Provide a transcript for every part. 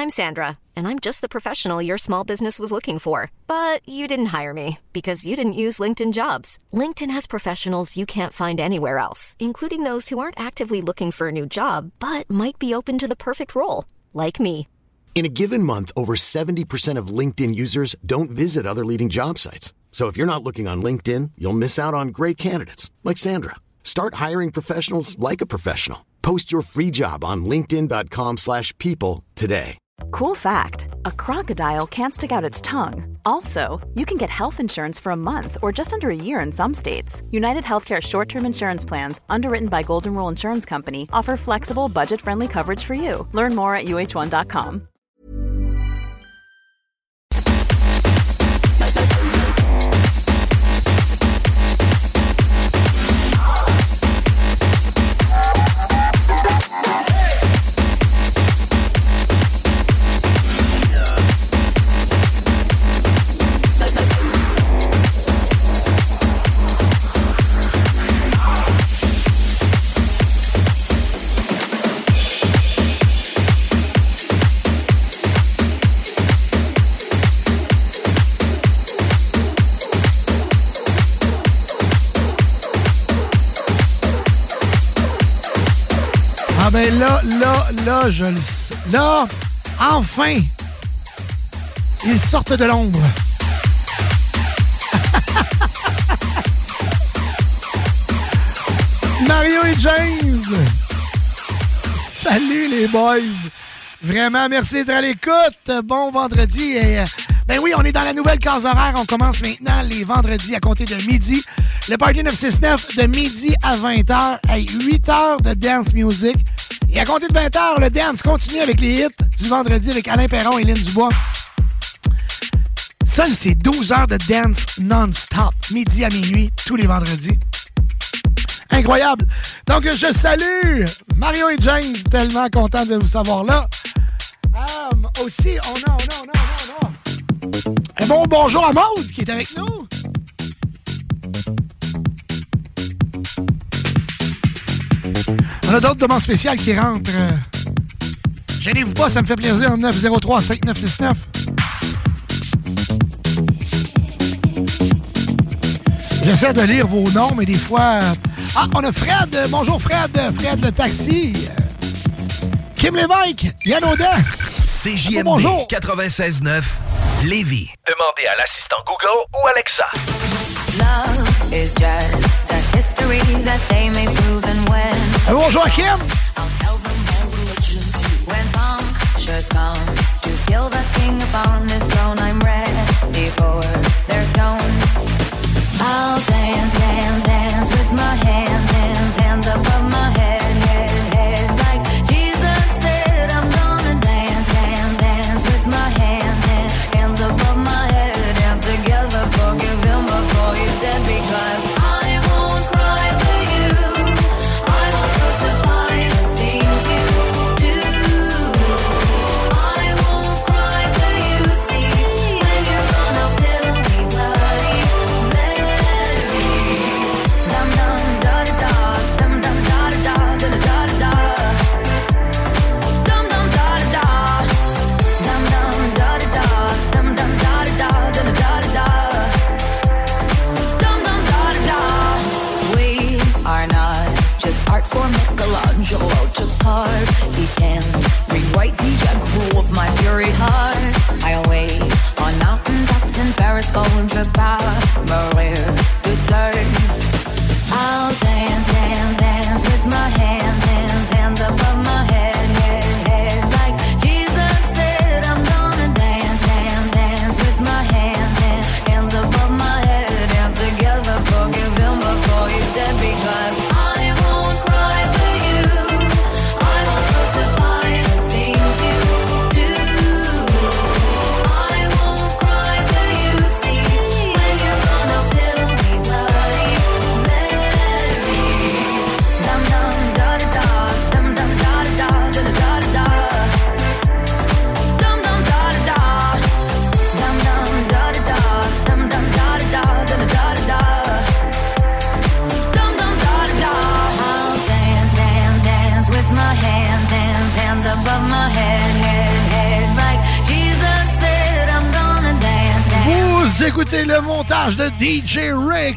I'm Sandra, and I'm just the professional your small business was looking for. But you didn't hire me because you didn't use LinkedIn Jobs. LinkedIn has professionals you can't find anywhere else, including those who aren't actively looking for a new job, but might be open to the perfect role, like me. In a given month, over 70% of LinkedIn users don't visit other leading job sites. So if you're not looking on LinkedIn, you'll miss out on great candidates like Sandra. Start hiring professionals like a professional. Post your free job on linkedin.com/people today. Cool fact, a crocodile can't stick out its tongue. Also, you can get health insurance for a month or just under a year in some states. United Healthcare short-term insurance plans, underwritten by Golden Rule Insurance Company, offer flexible, budget-friendly coverage for you. Learn more at uh1.com. Ben là, je le sais. Là, enfin, ils sortent de l'ombre. Mario et James. Salut les boys. Vraiment, merci d'être à l'écoute. Bon vendredi. Et, ben oui, on est dans la nouvelle case horaire. On commence maintenant les vendredis à compter de midi. Le Party 969 de midi à 20h. Hey, 8 heures de dance music. Et à compter de 20h, le dance continue avec les hits du vendredi avec Alain Perron et Lynn Dubois. Ça, c'est 12 heures de dance non-stop, midi à minuit, tous les vendredis. Incroyable! Donc, je salue Mario et James, tellement content de vous savoir là. Aussi, on a. Un bon bonjour à Maude qui est avec nous. On a d'autres demandes spéciales qui rentrent. Gênez-vous pas, ça me fait plaisir. 903-5969. J'essaie de lire vos noms, mais des fois... Ah, on a Fred. Bonjour Fred. Fred le taxi. Kim Lévesque. Yann Audin. CJMD 96.9 Lévis. Demandez à l'assistant Google ou Alexa. Love is just a history that they may prove and when. Bonjour Kim. I'll tell them all religions when punctures come to kill the king upon his throne. I'm ready for their stones. I'll dance, dance, dance with my hands above my head, like Jesus said. I'm gonna dance, dance, dance with my hands above my head. Dance together, forgive him before he's dead, because I won't cry for you. I won't crucify the things you do. I won't cry for you, see, when you're gone I'll still be bloody Mary. Dum dum da da da, dum dum da da da, da da da da. Dum dum da da da, dum dum da da da, dum dum da da da, da da da da. Dum dum da da da. We are not just art for Michelangelo to carve. He can rewrite the aggro of my fury heart. I'll wait on mountaintops in Paris, going to Maria to turn. I'll dance, dance, dance with my hands above my head, like Jesus said. I'm gonna dance, dance, dance with my hands above my head. Dance together, forgive him before he's dead, because I won't cry for you. I won't crucify the things you do. I won't cry for you, see, when you're gone I'll Vous écoutez le montage de DJ Rick.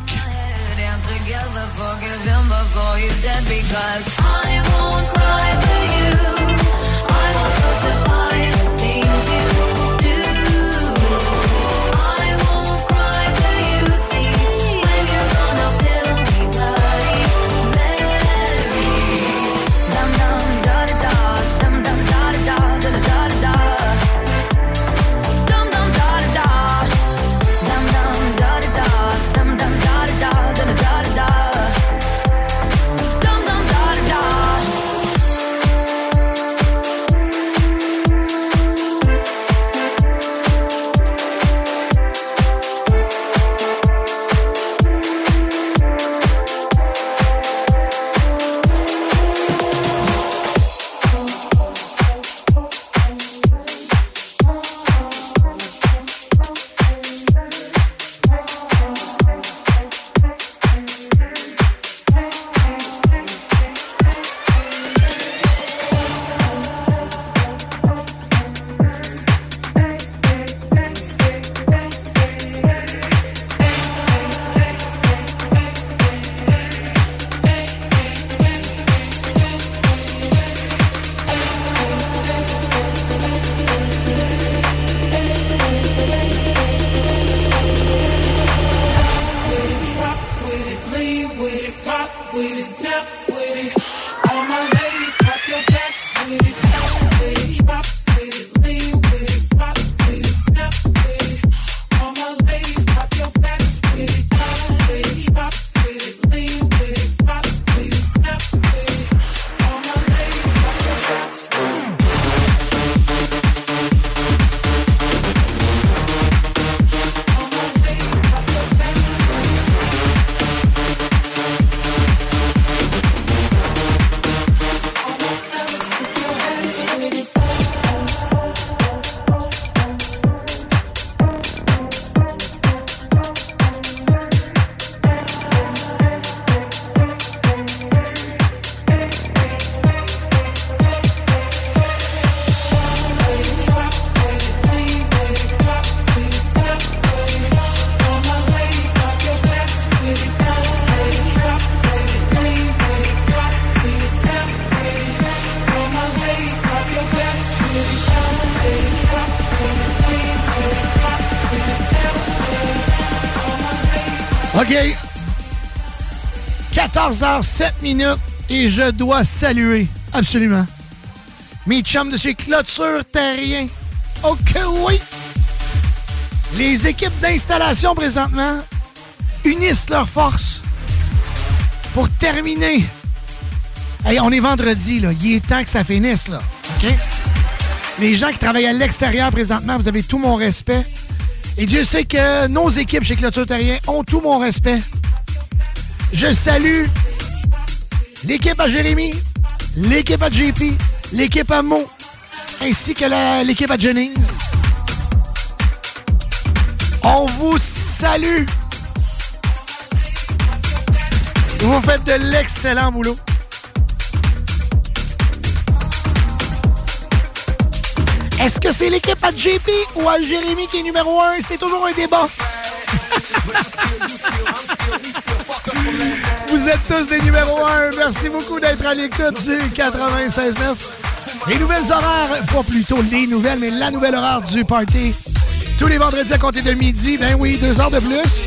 OK. 14h07 et je dois saluer, absolument, mes chums de chez Clôture Terrien. OK, oui. Les équipes d'installation, présentement, unissent leurs forces pour terminer. Hey, on est vendredi, là. Il est temps que ça finisse, là. OK? Les gens qui travaillent à l'extérieur, présentement, vous avez tout mon respect. Et Dieu sait que nos équipes chez Clôture Terrien ont tout mon respect. Je salue l'équipe à Jérémy, l'équipe à JP, l'équipe à Mo, ainsi que l'équipe à Jennings. On vous salue. Vous faites de l'excellent boulot. Est-ce que c'est l'équipe à JP ou à Jérémy qui est numéro 1? C'est toujours un débat. Vous êtes tous des numéros 1. Merci beaucoup d'être à l'écoute du 96.9. Les nouvelles horaires, pas plutôt les nouvelles, mais la nouvelle horaire du party. Tous les vendredis à compter de midi. Ben oui, 2 heures de plus.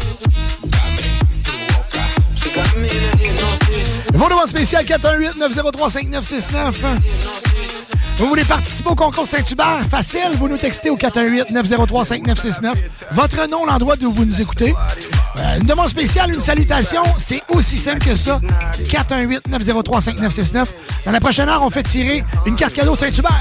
Vos demandes spéciales 418-903-5969. Vous voulez participer au concours Saint-Hubert? Facile, vous nous textez au 418-903-5969. Votre nom, l'endroit d'où vous nous écoutez. Une demande spéciale, une salutation, c'est aussi simple que ça. 418-903-5969. Dans la prochaine heure, on fait tirer une carte cadeau Saint-Hubert.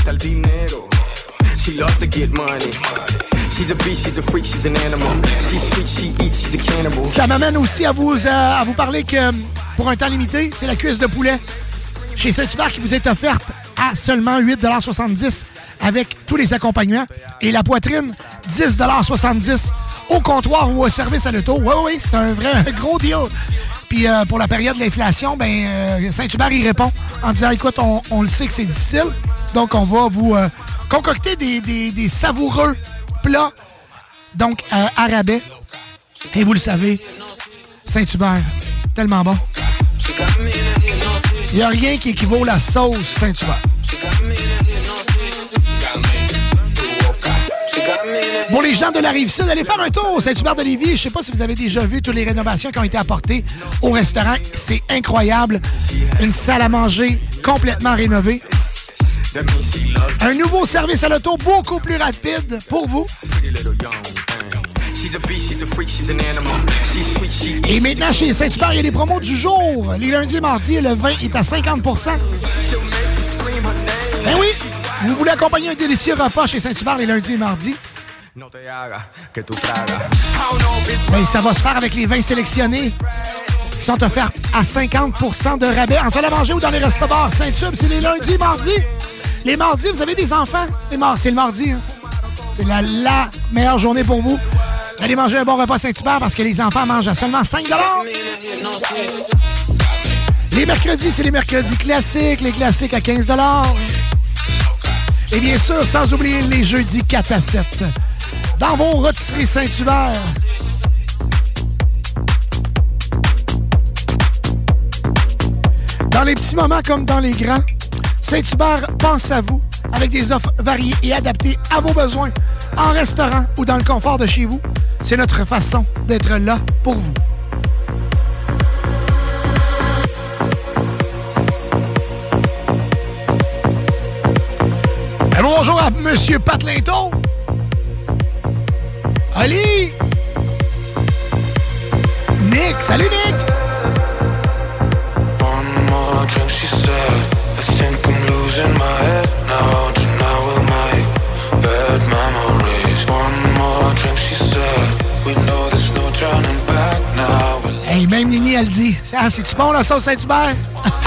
Ça m'amène aussi à vous parler que pour un temps limité, c'est la cuisse de poulet chez Saint-Hubert qui vous est offerte à seulement 8,70 $ avec tous les accompagnements. Et la poitrine, 10,70 $ au comptoir ou au service à l'auto. Oui, c'est un vrai gros deal. Puis pour la période de l'inflation, Saint-Hubert y répond en disant, écoute, on le sait que c'est difficile, donc on va vous concocter des savoureux plats Donc, à rabais. Et vous le savez, Saint-Hubert, tellement bon. Il n'y a rien qui équivaut à la sauce Saint-Hubert. Pour les gens de la Rive-Sud, allez faire un tour au Saint-Hubert de Lévis. Je ne sais pas si vous avez déjà vu toutes les rénovations qui ont été apportées au restaurant. C'est incroyable. Une salle à manger complètement rénovée. Un nouveau service à l'auto beaucoup plus rapide pour vous. Et maintenant, chez Saint-Hubert, il y a des promos du jour. Les lundis et mardis, le vin est à 50 %. Ben oui, vous voulez accompagner un délicieux repas chez Saint-Hubert les lundis et mardis? Ben, ça va se faire avec les vins sélectionnés qui sont offerts à 50 % de rabais en salle à manger ou dans les restaurants. Saint-Hubert, c'est les lundis et mardis. Les mardis, vous avez des enfants? C'est le mardi. Hein? C'est la meilleure journée pour vous. Allez manger un bon repas Saint-Hubert parce que les enfants mangent à seulement 5 $. Les mercredis, c'est les mercredis classiques. Les classiques à 15 $. Et bien sûr, sans oublier les jeudis 4 à 7. Dans vos rôtisseries Saint-Hubert. Dans les petits moments comme dans les grands, Saint-Hubert pense à vous avec des offres variées et adaptées à vos besoins, en restaurant ou dans le confort de chez vous. C'est notre façon d'être là pour vous. Et bonjour à Monsieur Patlinton. Ali. Nick. Salut, Nick. One more drink, she said. I think I'm losing my head now. Tonight we'll make bad memories. One more drink, she said. We know there's no turning back now. Hey, même Nini, elle dit. Ah, c'est-tu bon, la sauce Saint-Hubert?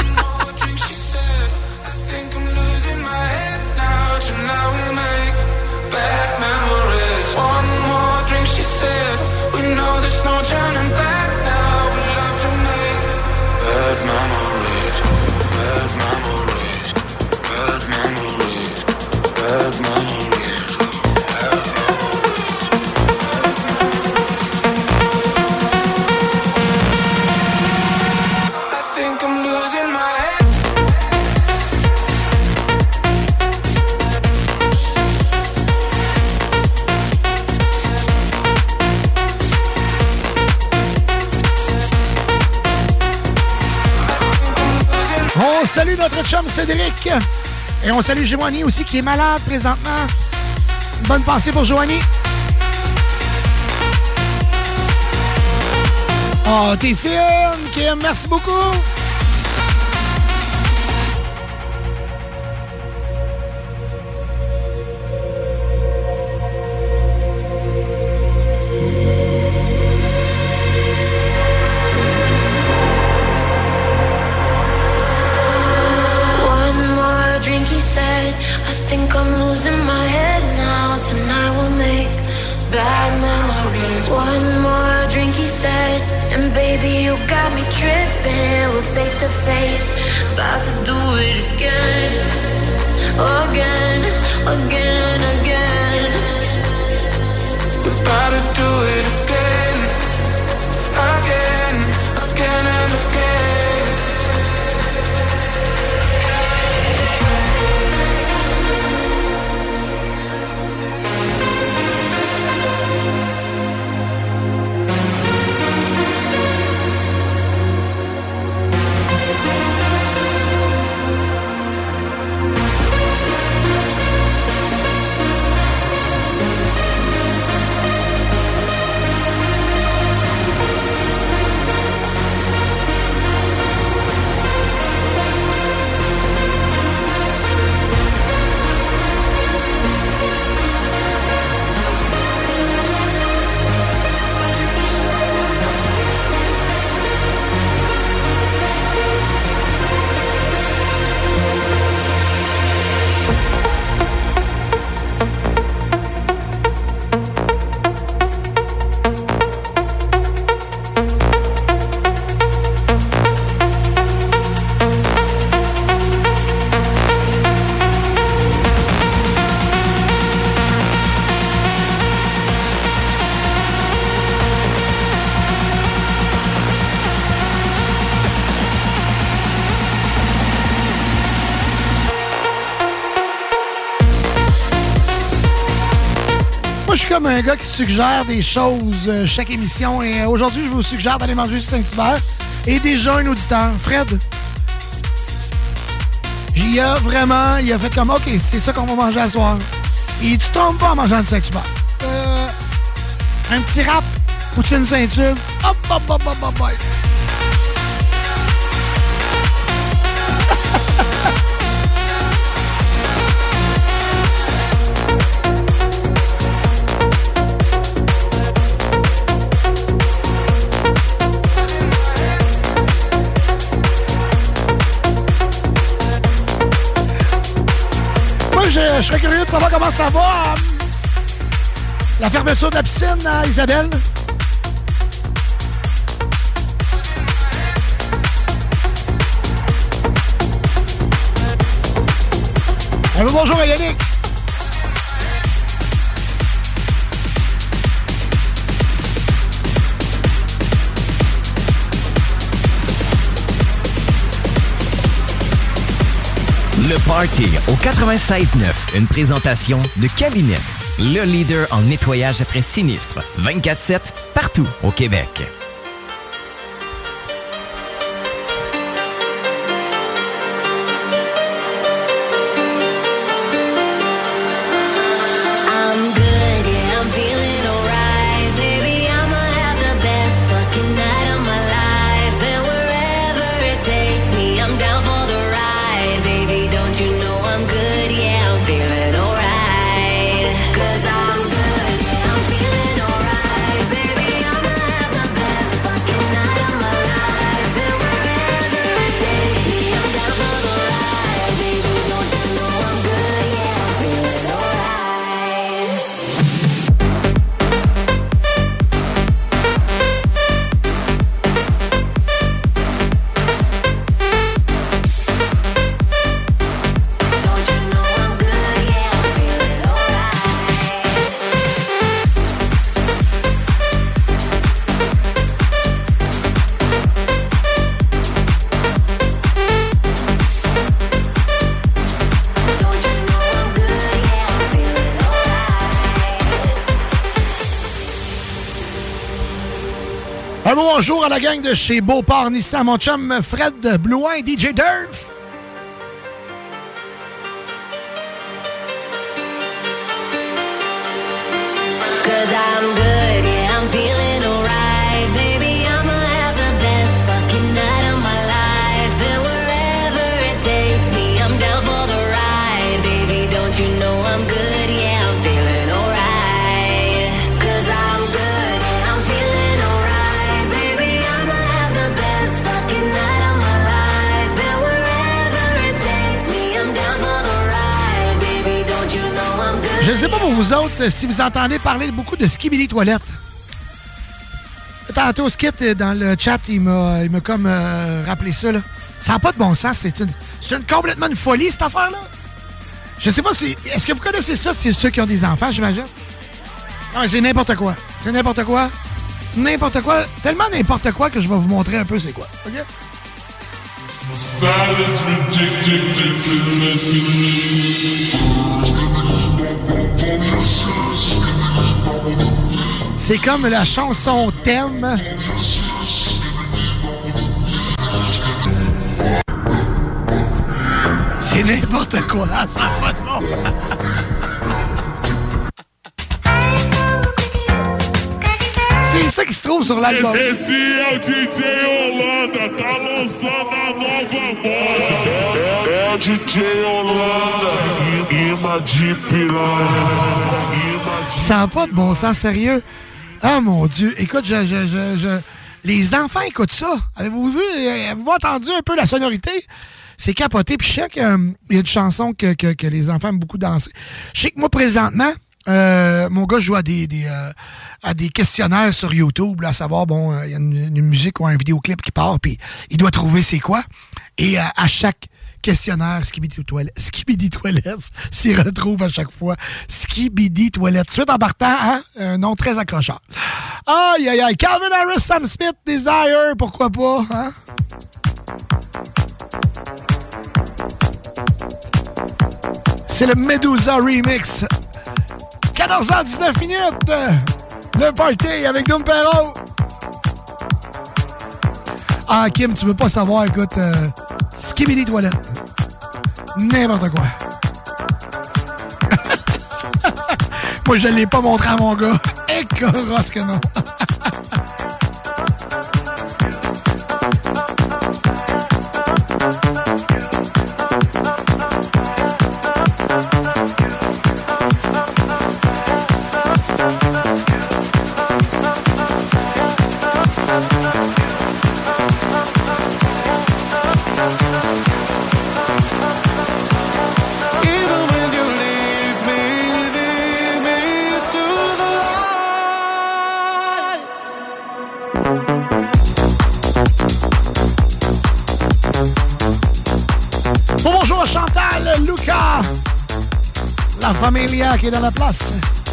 On salue notre chum Cédric. Et on salue Joanie aussi qui est malade présentement. Bonne pensée pour Joanie. Oh, t'es fine, Kim. Merci beaucoup. je suis comme un gars qui suggère des choses chaque émission. Et aujourd'hui, je vous suggère d'aller manger sur Saint-Hubert. Et déjà, un auditeur, Fred, il a fait comme, OK, c'est ça qu'on va manger à soir. Et tu tombes pas en mangeant du Saint-Hubert. Un petit rap, poutine Saint-Hubert. Hop, hop, hop, hop, hop, hop. Je serais curieux de savoir comment ça va. La fermeture de la piscine à Isabelle. Allô, bonjour à Yannick. Le Party au 96.9, une présentation de Cabinet, le leader en nettoyage après sinistre, 24/7, partout au Québec. Bonjour à la gang de chez Beauport Nissan, mon chum Fred Blouin, DJ Durf. Cause I'm good, yeah, I'm feeling alright. Baby, I'ma have the best fucking night of my life. And wherever it takes me, I'm down for the ride. Baby, don't you know I'm good, yeah, I'm feeling alright. Cause I'm good, yeah, I'm feeling alright. Baby, I'ma have the best fucking night of my life. And wherever it takes me, I'm down for the ride. Baby, don't you know I'm good. Je sais pas pour vous autres si vous entendez parler beaucoup de Skibidi Toilette. Tantôt, Skit, dans le chat, il m'a comme rappelé ça. Là. Ça n'a pas de bon sens. C'est complètement une folie, cette affaire-là. Je sais pas si... Est-ce que vous connaissez ça? C'est ceux qui ont des enfants, j'imagine? Non, mais c'est n'importe quoi. C'est n'importe quoi. N'importe quoi. Tellement n'importe quoi que je vais vous montrer un peu c'est quoi. OK? C'est comme la chanson thème. C'est n'importe quoi. Ça n'a pas de bon. C'est ça qui se trouve sur l'album. Esse é o DJ Holanda, tá lançando a nova moda. É o DJ Holanda, imã de piranha. Ça n'a pas de bon sens, sérieux. Ah, mon Dieu. Écoute, les enfants écoutent ça. Avez-vous vu? Avez-vous entendu un peu la sonorité? C'est capoté. Puis je sais qu'il y a une chanson que les enfants aiment beaucoup danser. Je sais que moi, présentement, mon gars joue à des questionnaires sur YouTube, là, à savoir, bon, il y a une musique ou un vidéoclip qui part, puis il doit trouver c'est quoi. Et à chaque questionnaire, Skibidi Toilette s'y retrouve à chaque fois. Skibidi Toilette. Suite en partant, hein? Un nom très accrocheur. Aïe, aïe, aïe. Calvin Harris, Sam Smith, Desire, pourquoi pas, hein? C'est le Medusa Remix. 14h19 minutes. Le party avec Doom Perrault. Ah, Kim, tu veux pas savoir, écoute, Skibidi Toilette. N'importe quoi. Moi, je l'ai pas montré à mon gars. Et corosse que non. La familia qui est dans la place.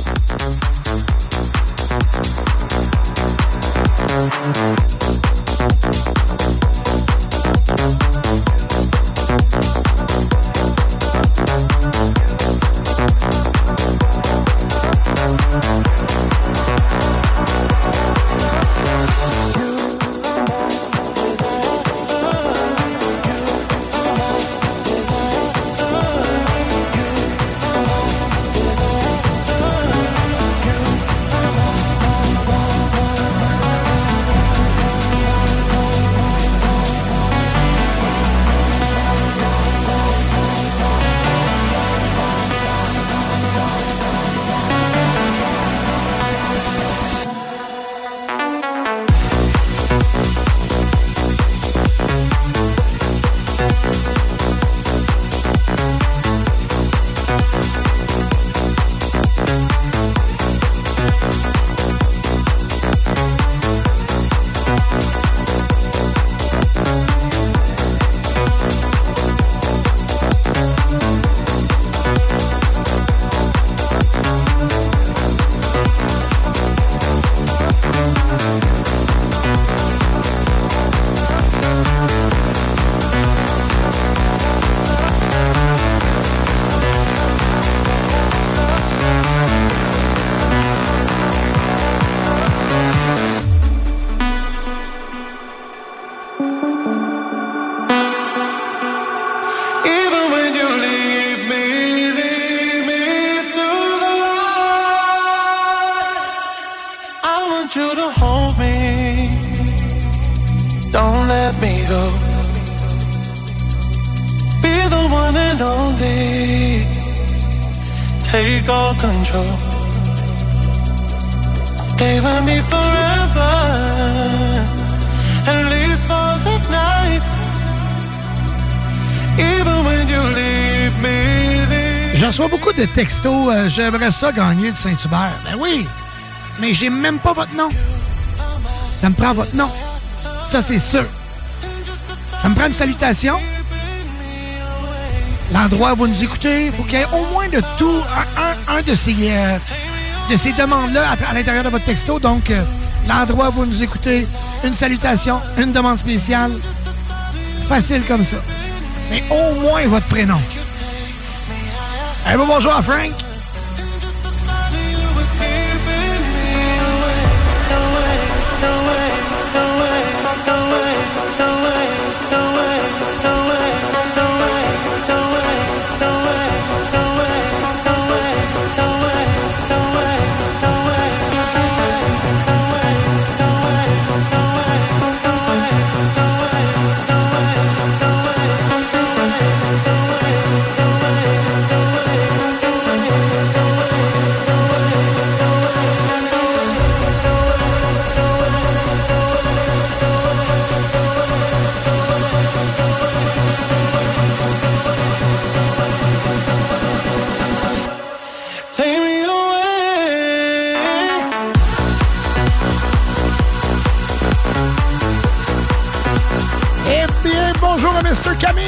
Je reçois beaucoup de textos. J'aimerais ça gagner de Saint-Hubert. Ben oui, mais j'ai même pas votre nom. Ça me prend votre nom. Ça, c'est sûr. Ça me prend une salutation. L'endroit où vous nous écoutez, il faut qu'il y ait au moins de tout un de ces demandes-là à l'intérieur de votre texto. Donc, l'endroit où vous nous écoutez, une salutation, une demande spéciale. Facile comme ça. Mais au moins votre prénom. Bonjour à Frank. Mr. Camille.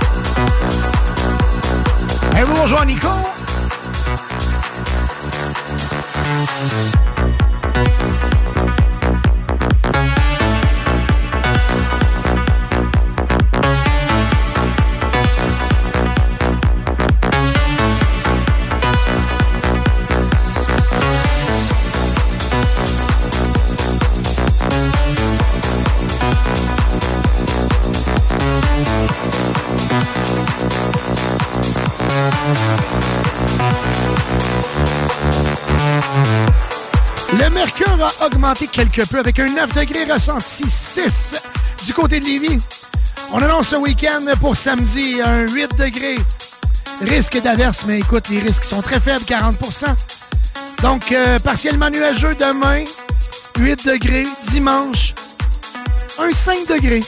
Bonjour Nico. A augmenté quelque peu avec un 9 degrés ressenti 6 du côté de Lévis. On annonce ce week-end pour samedi un 8 degrés. Risque d'averse, mais écoute, les risques sont très faibles, 40%. Donc, partiellement nuageux demain, 8 degrés. Dimanche, un 5 degrés.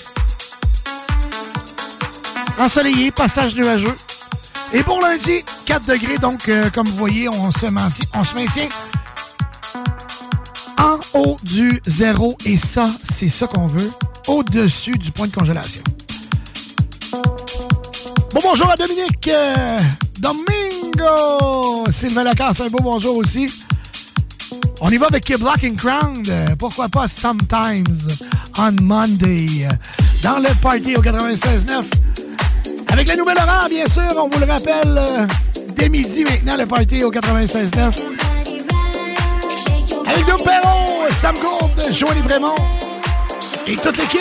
Ensoleillé, passage nuageux. Et pour lundi, 4 degrés. Donc, comme vous voyez, on se maintient en haut du zéro. Et ça, c'est ça qu'on veut, au-dessus du point de congélation. Bon bonjour à Dominique. Domingo. Sylvain Lacasse, un beau bonjour aussi. On y va avec Black and Crown. Pourquoi pas Sometimes on Monday. Dans le party au 96.9. Avec la nouvelle horaire, bien sûr, on vous le rappelle, dès midi maintenant, le party au 96.9. Avec Doug Perron, Sam Gould, Joanie Brémond et toute l'équipe.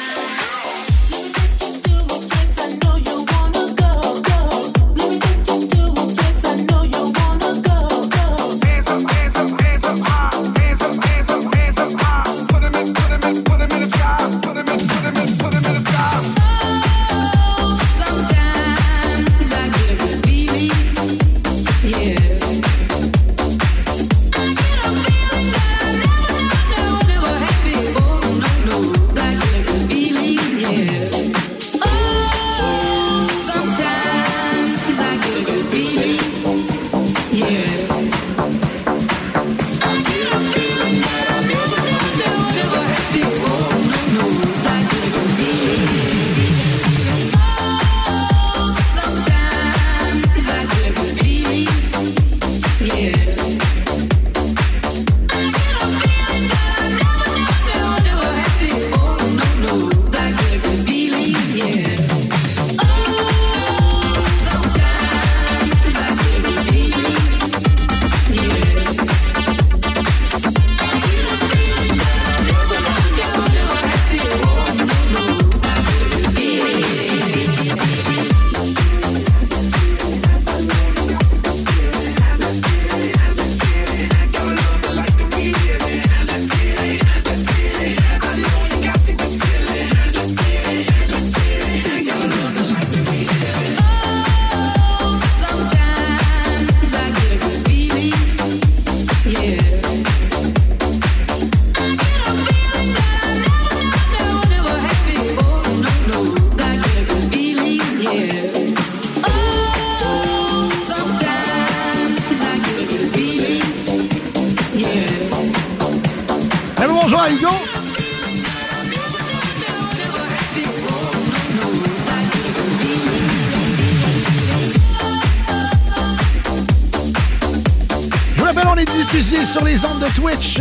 Sur les ondes de Twitch,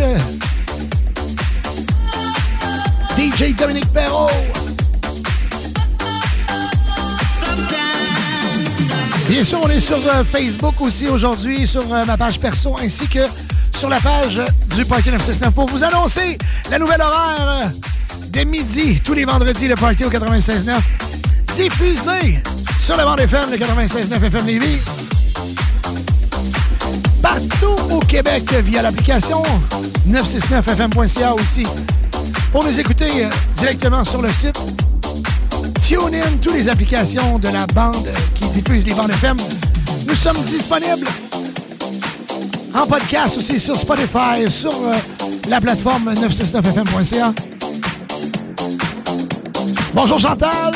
DJ Dominique Perrault. Bien sûr, on est sur Facebook aussi aujourd'hui, sur ma page perso, ainsi que sur la page du Party 969 pour vous annoncer la nouvelle horaire dès midi, tous les vendredis, le Party au 96.9, diffusé sur la bande FM, le 96.9 FM Lévis. Partout au Québec via l'application 969fm.ca aussi. Pour nous écouter directement sur le site, TuneIn, toutes les applications de la bande qui diffusent les bandes FM. Nous sommes disponibles en podcast aussi sur Spotify, sur la plateforme 969fm.ca. Bonjour Chantal.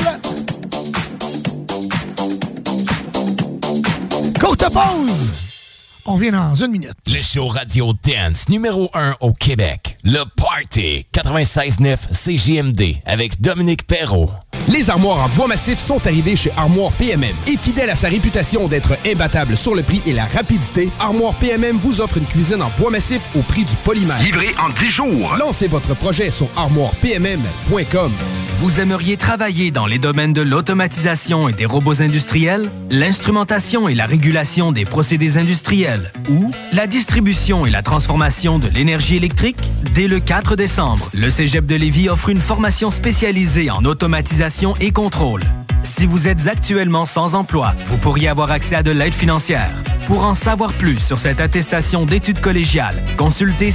Courte pause. On vient dans une minute. Le show Radio Dance numéro 1 au Québec. Le Party 96.9 CJMD avec Dominique Perrault. Les armoires en bois massif sont arrivées chez Armoire PMM. Et fidèle à sa réputation d'être imbattable sur le prix et la rapidité, Armoire PMM vous offre une cuisine en bois massif au prix du polymère. Livré en 10 jours. Lancez votre projet sur armoirepmm.com. Vous aimeriez travailler dans les domaines de l'automatisation et des robots industriels, l'instrumentation et la régulation des procédés industriels ou la distribution et la transformation de l'énergie électrique? Dès le 4 décembre, le Cégep de Lévis offre une formation spécialisée en automatisation et contrôle. Si vous êtes actuellement sans emploi, vous pourriez avoir accès à de l'aide financière. Pour en savoir plus sur cette attestation d'études collégiales, consultez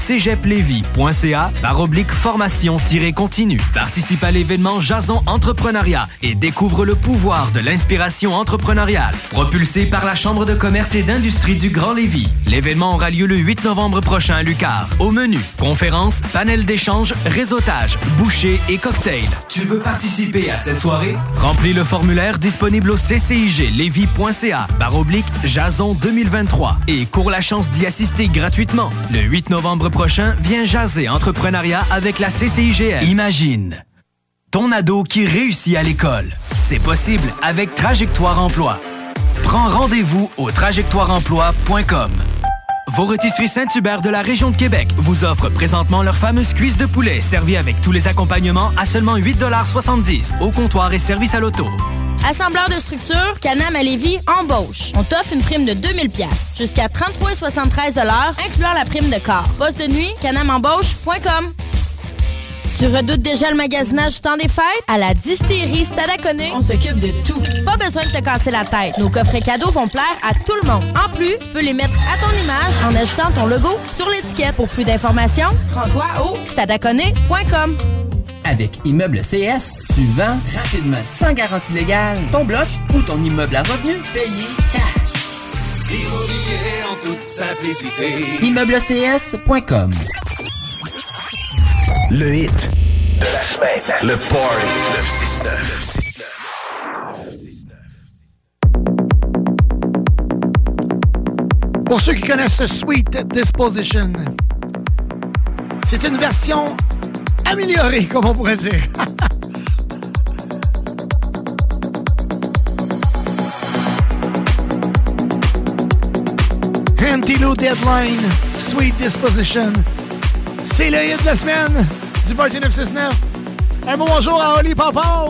cégeplevy.ca/formation-continue. Participe à l'événement Jason Entrepreneuriat et découvre le pouvoir de l'inspiration entrepreneuriale. Propulsé par la Chambre de commerce et d'industrie du Grand Lévis. L'événement aura lieu le 8 novembre prochain à Lucar. Au menu, conférences, panel d'échange, réseautage, bouchées et cocktails. Tu veux participer à cette soirée? Remplis le formulaire disponible au cciglevy.ca/Jason 2023 et cours la chance d'y assister gratuitement. Le 8 novembre prochain, viens jaser entrepreneuriat avec la CCIGL. Imagine ton ado qui réussit à l'école. C'est possible avec Trajectoire Emploi. Prends rendez-vous au trajectoireemploi.com. Vos rôtisseries Saint-Hubert de la région de Québec vous offrent présentement leur fameuse cuisse de poulet servie avec tous les accompagnements à seulement 8,70 $ au comptoir et service à l'auto. Assembleur de structure, Canam à Lévis embauche. On t'offre une prime de 2000 $, jusqu'à 33,73 $, incluant la prime de quart. Poste de nuit, canamembauche.com. Tu redoutes déjà le magasinage du temps des fêtes? À la distillerie Stadaconé, on s'occupe de tout. Pas besoin de te casser la tête. Nos coffrets cadeaux vont plaire à tout le monde. En plus, tu peux les mettre à ton image en ajoutant ton logo sur l'étiquette. Pour plus d'informations, rends-toi au stadaconé.com. Avec Immeuble CS, tu vends rapidement, sans garantie légale, ton bloc ou ton immeuble à revenu payé cash. Immobilier en toute simplicité. ImmeubleCS.com. Le hit de la semaine. Le Party 969. Pour ceux qui connaissent Sweet Disposition, c'est une version améliorée, comme on pourrait dire. Anti-Low Deadline, Sweet Disposition. C'est le hit de la semaine du Party 969. Un bon bonjour à Oli Papa.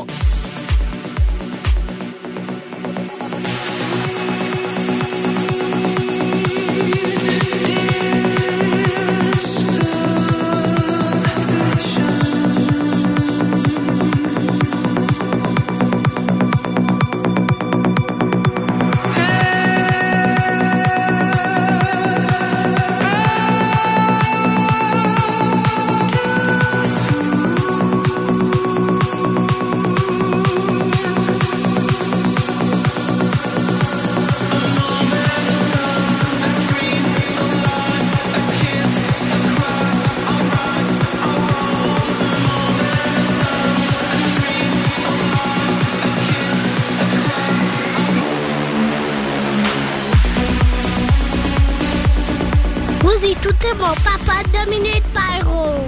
Écoutez mon papa Dominique Perrault.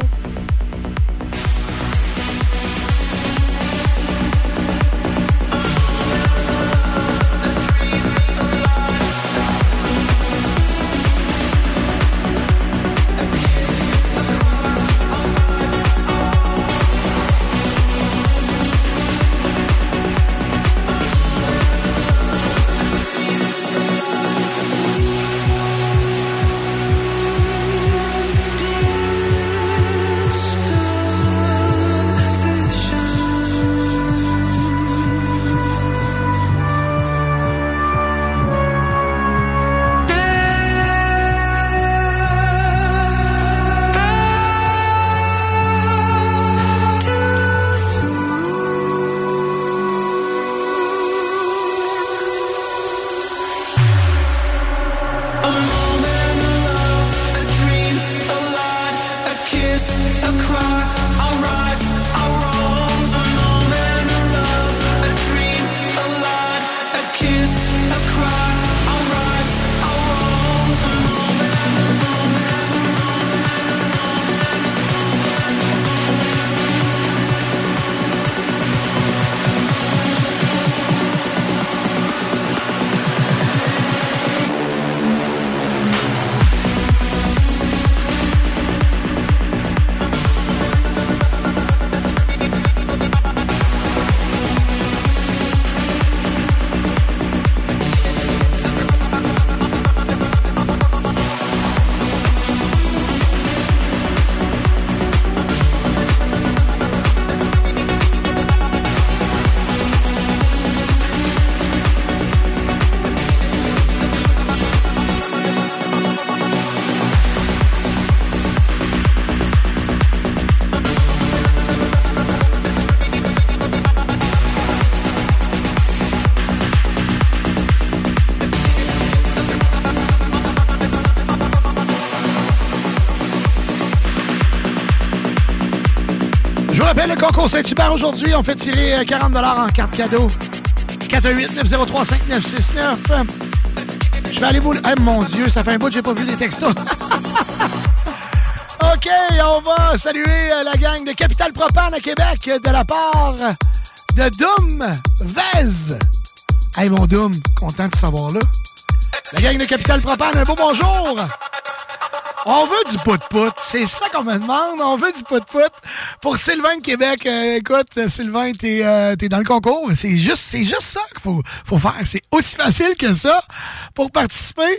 rappelle le concours Saint-Hubert aujourd'hui. On fait tirer 40 $ en carte cadeau. 418-903-5969. Je vais aller vous... Eh, mon Dieu, ça fait un bout que j'ai pas vu les textos. OK, on va saluer la gang de Capital Propane à Québec de la part de Doom Vez. Hey, mon Doom, content de te savoir là. La gang de Capital Propane, un beau bonjour. On veut du pout-pout. C'est ça qu'on me demande. On veut du pout-pout. Pour Sylvain de Québec, écoute, Sylvain, t'es dans le concours. C'est juste ça qu'il faut faire. C'est aussi facile que ça pour participer.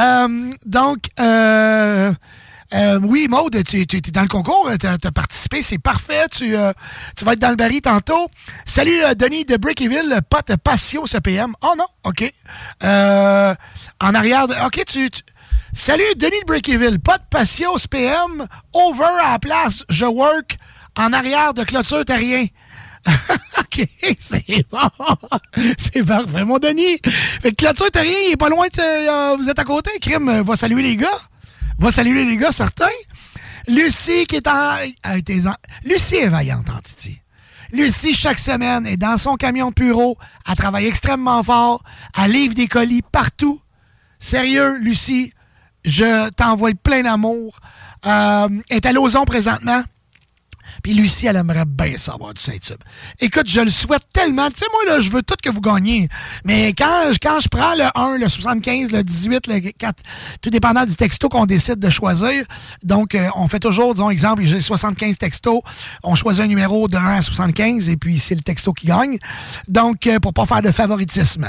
Oui, Maude, tu es dans le concours. T'as participé. C'est parfait. Tu vas être dans le baril tantôt. Salut, Denis de Brickeyville, pote Patio CPM. Oh non, OK. En arrière de... OK, Salut, Denis de Brickeyville, pas de Patio PM, over à la place, je work, en arrière de clôture terrien. OK, c'est bon. C'est parfait, mon Denis. Fait que clôture terrien, il est pas loin de... vous êtes à côté, Crime, va saluer les gars. Va saluer les gars, certains. Lucie qui est Lucie est vaillante en Titi. Lucie, chaque semaine, est dans son camion de bureau, elle travaille extrêmement fort, elle livre des colis partout. Sérieux, Lucie, je t'envoie plein d'amour. Elle est à Lauson présentement. Puis Lucie, elle aimerait bien savoir du Saint-Tube. Écoute, je le souhaite tellement. Tu sais, moi, là, je veux tout que vous gagniez. Mais quand je prends le 1, le 75, le 18, le 4, tout dépendant du texto qu'on décide de choisir. Donc, on fait toujours, disons, exemple, j'ai 75 textos. On choisit un numéro de 1 à 75 et puis c'est le texto qui gagne. Donc, pour pas faire de favoritisme.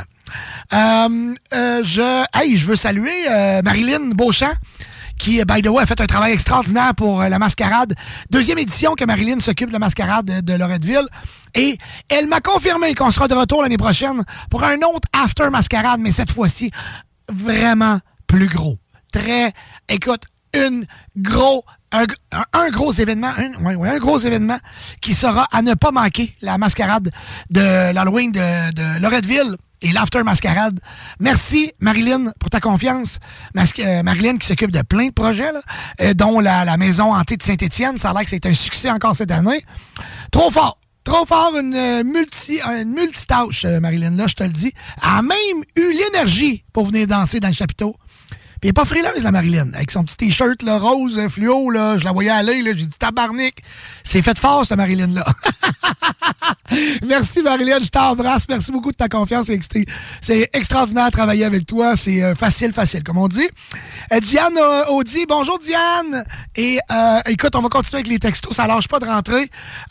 Je veux saluer Marilyn Beauchamp, qui, by the way, a fait un travail extraordinaire pour la mascarade. 2e édition que Marilyn s'occupe de la mascarade de Loretteville. Et elle m'a confirmé qu'on sera de retour l'année prochaine pour un autre after mascarade, mais cette fois-ci, vraiment plus gros. Écoute, un gros événement, un gros événement qui sera à ne pas manquer, la mascarade de l'Halloween de Loretteville. Et l'After Mascarade. Merci, Marilyn, pour ta confiance. Marilyn qui s'occupe de plein de projets, là, dont la maison hantée de Saint-Étienne. Ça a l'air que c'est un succès encore cette année. Trop fort, une multitâche, Marilyn, là, je te le dis. Elle a même eu l'énergie pour venir danser dans le chapiteau. Puis elle n'est pas frileuse, la Marilyn. Avec son petit T-shirt là, rose, fluo, là, je la voyais aller, là, j'ai dit tabarnak. C'est fait fort, cette Marilyn-là. Merci, Marilyn, je t'embrasse. Merci beaucoup de ta confiance. C'est extraordinaire de travailler avec toi. C'est facile, comme on dit. Diane Audi, bonjour Diane. Et écoute, on va continuer avec les textos, ça lâche pas de rentrer.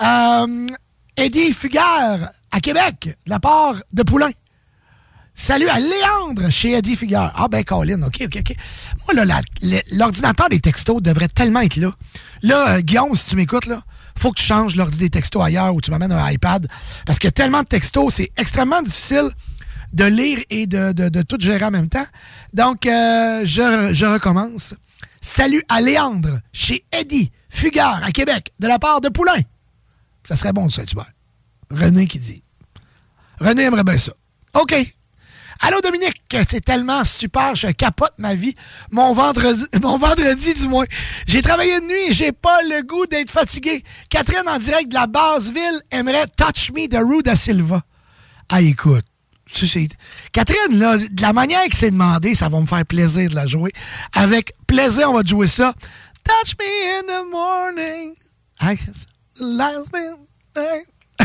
Eddie Fugère, à Québec, de la part de Poulain. Salut à Léandre chez Eddie Figueur. Ah ben Colin, OK. Moi, là, l'ordinateur des textos devrait tellement être là. Là, Guillaume, si tu m'écoutes, là, faut que tu changes l'ordi des textos ailleurs ou tu m'amènes un iPad. Parce qu'il y a tellement de textos, c'est extrêmement difficile de lire et de tout gérer en même temps. Donc, je recommence. Salut à Léandre chez Eddie Figueur à Québec de la part de Poulain. Ça serait bon, Saint-Hubert. René qui dit. René aimerait bien ça. OK. Allô Dominique, c'est tellement super, je capote ma vie. Mon vendredi du moins. J'ai travaillé de nuit et j'ai pas le goût d'être fatigué. Catherine en direct de la Basse-Ville aimerait Touch Me de Rue da Silva. Ah écoute, Catherine, là, de la manière que c'est demandé, ça va me faire plaisir de la jouer. Avec plaisir, on va te jouer ça. Touch me in the morning. Last day.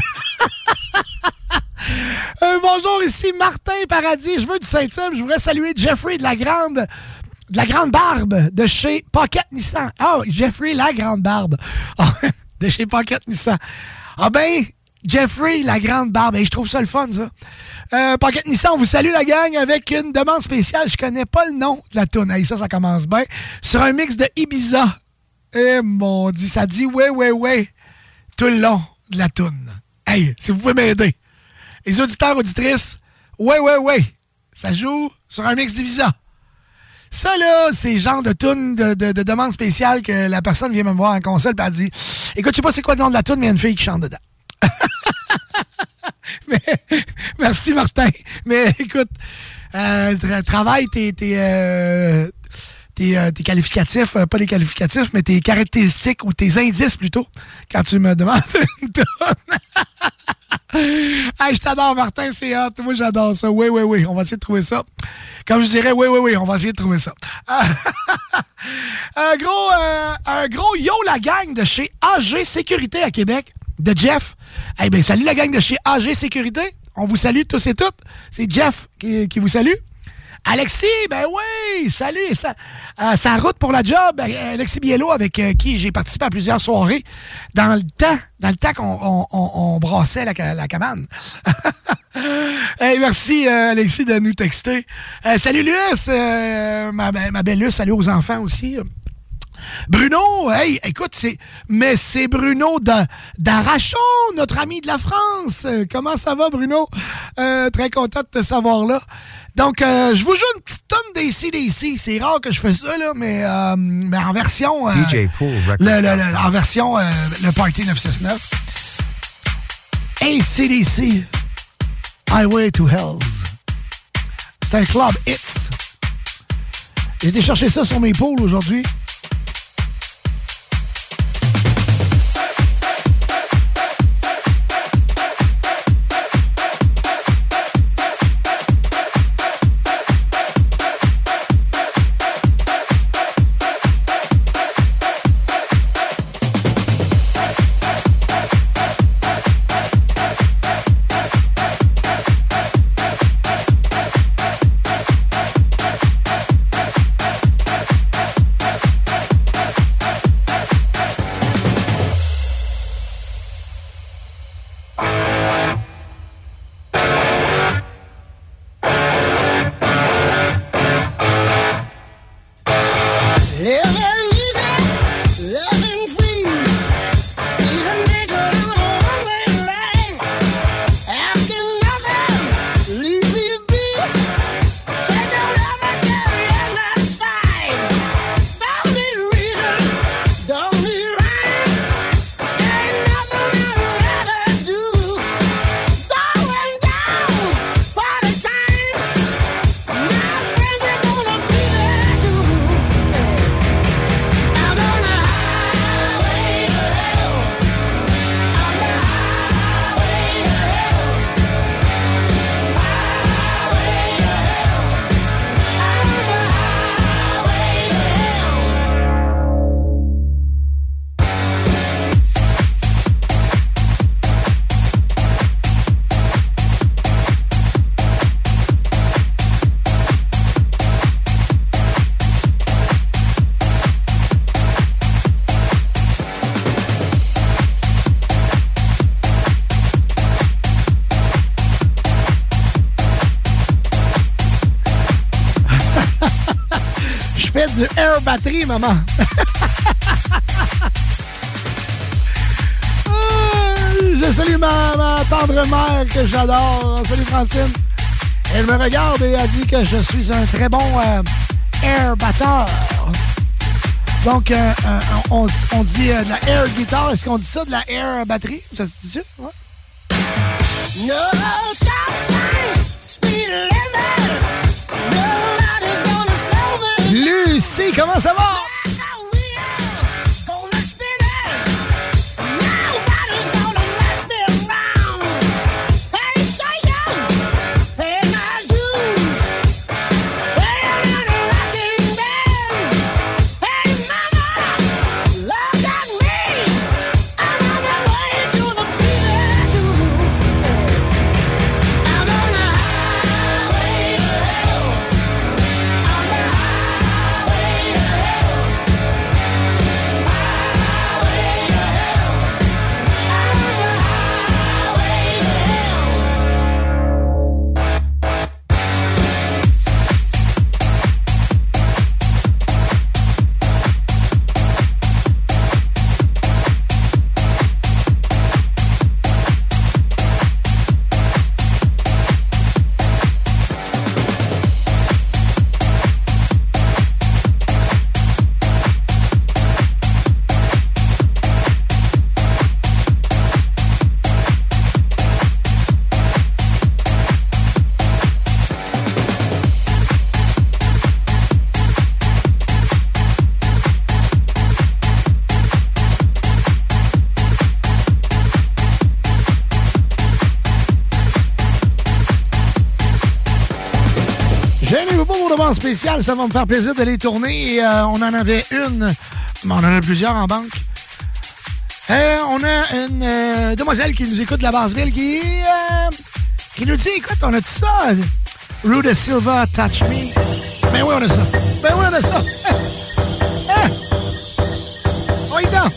Bonjour, ici Martin Paradis. Je veux du Saint-Tube. Je voudrais saluer Jeffrey de la Grande Barbe de chez Pocket Nissan. Ah, Jeffrey la Grande Barbe. De chez Pocket Nissan. Ah ben, Jeffrey la Grande Barbe. Et je trouve ça le fun, ça. Pocket Nissan, on vous salue la gang avec une demande spéciale. Je connais pas le nom de la toune. Hey, ça commence bien. Sur un mix de Ibiza. Eh mon Dieu, ça dit ouais. Tout le long de la toune. Hey, si vous pouvez m'aider. Les auditeurs, auditrices, ouais. Ça joue sur un mix d'Ibiza. Ça, là, c'est le genre de toune de demande spéciale que la personne vient me voir en console et elle dit « Écoute, je sais pas c'est quoi le nom de la toune, mais il y a une fille qui chante dedans. » Merci, Martin. Mais écoute, travaille tes tes qualificatifs, pas les qualificatifs, mais tes caractéristiques ou tes indices plutôt, quand tu me demandes une tonne. Hey, je t'adore, Martin, c'est hot. Moi, j'adore ça. Oui, on va essayer de trouver ça. Comme je dirais, oui, on va essayer de trouver ça. Un gros yo, la gang de chez AG Sécurité à Québec, de Jeff. Eh bien, salut la gang de chez AG Sécurité. On vous salue tous et toutes. C'est Jeff qui vous salue. Alexis, ben oui, salut. Sa route pour la job, Alexis Biello, avec qui j'ai participé à plusieurs soirées dans le temps qu'on brassait la cabane. Hey, merci, Alexis, de nous texter. Salut, Luce, ma belle Luce, salut aux enfants aussi. Bruno, hey, écoute, c'est Bruno d'Arrachon, notre ami de la France. Comment ça va, Bruno? Très content de te savoir là. Donc, je vous joue une petite tonne d'AC/DC. C'est rare que je fais ça, là, mais en version... DJ Pool en version le Party 969. AC/DC, Highway to Hells. C'est un club hits. J'ai été chercher ça sur mes pools aujourd'hui. Du air batterie, maman. Je salue ma tendre mère que j'adore. Salut Francine. Elle me regarde et a dit que je suis un très bon air batteur. Donc, on dit de la air guitare. Est-ce qu'on dit ça, de la air batterie? Ça se dit ça? Ouais. No stop sign, speed limit. Nobody's gonna slow me. Lucie, comment ça va? commande spéciale. Ça va me faire plaisir de les tourner. Et, on en avait une, mais on en a plusieurs en banque. On a une demoiselle qui nous écoute de la Basse-Ville qui nous dit, écoute, on a tout ça. Ruda Silva, Touch Me. Ben oui, on a ça. Ben oui, on a ça. On y va.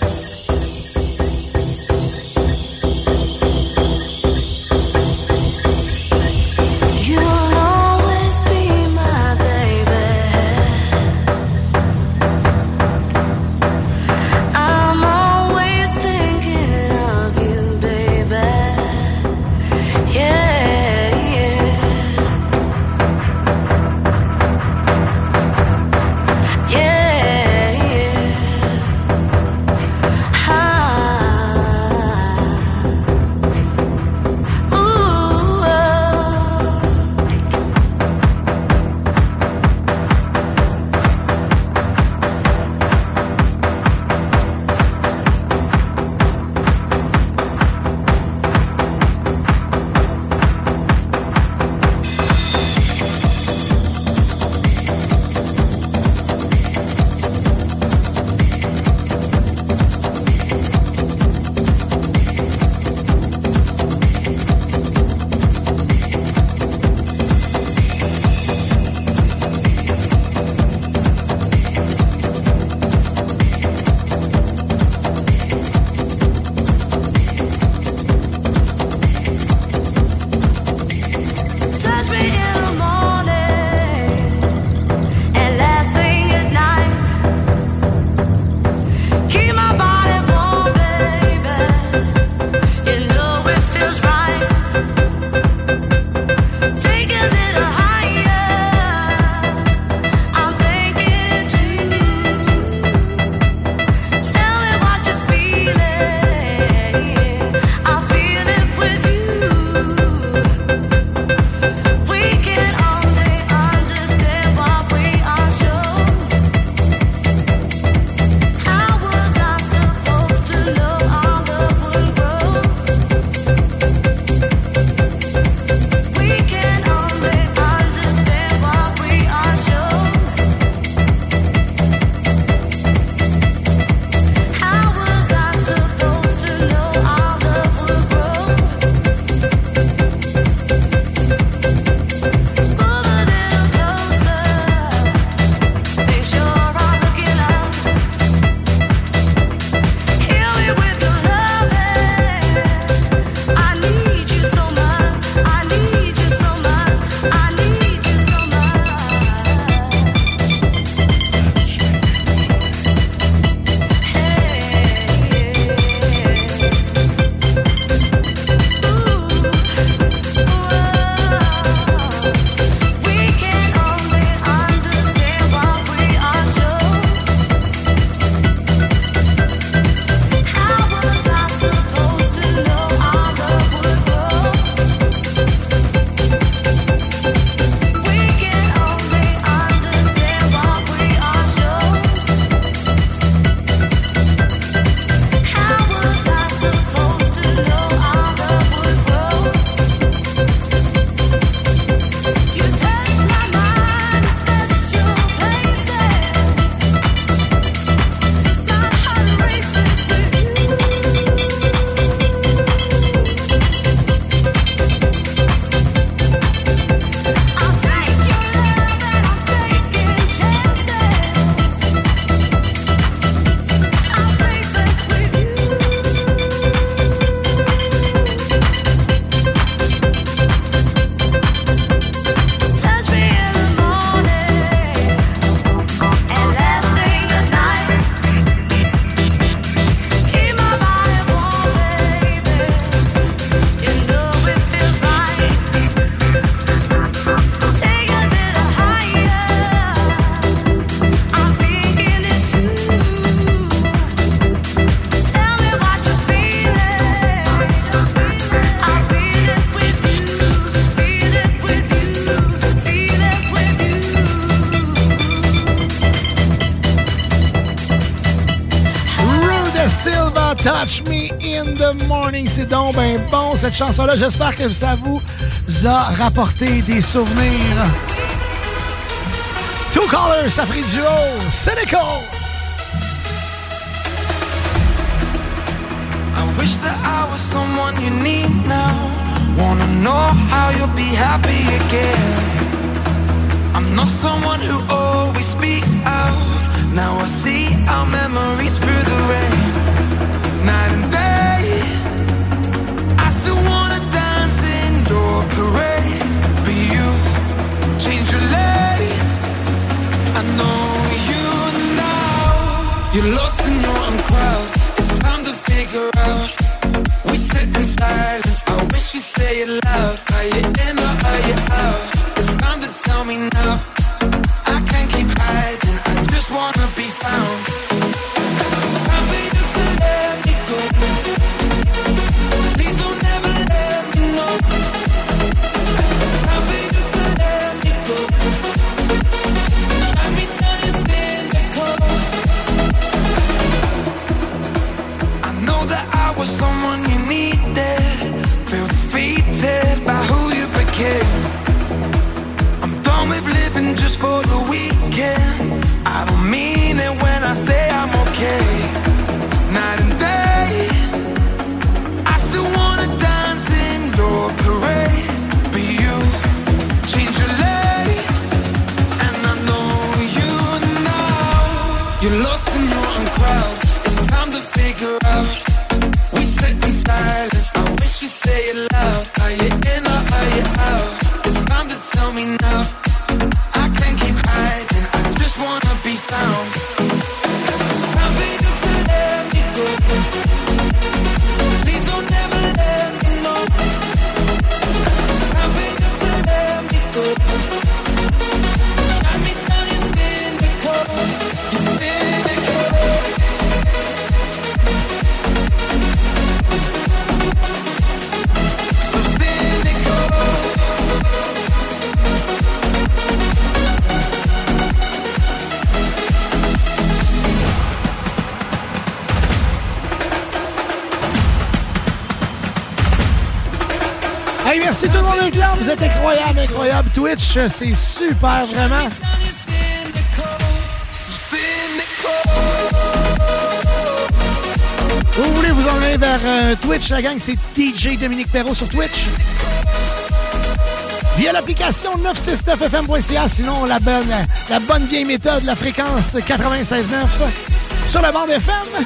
Touch Me in the Morning. C'est donc ben bon, cette chanson-là. J'espère que ça vous a rapporté des souvenirs. Two Colors, ça ferait duo. Cynical. I wish that I was someone you need now. Wanna know how you'll be happy again. I'm not someone who always speaks out. Now I see our memories through the rain. Night and day, I still wanna dance in your parade. But you change your lane. I know you now. You're lost in your own crowd. It's time to figure out. We sit in silence. I wish you'd say it loud. Are you in or are you out? It's time to tell me now. I can't keep hiding. I just wanna be found. It's time for you to let me go. Please don't ever let me know. It's time for you to let me go. Try me down and cynical. I know that I was someone you needed. Feel defeated by who you became. I'm done with living just for the weekend. I don't mean it when I say I'm okay. Night and day, I still wanna dance in your parade. But you change your lane, and I know you now. You're lost in your own crowd. It's time to figure out. We sit in silence. I wish you'd say it loud. Are you in or are you out? It's time to tell me now. I can't keep hiding. I just wanna be found. It's time for you to let me go. Please don't ever let me know. It's time for you to let me go. Try me down, you're cynical. You're cynical. So cynical. Hey, merci tout le monde d'être là. Vous êtes incroyable, incroyable. Twitch, c'est super, vraiment. Vous voulez vous emmener vers Twitch, la gang, c'est DJ Dominique Perrault sur Twitch. Via l'application 969fm.ca, sinon la bonne vieille méthode, la fréquence 96.9 sur la bande FM.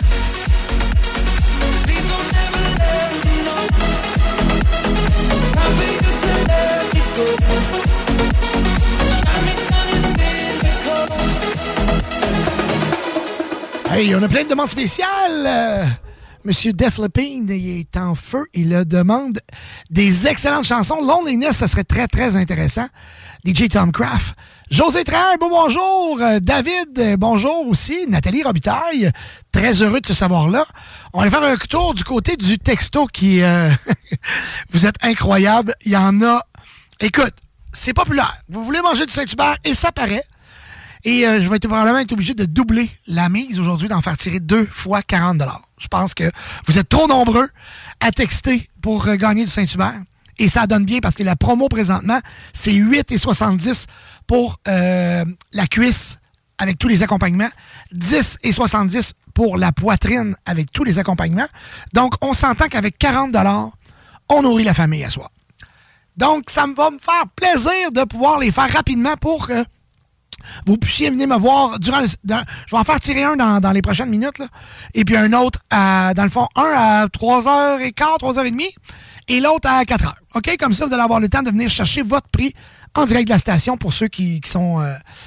Hey, on a plein de demandes spéciales. Monsieur Def Leppard, il est en feu. Il demande des excellentes chansons. Loneliness, ça serait très, très intéressant. DJ Tom Craft. José Traire, bonjour. David, bonjour aussi. Nathalie Robitaille, très heureux de ce savoir-là. On va aller faire un tour du côté du texto qui... vous êtes incroyables. Il y en a... Écoute, c'est populaire. Vous voulez manger du Saint-Hubert et ça paraît. Et je vais probablement être obligé de doubler la mise aujourd'hui, d'en faire tirer 2 fois 40 $. Je pense que vous êtes trop nombreux à texter pour gagner du Saint-Hubert. Et ça donne bien parce que la promo présentement, c'est 8,70 pour la cuisse avec tous les accompagnements, 10,70 pour la poitrine avec tous les accompagnements. Donc, on s'entend qu'avec 40 $, on nourrit la famille à soi. Donc, ça va me faire plaisir de pouvoir les faire rapidement pour que vous puissiez venir me voir durant je vais en faire tirer un dans les prochaines minutes, là. Et puis un autre, dans le fond, un à 3h15, 3h30, et l'autre à 4h. OK? Comme ça, vous allez avoir le temps de venir chercher votre prix en direct de la station pour ceux qui sont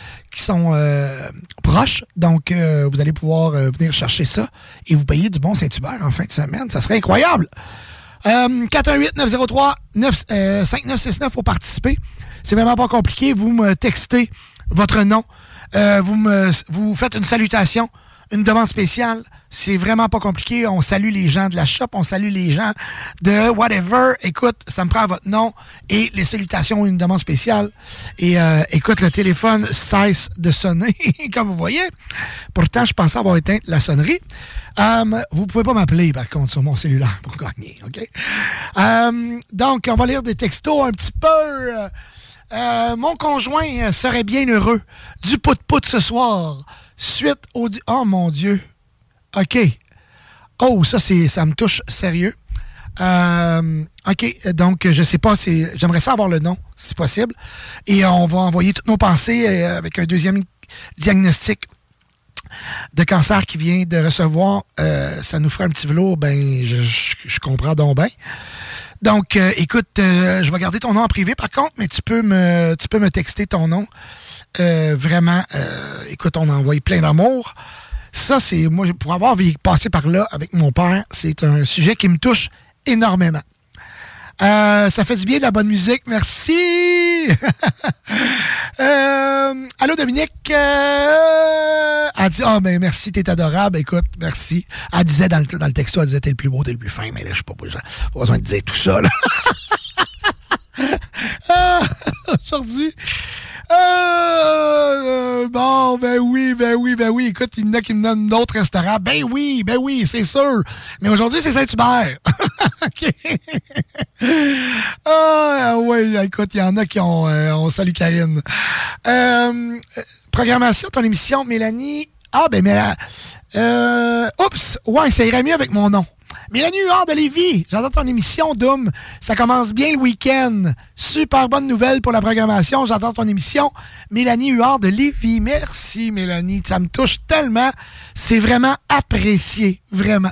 proches. Donc, vous allez pouvoir venir chercher ça et vous payer du bon Saint-Hubert en fin de semaine. Ça serait incroyable. 418-903-5969 pour participer. C'est vraiment pas compliqué. Vous me textez votre nom. Vous faites une salutation, une demande spéciale. C'est vraiment pas compliqué. On salue les gens de la shop, on salue les gens de whatever. Écoute, ça me prend votre nom et les salutations, une demande spéciale. Et écoute, le téléphone cesse de sonner, comme vous voyez. Pourtant, je pensais avoir éteint la sonnerie. Vous pouvez pas m'appeler, par contre, sur mon cellulaire pour gagner, OK? Donc, on va lire des textos un petit peu... Mon conjoint serait bien heureux. Du pout-pout ce soir. Suite au... Oh, mon Dieu. OK. Oh, ça me touche sérieux. OK, donc, je sais pas, j'aimerais ça avoir le nom, si possible. Et on va envoyer toutes nos pensées avec un deuxième diagnostic de cancer qui vient de recevoir. Ça nous fera un petit velours, ben, je comprends donc bien. Donc, écoute, je vais garder ton nom en privé, par contre, mais tu peux me texter ton nom. Vraiment, écoute, on a envoyé plein d'amour. Ça, c'est, moi, pour avoir passé par là avec mon père, c'est un sujet qui me touche énormément. Ça fait du bien de la bonne musique, merci! Allô, Dominique? Elle dit, ben merci, t'es adorable, écoute, merci. Elle disait dans le texto, elle disait, t'es le plus beau, t'es le plus fin, mais là, je sais pas besoin de dire tout ça, là. Aujourd'hui... bon, ben oui. Écoute, il y en a qui me donnent d'autres restaurants. Ben oui, c'est sûr. Mais aujourd'hui, c'est Saint-Hubert. OK. Oui, écoute, il y en a qui ont... on salue Karine. Programmation, ton émission, Mélanie. Oups, ouais, ça irait mieux avec mon nom. Mélanie Huard de Lévis, j'adore ton émission, Doom. Ça commence bien le week-end. Super bonne nouvelle pour la programmation. J'adore ton émission. Mélanie Huard de Lévis. Merci, Mélanie. Ça me touche tellement. C'est vraiment apprécié. Vraiment.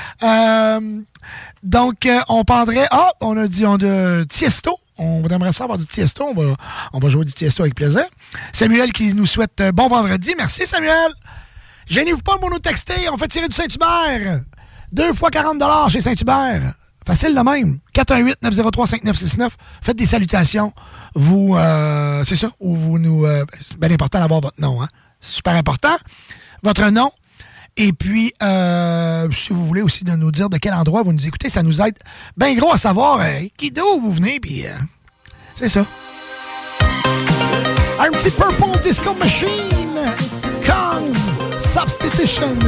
Donc, on prendrait... on a Tiesto. On aimerait ça avoir du Tiesto. On va jouer du Tiesto avec plaisir. Samuel qui nous souhaite un bon vendredi. Merci, Samuel. Gênez-vous pas de nous texter. On fait tirer du Saint-Hubert. 2 fois 40$ chez Saint-Hubert. Facile de même. 418-903-5969. Faites des salutations. Vous, c'est ça, ou vous nous... c'est bien important d'avoir votre nom, hein. C'est super important. Votre nom. Et puis, si vous voulez aussi de nous dire de quel endroit vous nous écoutez, ça nous aide bien gros à savoir d'où vous venez, puis c'est ça. Un petit Purple Disco Machine. Kong's Substitution.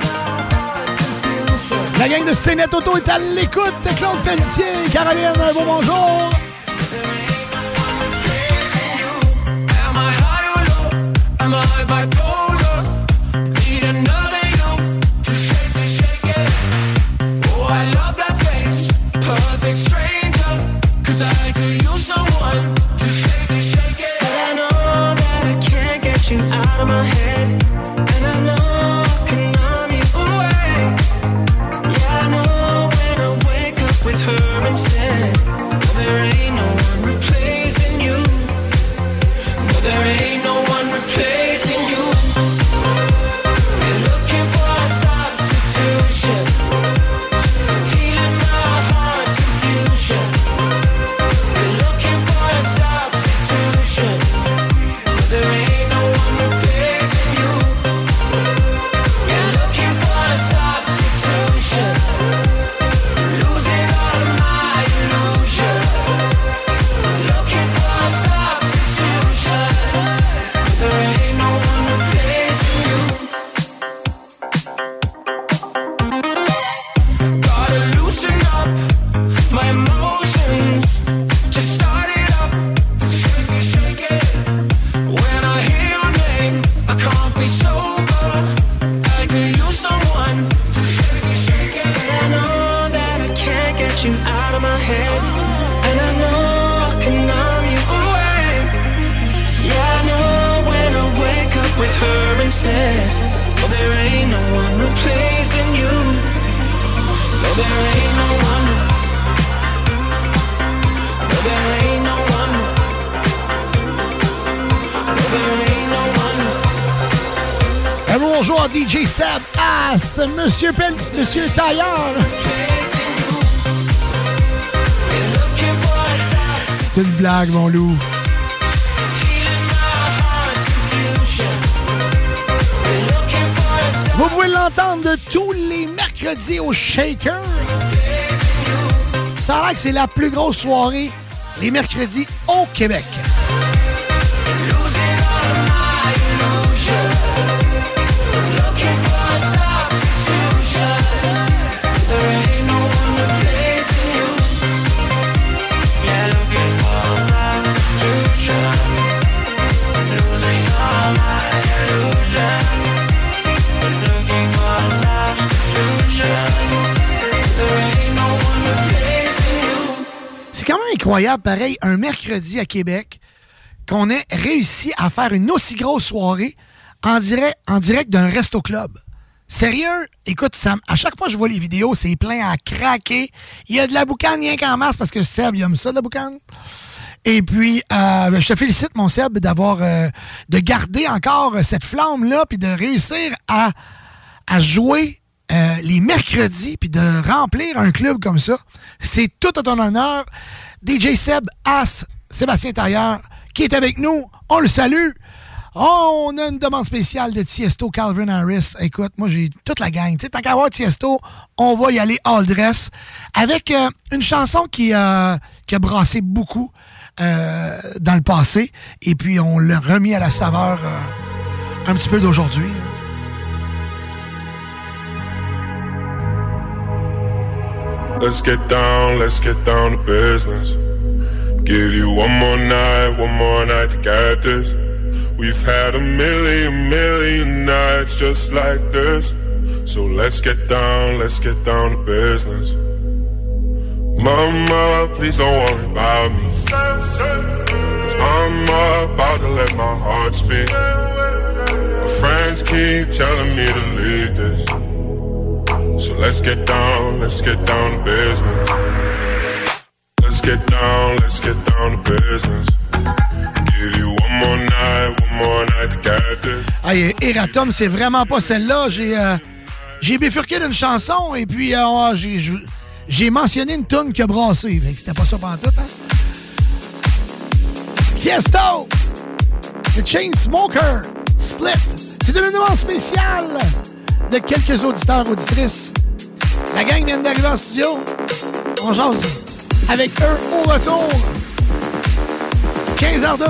La gang de CNET Auto est à l'écoute. Claude Pelletier, Caroline, un beau bonjour. Bonjour à DJ Seb As, Monsieur Tailleur. C'est une blague, mon loup. Vous pouvez l'entendre de tous les mercredis au Shaker. Ça a l'air que c'est la plus grosse soirée les mercredis au Québec. incroyable, pareil, un mercredi à Québec, qu'on ait réussi à faire une aussi grosse soirée en direct d'un resto-club. Sérieux? Écoute, Sam, à chaque fois que je vois les vidéos, c'est plein à craquer. Il y a de la boucane rien qu'en masse parce que Seb, il aime ça, de la boucane. Et puis, je te félicite, mon Seb, de garder encore cette flamme-là puis de réussir à jouer les mercredis puis de remplir un club comme ça. C'est tout à ton honneur. DJ Seb, As, Sébastien Tailleur, qui est avec nous. On le salue. Oh, on a une demande spéciale de Tiesto, Calvin Harris. Écoute, moi, j'ai toute la gang. Tu sais, tant qu'à avoir Tiesto, on va y aller all dress. Avec une chanson qui a brassé beaucoup dans le passé. Et puis, on l'a remis à la saveur un petit peu d'aujourd'hui. Let's get down to business. Give you one more night to get this. We've had a million nights just like this. So let's get down to business. Mama, please don't worry about me. 'Cause I'm about to let my heart speak. My friends keep telling me to leave this. So let's get down to business. Let's get down to business. Give you one more night to get this. Hey, Eratom, c'est vraiment pas celle-là. J'ai bifurqué d'une chanson et puis j'ai mentionné une toune qui a brassé. Fait que c'était pas ça pantoute, hein? Tiesto! The Chainsmokers! Split! C'est une demande spéciale de quelques auditeurs, auditrices. La gang vient d'arriver en studio. On jase avec eux au retour. 15h02.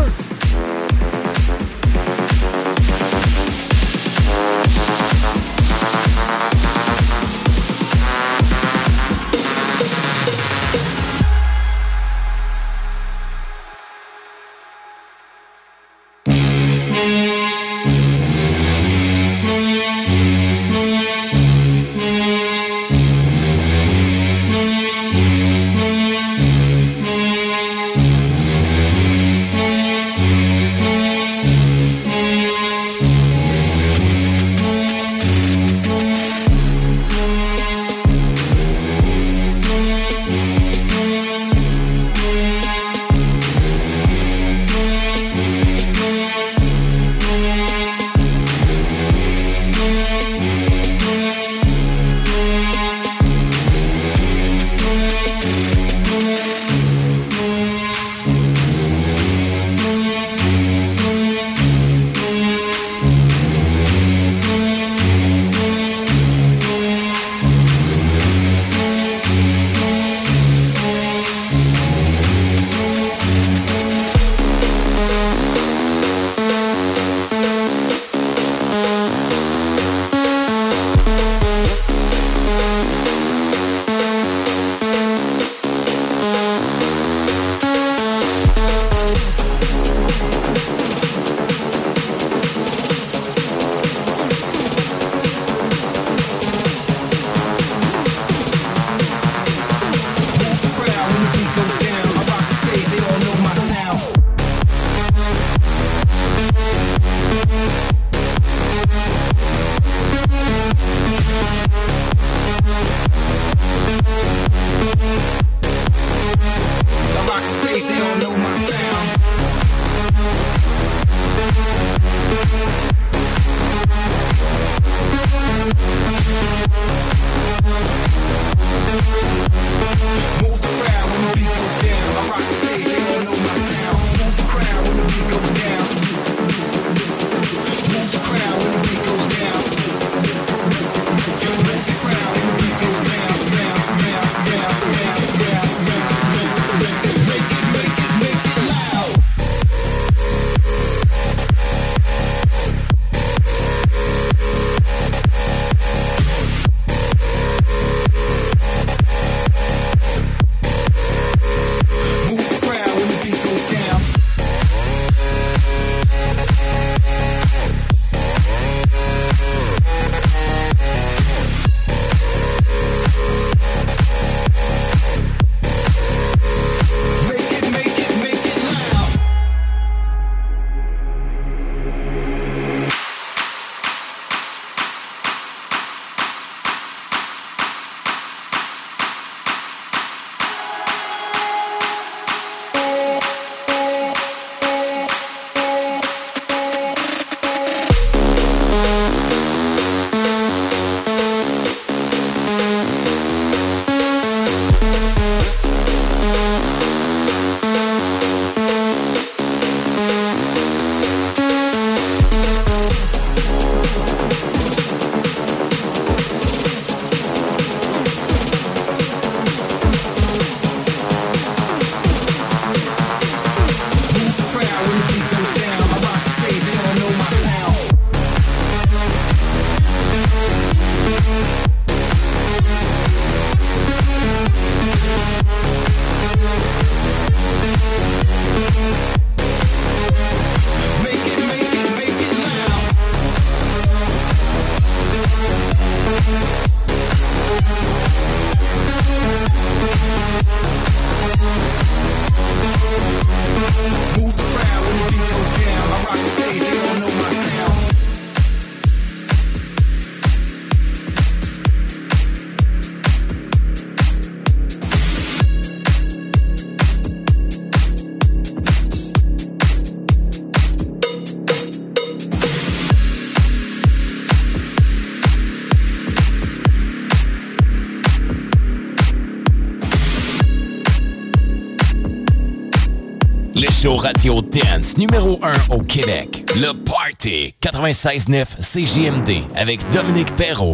show radio dance numéro 1 au Québec. Le Party 96.9 CJMD avec Dominique Perrault.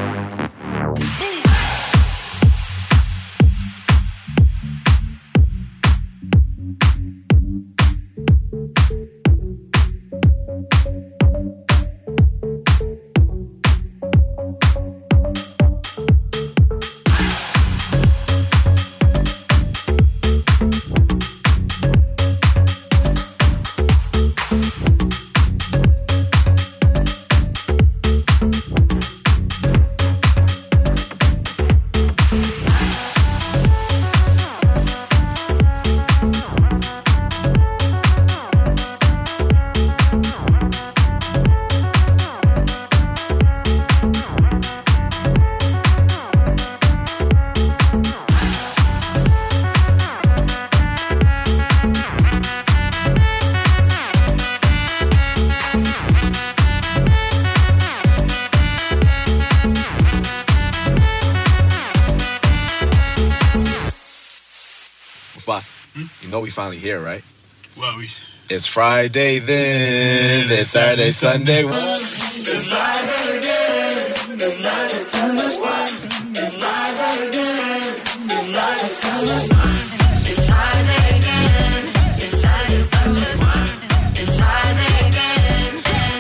You know we finally here, right? Well, It's Friday then, it's Saturday, Sunday. It's Friday again, it's Saturday, Sunday. It's Friday again, it's Saturday, Sunday. It's Friday again, it's Saturday, Sunday. It's Friday again,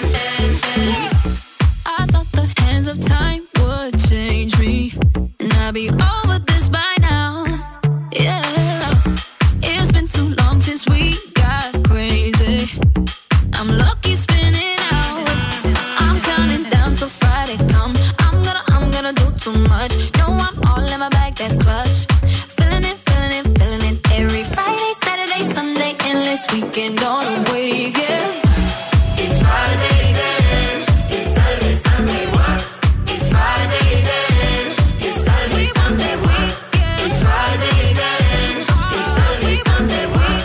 I thought the hands of time would change me, and I'd be over this by now. Yeah. Since we got crazy, I'm lucky spinning out. I'm counting down till Friday come. I'm gonna do too much. No, I'm all in my bag, that's clutch. Feeling it, feeling it, feeling it. Every Friday, Saturday, Sunday, endless weekend on a wave, yeah. It's Friday then, it's Saturday, Sunday, what? It's Friday then, it's Saturday, Sunday, weekend. It's Friday then, it's Saturday, Sunday, weekend.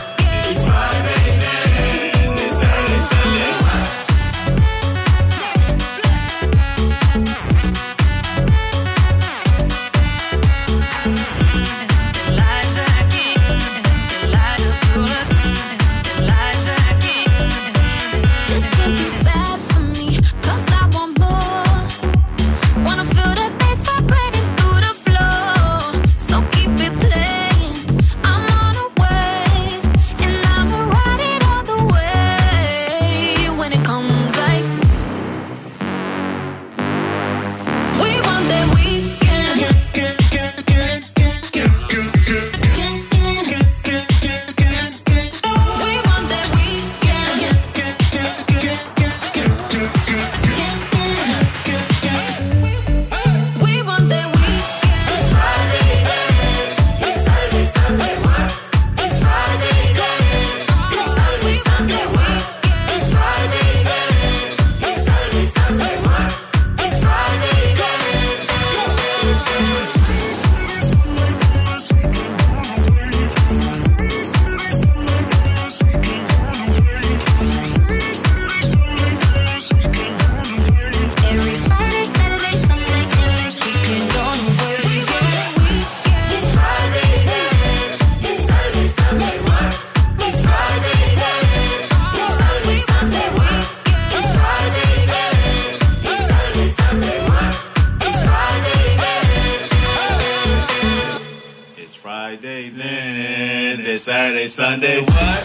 Saturday, Sunday, what?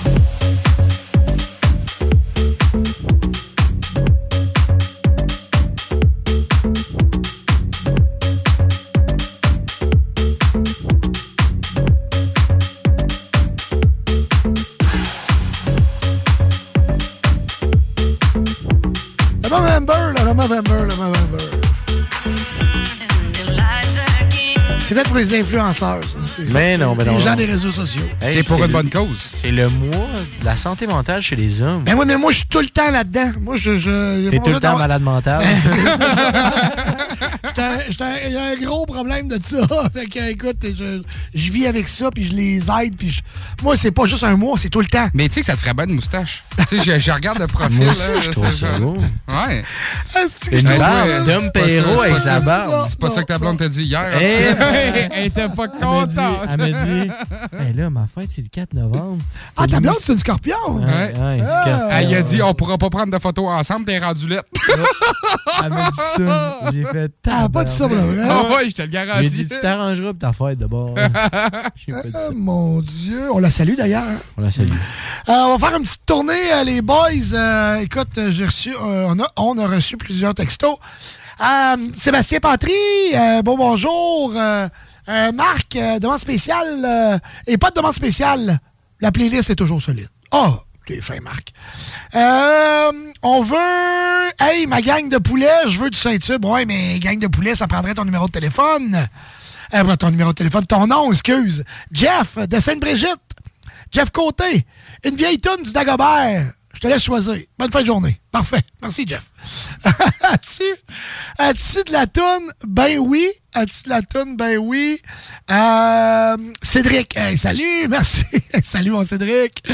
C'est fait pour les influenceurs, ça. Mais non. Les gens des réseaux sociaux. Hey, c'est pour une bonne cause. C'est le mois de la santé mentale chez les hommes. Ben oui, mais moi, je suis tout le temps là-dedans. Moi, T'es tout le temps malade mental. J'ai un gros problème de ça. Fait que, écoute, je vis avec ça, puis je les aide, puis moi, c'est pas juste un mois, c'est tout le temps. Mais tu sais que ça te ferait bonne moustache. Tu sais, je regarde le profil. Moi aussi, là, je trouve ça beau. Ouais. Une barbe d'homme Perrault avec sa barbe. C'est pas ça que ta blonde t'a dit hier. Elle était pas contente. Elle m'a dit, hey, là, ma fête, c'est le 4 novembre. Ah, ta blonde, c'est une scorpion? Ouais. Elle a dit, on pourra pas prendre de photos ensemble, t'es rendu lettre. Elle m'a dit ça. J'ai fait t'as pas dit ça, là, vrai? Ah ouais, je te le garantis. J'ai dit, tu t'arrangeras pour ta fête d'abord. J'ai pas dit ça. Mon Dieu. On la salue d'ailleurs. On la salue. On va faire une petite tournée, les boys. Écoute, j'ai reçu, on a reçu plusieurs textos. Sébastien Patry, bonjour. Marc, demande spéciale. Et pas de demande spéciale. La playlist est toujours solide. Ah! T'es fin, Marc. On veut... Hey, ma gang de poulet, je veux du Saint-Tube. Ouais, mais gang de poulet, ça prendrait ton numéro de téléphone. Ton numéro de téléphone, ton nom, excuse. Jeff, de Sainte-Brigitte. Jeff Côté. Une vieille toune du Dagobert. Je te laisse choisir. Bonne fin de journée. Parfait. Merci, Jeff. As-tu de la toune? Ben oui. As-tu de la toune? Ben oui. Cédric. Hey, salut. Merci. Salut, mon Cédric.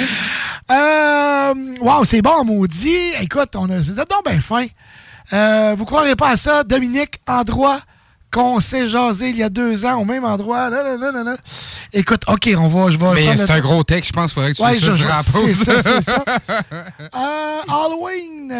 Wow, c'est bon, maudit. Écoute, c'était donc bien fin. Vous croirez pas à ça? Dominique Endroit, qu'on s'est jasé il y a 2 ans au même endroit. Là. Écoute, OK, je vais... Mais c'est un gros texte, je pense qu'il faudrait que tu c'est ça. Halloween,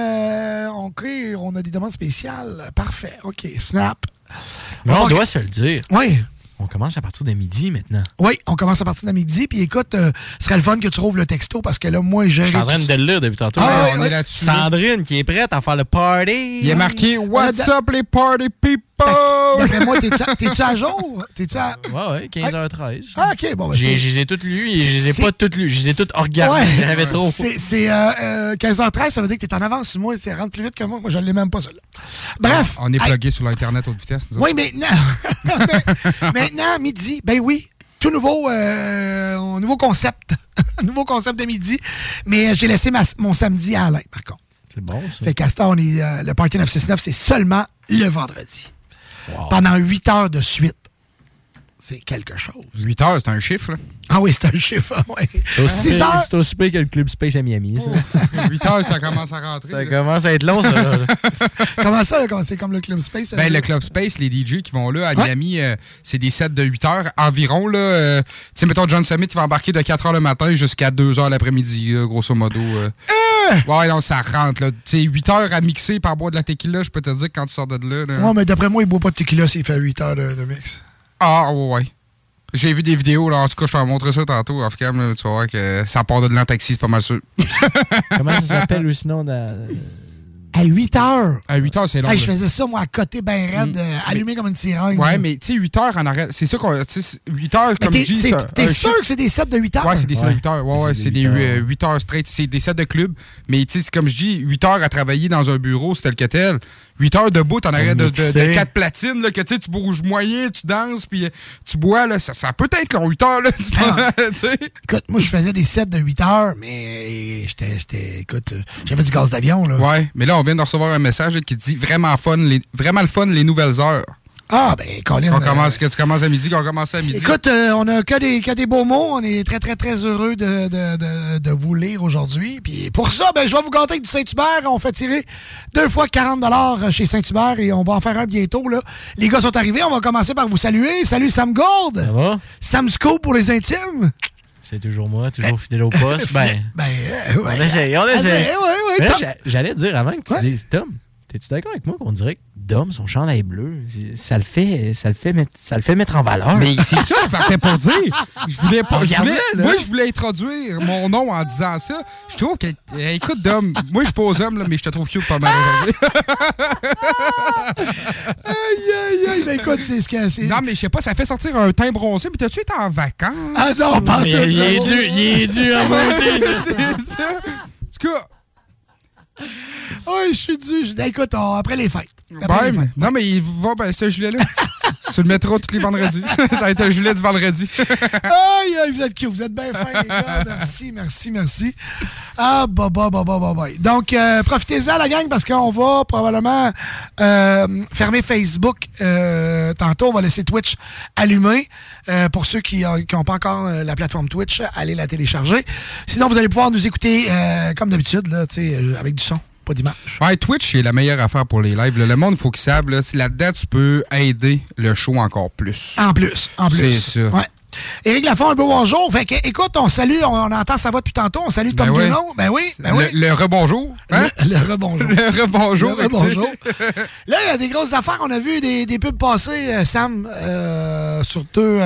on a des demandes spéciales. Parfait. OK, snap. Mais on doit se le dire. Oui. On commence à partir de midi maintenant. Oui, on commence à partir de midi. Puis écoute, ce serait le fun que tu rouvres le texto parce que là, moi, je suis en train de le lire depuis tantôt. On est là-dessus. Sandrine qui est prête à faire le party. Il est marqué « What's up les party people? » D'après moi, t'es-tu à jour? Ouais, 15h13. Ah, OK, bon. Je les ai toutes lues et je les ai pas toutes lues. Je les ai toutes regardées. Il y en avait trop. C'est 15h13, ça veut dire que t'es en avance sur moi. C'est rentre plus vite que moi. Moi, je l'ai même pas, celle-là. Bref. On est plugué sur l'Internet haute vitesse. Oui, maintenant, midi. Ben oui. Tout nouveau concept. Nouveau concept de midi. Mais j'ai laissé mon samedi à Alain, par contre. C'est bon, ça. Fait qu'Astor, le Party 969, c'est seulement le vendredi. Wow. Pendant 8 heures de suite. C'est quelque chose. 8 heures, c'est un chiffre, là. Ah oui, c'est un chiffre, oui. C'est aussi pire que le Club Space à Miami, ça. 8 heures, ça commence à rentrer. Ça commence à être long, ça. Comment ça, là, c'est comme le Club Space? Ben, le Club Space, les DJ qui vont là, à Miami, c'est des sets de 8 heures environ, là. Tu sais, mettons, John Summit, il va embarquer de 4 heures le matin jusqu'à 2 heures l'après-midi, grosso modo. Ouais, non, ça rentre, là. Tu sais, 8 heures à mixer par boire de la tequila, je peux te dire, quand tu sors de là. Ouais, mais d'après moi, il boit pas de tequila s'il fait 8 heures de mix. Ah, ouais. J'ai vu des vidéos, là. En tout cas, je t'en montrer ça tantôt, off-cam, là. Tu vas voir que ça part de l'an-taxi, c'est pas mal sûr. Comment ça s'appelle, ou sinon, à 8 heures. À 8 heures, c'est long. Hey, je faisais ça, moi, à côté, ben raide, allumé comme une sirène. Ouais, mais tu sais, 8 heures en arrêt. C'est ça qu'on. 8 heures, comme je dis. T'es sûr que c'est des sets de 8 heures? Ouais, c'est des sets de 8 heures. Ouais, c'est des 8 heures straight. C'est des sets de club. Mais tu sais, comme je dis, 8 heures à travailler dans un bureau, c'est tel que tel. 8 heures debout, t'en arrêtes de 4 platines, là, que tu bouges moyen, tu danses, puis tu bois, là. Ça peut être long, 8 heures, là. Écoute, moi, je faisais des sets de 8 heures, mais écoute, j'avais du gaz d'avion, là. Ouais, mais là, on vient de recevoir un message là, qui dit vraiment le fun, les nouvelles heures. Ah, ben, Colin. Que tu commences à midi, qu'on commence à midi. Écoute, on a que des beaux mots. On est très, très, très heureux de vous lire aujourd'hui. Puis pour ça, ben, je vais vous gâter avec du Saint-Hubert. On fait tirer 2 fois 40$ chez Saint-Hubert et on va en faire un bientôt, là. Les gars sont arrivés. On va commencer par vous saluer. Salut, Sam Gold. Ça va? Sam Scoop pour les intimes. C'est toujours moi, toujours fidèle au poste. Ouais. On essaie. Ouais, j'allais te dire avant que tu dises, Tom, t'es-tu d'accord avec moi qu'on dirait que Dom, son chandail bleu, ça le fait mettre en valeur? Mais c'est ça, je partais pour dire. Moi, je voulais introduire mon nom en disant ça. Je trouve que, écoute, Dom, moi, je suis pas aux hommes, là, mais je te trouve cute pas mal aujourd'hui. Aïe, mais écoute, c'est ce que c'est. Non, mais je sais pas, ça fait sortir un teint broncé, mais t'as-tu été en vacances? Ah non, pas il est dû à maudit, c'est ça. En tout cas. Oui, je suis dû. Écoute, après les fêtes. Non, mais il va, ce gilet-là. Tu le mettras tous les vendredis. Ça va être un gilet du vendredi. Aïe, vous êtes cute, vous êtes bien fins, les gars. Merci. Ah, bye. Donc, profitez-en, la gang, parce qu'on va probablement fermer Facebook tantôt. On va laisser Twitch allumé. Pour ceux qui n'ont pas encore la plateforme Twitch, allez la télécharger. Sinon, vous allez pouvoir nous écouter comme d'habitude, là, avec du son. Pas d'image. Ouais, Twitch, c'est la meilleure affaire pour les lives. Le monde, il faut qu'il sache, là-dedans, tu peux aider le show encore plus. En plus. C'est ça. Ouais. Éric Lafont, un beau bonjour. Fait que, écoute, on salue, on entend sa voix depuis tantôt. On salue Tom Dunon. Ben oui. Le rebonjour. Hein? Le rebonjour. Le rebonjour. Le rebonjour. Là, il y a des grosses affaires. On a vu des pubs passer, Sam, sur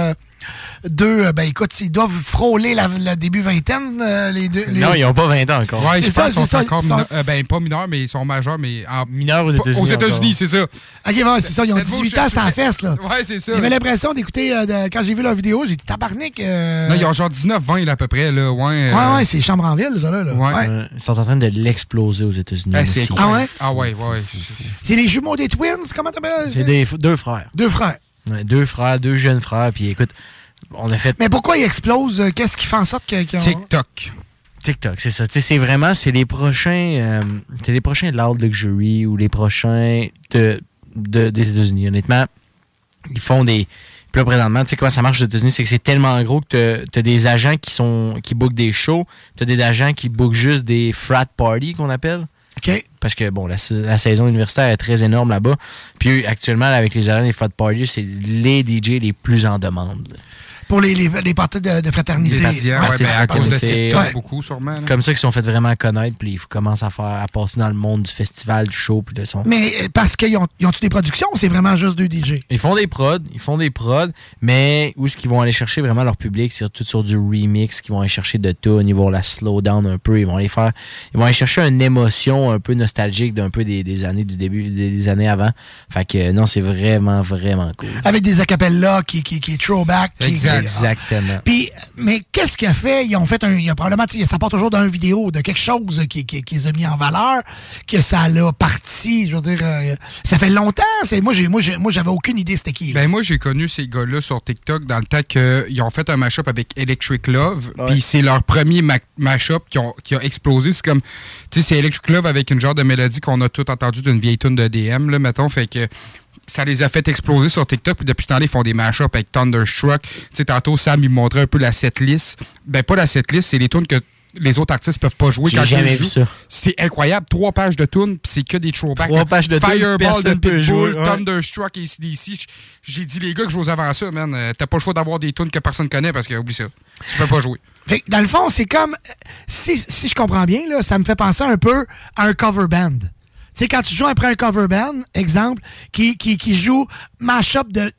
ben écoute, ils doivent frôler le début vingtaine, les deux. Non, ils n'ont pas 20 ans encore. Ouais, je pense qu'ils sont encore mineurs. Pas mineurs, mais ils sont majeurs, mais mineurs aux États-Unis. Aux États-Unis, c'est ça. Ok, ouais, c'est ça. Ils ont 18 ans sans la fesse, là. Ouais, c'est ça. J'avais l'impression d'écouter, quand j'ai vu leur vidéo, j'ai dit tabarnak. Non, ils ont genre 19-20 à peu près, là. Ouais, c'est chambre en ville, ça, là. Ouais. Ils sont en train de l'exploser aux États-Unis. Ah ouais? Ah ouais. C'est les jumeaux des Twins, comment t'appelles? C'est deux frères. Deux frères. Ouais, deux frères, deux jeunes frères, puis écoute, on a fait... Mais pourquoi ils explosent? Qu'est-ce qui fait en sorte qu'ils ont... TikTok, c'est ça. C'est vraiment, c'est les prochains Loud Luxury ou les prochains des États-Unis. Honnêtement, ils font des... Puis là, présentement, tu sais comment ça marche aux États-Unis, c'est que c'est tellement gros que t'as des agents qui bookent des shows, t'as des agents qui bookent juste des frat parties, qu'on appelle. OK. Parce que, bon, la saison universitaire est très énorme là-bas. Puis actuellement, avec les agents des frat parties, c'est les DJ les plus en demande. Pour les parties de fraternité. À cause de TikTok, beaucoup, sûrement. Là. Comme ça qu'ils sont fait vraiment connaître, puis ils commencent à passer dans le monde du festival, du show, puis de son. Mais parce qu'ils ont-tu des productions ou c'est vraiment juste deux DJ? Ils font des prods, mais où est-ce qu'ils vont aller chercher vraiment leur public? C'est tout sur du remix, qu'ils vont aller chercher de tunes, ils vont la slow down un peu, ils vont aller chercher une émotion un peu nostalgique d'un peu des années du début, des années avant. Fait que non, c'est vraiment, vraiment cool. Avec des acapellas qui est throwback. Exactement. Puis, mais qu'est-ce qu'il a fait? Ils ont fait probablement, ça part toujours d'une vidéo, de quelque chose qui les a mis en valeur, que ça l'a parti. Je veux dire, ça fait longtemps. Moi, j'avais aucune idée c'était qui. Ben, moi, j'ai connu ces gars-là sur TikTok dans le temps qu'ils ont fait un mash-up avec Electric Love. Puis c'est leur premier mash-up qui a explosé. C'est comme, tu sais, c'est Electric Love avec une genre de mélodie qu'on a tout entendu d'une vieille tune de DM, là, mettons. Fait que ça les a fait exploser sur TikTok, puis depuis ce temps-là, ils font des mash-ups avec Thunderstruck. Tu sais, tantôt, Sam, il me montrait un peu la setlist. Ben, pas la setlist, c'est les tunes que les autres artistes peuvent pas jouer quand ils jouent. C'est incroyable. 3 pages de tunes, puis c'est que des throwbacks. 3 pages de tunes, Fireball de Pitbull, ouais. Thunderstruck et AC/DC. J'ai dit, les gars, que je joue avant ça, man. T'as pas le choix d'avoir des tunes que personne connaît parce que, oublie ça. Tu peux pas jouer. Fait que, dans le fond, c'est comme, si je comprends bien, là, ça me fait penser un peu à un cover band. Tu sais, quand tu joues après un cover band, exemple, qui joue mash-up de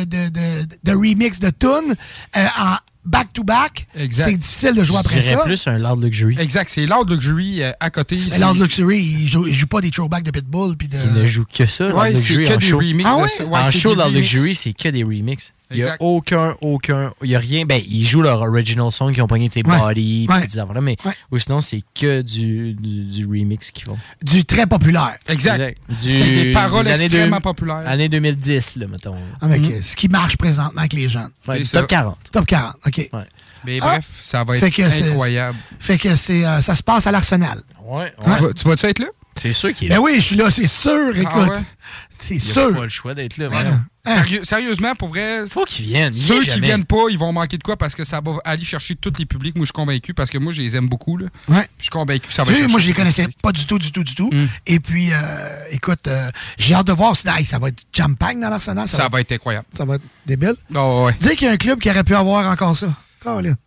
remix de tunes en back-to-back, c'est difficile de jouer après ça. C'est plus un Loud Luxury. Exact, c'est Loud Luxury à côté. Mais Loud Luxury, il joue pas des throwbacks de Pitbull. Puis de... Il ne joue que ça, Loud Luxury, c'est que des remixes. En show, Loud Luxury, c'est que des remixes. Il n'y a aucun. Il n'y a rien. Ben, ils jouent leur original song qui ont pogné tes body et des affaires là, mais ou sinon, c'est que du remix qu'ils font. Du très populaire. Exact. C'est des paroles extrêmement populaires. Année 2010, là, mettons. Avec ce qui marche présentement avec les jeunes. Ouais, top 40. Top 40, OK. Ouais. Mais bref, ça va être incroyable. Fait que ça se passe à l'Arsenal. Ouais. Tu vas-tu être là? C'est sûr qu'il est là. Ben oui, je suis là, c'est sûr, écoute. C'est sûr. Il n'y a pas le choix d'être là. Sérieusement, pour vrai, faut qu'ils viennent. Ceux qui viennent pas, ils vont manquer de quoi parce que ça va aller chercher tous les publics. Moi, je suis convaincu parce que moi, je les aime beaucoup. Là. Ouais. Je suis convaincu que ça va chercher. Moi, je les connaissais pas du tout. Et puis, écoute, j'ai hâte de voir. Ça va être jam-pack dans l'Arsenal. Ça va être incroyable. Ça va être débile. Oh, ouais. Dis qu'il y a un club qui aurait pu avoir encore ça. Oh, là.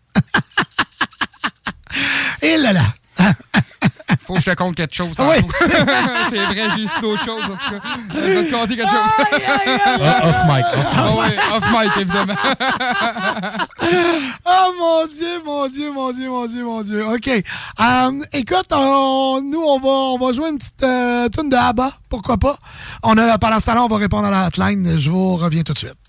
Et là là. Faut que je te compte quelque chose. Oui, c'est vrai, j'ai su d'autres choses, en tout cas. Je vais te compter quelque chose. Off mic. Off mic, évidemment. Oh mon Dieu. OK. Écoute, nous, on va jouer une petite tune de ABBA. Pourquoi pas? Pendant ce temps-là, on va répondre à la hotline. Je vous reviens tout de suite.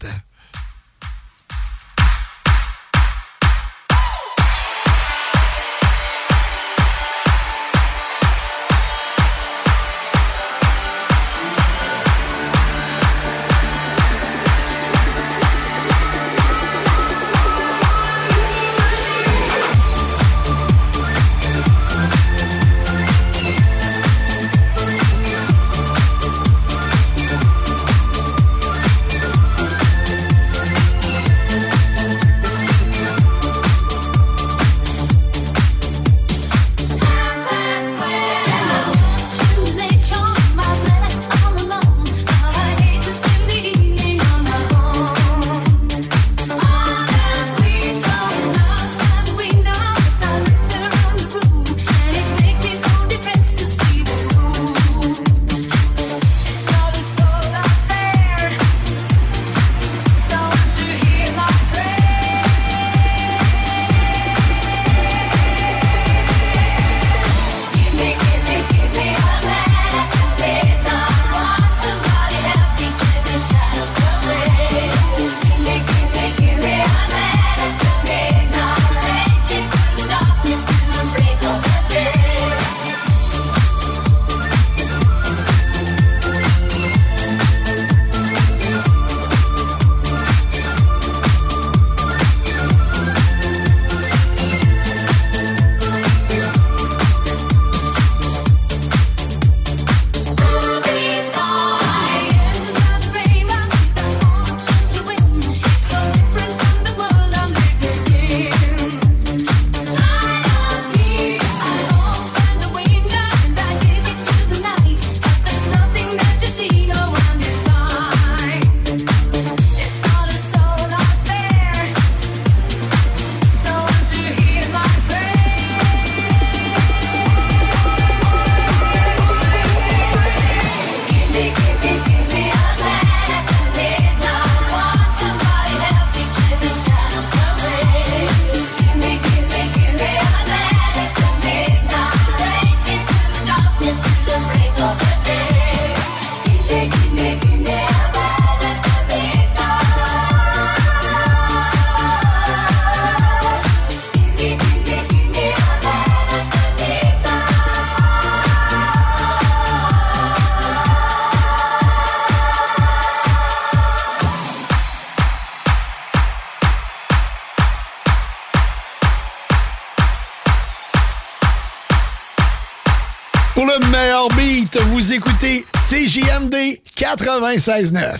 Pour le meilleur beat, vous écoutez CJMD 96.9.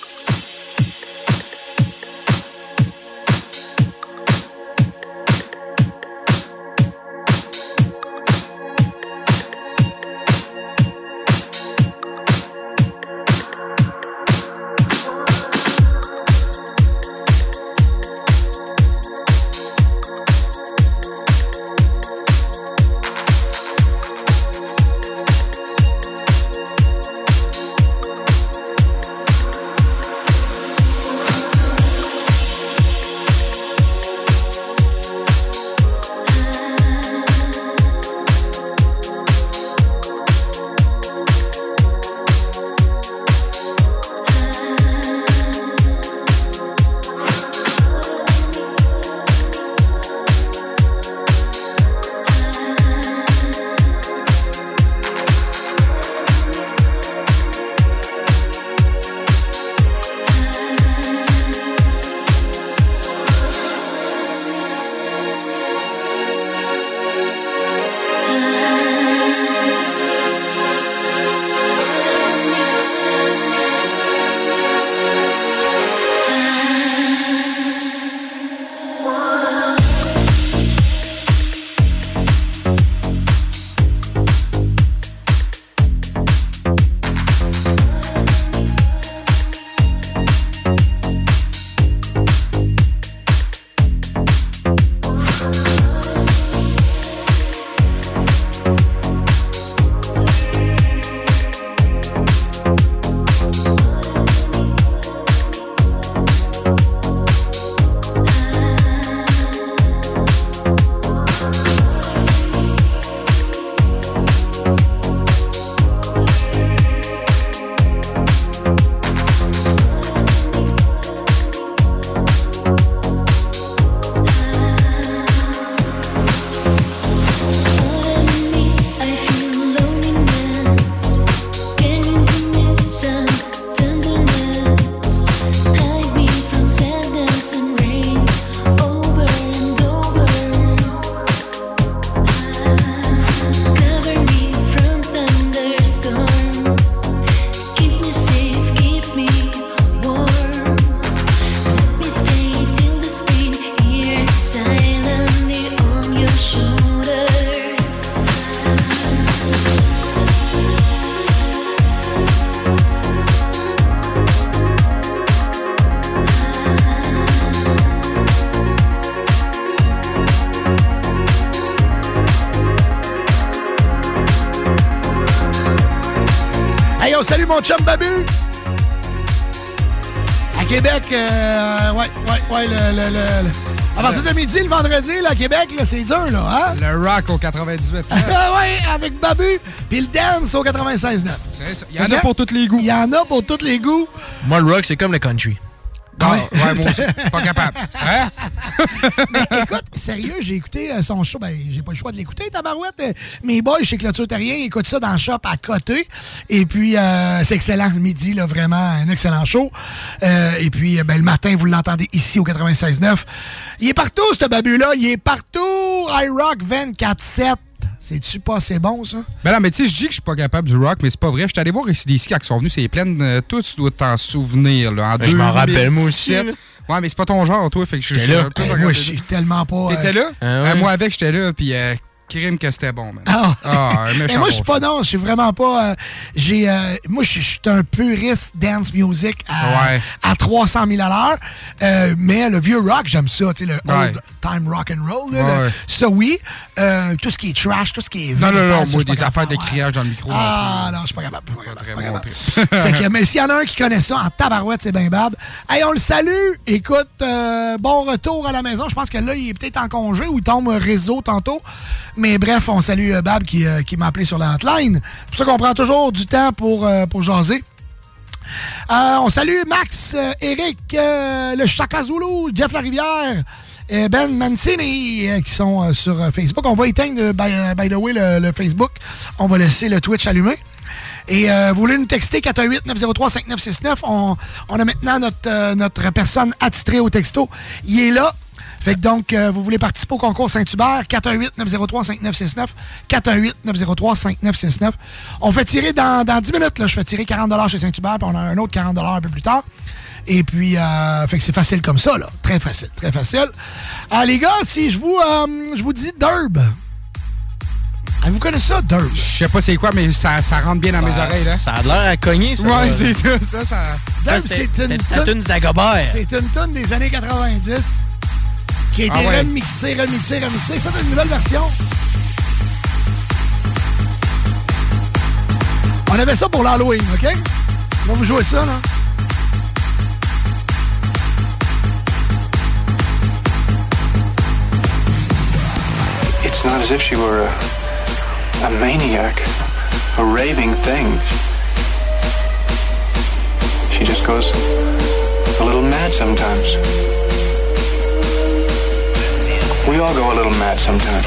Salut mon chum Babu! À Québec, à partir de midi, le vendredi, là, à Québec, là, c'est dur, là, hein? Le rock au 98. Ouais, avec Babu, puis le dance au 96.9. Il y en a pour tous les goûts. Il y en a pour tous les goûts. Moi, le rock, c'est comme le country. Ah, ouais, moi aussi. Pas capable. Hein? Mais écoute, sérieux, j'ai écouté son show. Ben, j'ai pas le choix de l'écouter, tabarouette. Mes boys chez Clôture Terrien écoutent ça dans le shop à côté. Et puis, c'est excellent le midi, là, vraiment un excellent show. Et puis, ben, le matin, vous l'entendez ici au 96.9. Il est partout, ce Babu-là. Il est partout. iRock 24/7. C'est-tu pas assez bon, ça? Ben non, mais tu sais, je dis que je suis pas capable du rock, mais c'est pas vrai. Je suis allé voir AC/DC quand ils sont venus, c'est plein. Toi, tu dois t'en souvenir, là. En 2007. Je m'en rappelle, moi aussi. Là. Ouais, mais c'est pas ton genre, toi. Fait que je suis là. Moi, je suis tellement pas. T'étais là? Ouais. Moi, avec, j'étais là, puis crime que c'était bon, man. Mais moi, je suis pas, non, je suis vraiment pas. Moi, je suis un puriste dance music à 300 000 à l'heure. Mais le vieux rock, j'aime ça, tu sais, le old time rock and roll. Là, ça, oui. Tout ce qui est trash, tout ce qui est. Non, moi, des affaires de criage dans le micro. Non, je suis pas capable. Fait que, mais s'il y en a un qui connaît ça, en tabarouette, c'est bien Bab. Hey, on le salue. Écoute, bon retour à la maison. Je pense que là, il est peut-être en congé ou il tombe réseau tantôt. Mais bref, on salue Bab qui m'a appelé sur la hotline. C'est pour ça qu'on prend toujours du temps pour jaser. On salue Max, Eric, le Chaka Zulu, Jeff Larivière, Ben Mancini qui sont sur Facebook. On va éteindre, by the way, le Facebook. On va laisser le Twitch allumé. Et vous voulez nous texter 418-903-5969. On a maintenant notre personne attitrée au texto. Il est là. Fait que donc, vous voulez participer au concours Saint-Hubert, 418-903-5969, 418-903-5969. On fait tirer dans 10 minutes, là, je fais tirer 40$ chez Saint-Hubert, puis on a un autre 40$ un peu plus tard. Et puis, fait que c'est facile comme ça, là. Très facile, très facile. Les gars, si je vous dis Derb. Vous connaissez ça, Derb? Je sais pas c'est quoi, mais ça rentre bien dans mes oreilles, là. Ça a l'air à cogner, ça. Ouais, c'est ça. Derb, c'est une toune d'Agobert. C'est une toune des années 90 qui a été remixée. Ça, c'est une nouvelle version. On avait ça pour l'Halloween, OK? On va vous jouer ça, là. It's not as if she were a maniac, a raving thing. She just goes a little mad sometimes. We all go a little mad sometimes.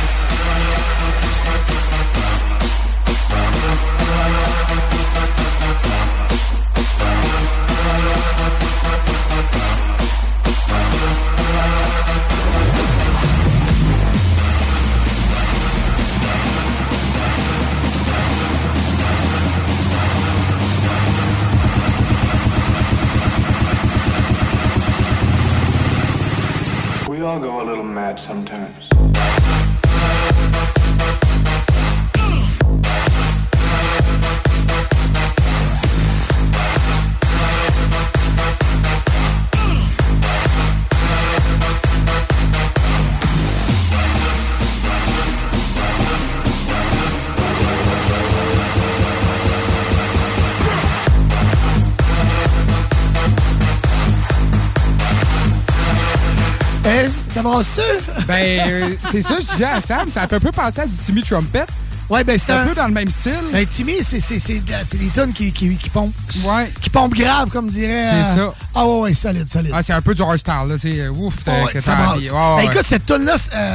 We all go a little mad sometimes. Ça va sûr? C'est ça, je disais à Sam, ça fait un peu penser à du Timmy Trumpet. Ouais, c'est un peu dans le même style. Timmy, c'est des tonnes qui pompent. Ouais. Qui pompent grave, comme dirait. C'est ça. Ah ouais, solide. Ah, c'est un peu du hardstyle, là. C'est ouf, que ça brasse. Écoute, cette toune-là,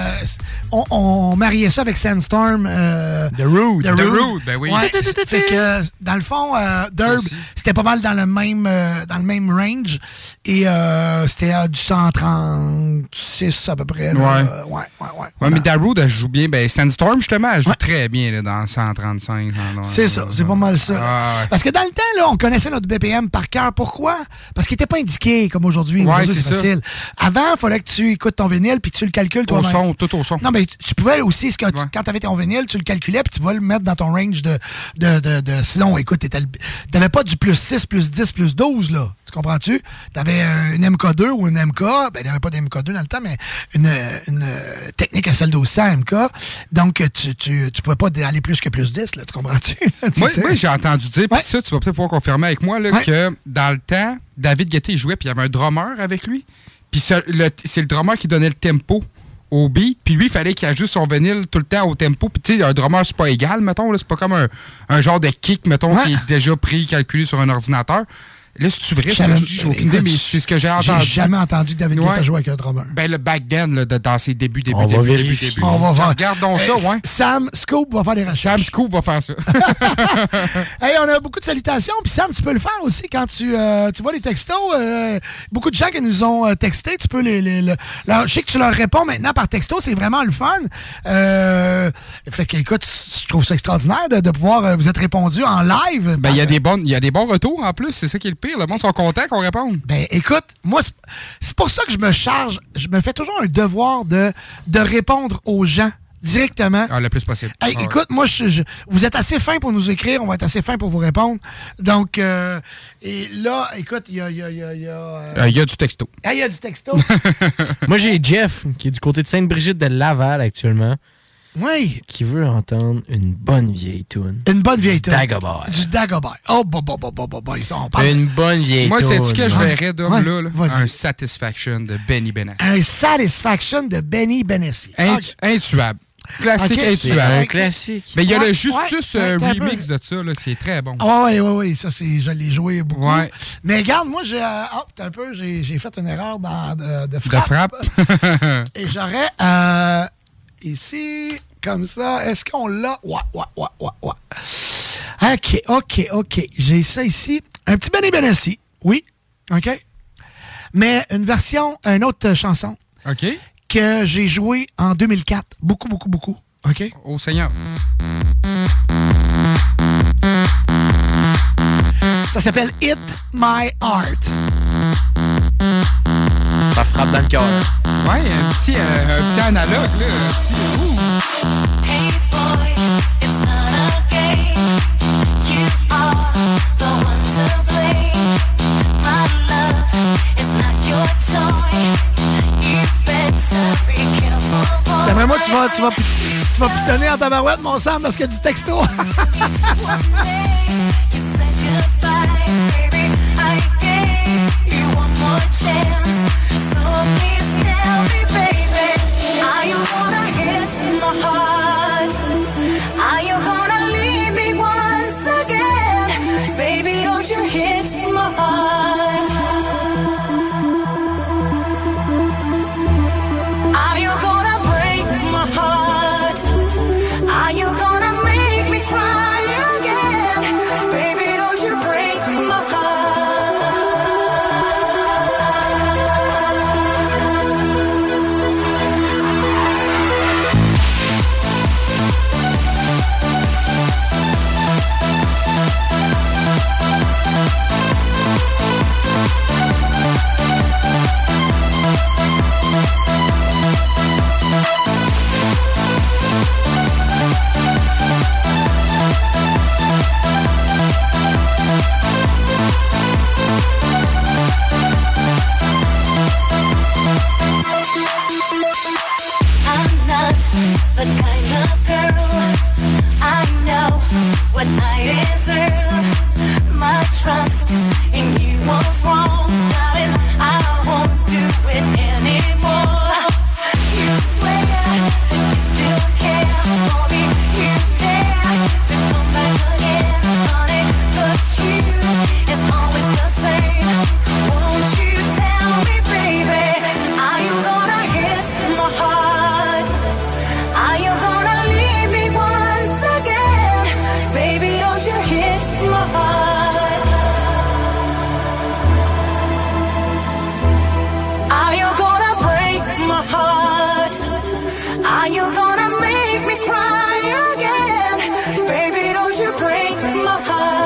on mariait ça avec Sandstorm. The Root, ben oui. Ouais, fait que, dans le fond, Derb, c'était pas mal dans le même range. Et c'était du 136 à peu près. Là. Ouais, mais The Root, elle joue bien. Ben, Sandstorm, justement, elle joue très bien là, dans 135. C'est ça, c'est pas mal ça. Parce que dans le temps, là, on connaissait notre BPM par cœur. Pourquoi? Parce qu'il était pas indiqué comme aujourd'hui. Ouais, c'est facile. Avant, il fallait que tu écoutes ton vinyle puis que tu le calcules toi-même. Tout au son. Non, mais tu pouvais aussi, quand tu avais ton vinyle, tu le calculais puis tu vas le mettre dans ton range de sinon, écoute, t'avais pas du plus 6, plus 10, plus 12, là. Tu comprends-tu? T'avais une MK2 ou une MK, ben, il n'y avait pas de MK2 dans le temps, mais une technique à celle d'O100 MK. Donc, tu pouvais pas aller plus que plus 10, là. Tu comprends-tu? Moi, j'ai entendu dire, puis ça, tu vas peut-être pouvoir confirmer avec moi, là, que dans le temps, David Guetta, il jouait, puis il y avait un drummer avec lui. Puis c'est le drummer qui donnait le tempo au beat, puis lui, il fallait qu'il ajuste son vinyle tout le temps au tempo. Puis tu sais, un drummer, c'est pas égal, mettons, là, c'est pas comme un genre de kick, mettons, qui est déjà calculé sur un ordinateur. Là, c'est-tu vrai? J'ai aucune idée, mais c'est ce que j'ai entendu. J'ai jamais entendu que David Guetta jouait avec un drummer. Ben, le back then, là, dans ses débuts. On va vérifier. On va voir. Regardons ça, ouais. Sam Scoop va faire des recherches. Sam Scoop va faire ça. Hey, on a beaucoup de salutations. Puis Sam, tu peux le faire aussi quand tu vois les textos. Beaucoup de gens qui nous ont texté. Tu peux je sais que tu leur réponds maintenant par texto. C'est vraiment le fun. Fait que, écoute, je trouve ça extraordinaire de pouvoir vous être répondu en live. Ben, il y a des bons retours en plus. C'est ça qui est le pire. Le monde sont contents qu'on réponde. Ben, écoute, moi, c'est pour ça que je me fais toujours un devoir de répondre aux gens directement. Le plus possible. Hey, écoute, moi, vous êtes assez fin pour nous écrire, on va être assez fin pour vous répondre. Donc, et là, écoute, il y a du texto. Il y a du texto. Moi, j'ai Jeff, qui est du côté de Sainte-Brigitte de Laval actuellement. Oui. Qui veut entendre une bonne vieille toune. Une bonne vieille toune. Du Dagobert. Oh, on parle. Une bonne vieille toune. Moi, sais-tu que je verrais d'homme là? Un Satisfaction de Benny Benassi. Un Satisfaction de Benny Benassi. Intuable. Classique intuable. Un classique. Mais il y a le Justus remix de ça, là, qui est très bon. Oui. Ça, je l'ai joué beaucoup. Ouais. Mais regarde, moi, j'ai fait une erreur de frappe. Et j'aurais... ici, comme ça, est-ce qu'on l'a? Ouais. OK. J'ai ça ici. Un petit Benny Benassi. Oui. OK. Mais une autre chanson. OK. Que j'ai joué en 2004. Beaucoup, beaucoup, beaucoup. OK? Oh, Seigneur. Ça s'appelle Hit My Heart. Ça frappe dans le cœur. Ouais, un petit analogue, là. Un petit... Hey boy, it's not a game. You are the one to blame. My love is not your toy. You better be careful. D'après moi, tu vas pitonner en tabarouette, mon Sam, parce qu'il y a du texto. The kind of girl I know what I deserve. My trust in you was wrong, darling. I won't do it anymore. You swear that you still care for me. You dare to come back again, honey. The truth is always the same. Won't you tell me, baby? Are you gonna hit my heart? Are you gonna leave me once again? Baby, don't you hit my heart? Are you gonna break my heart? Are you gonna make me cry again? Baby, don't you break my heart?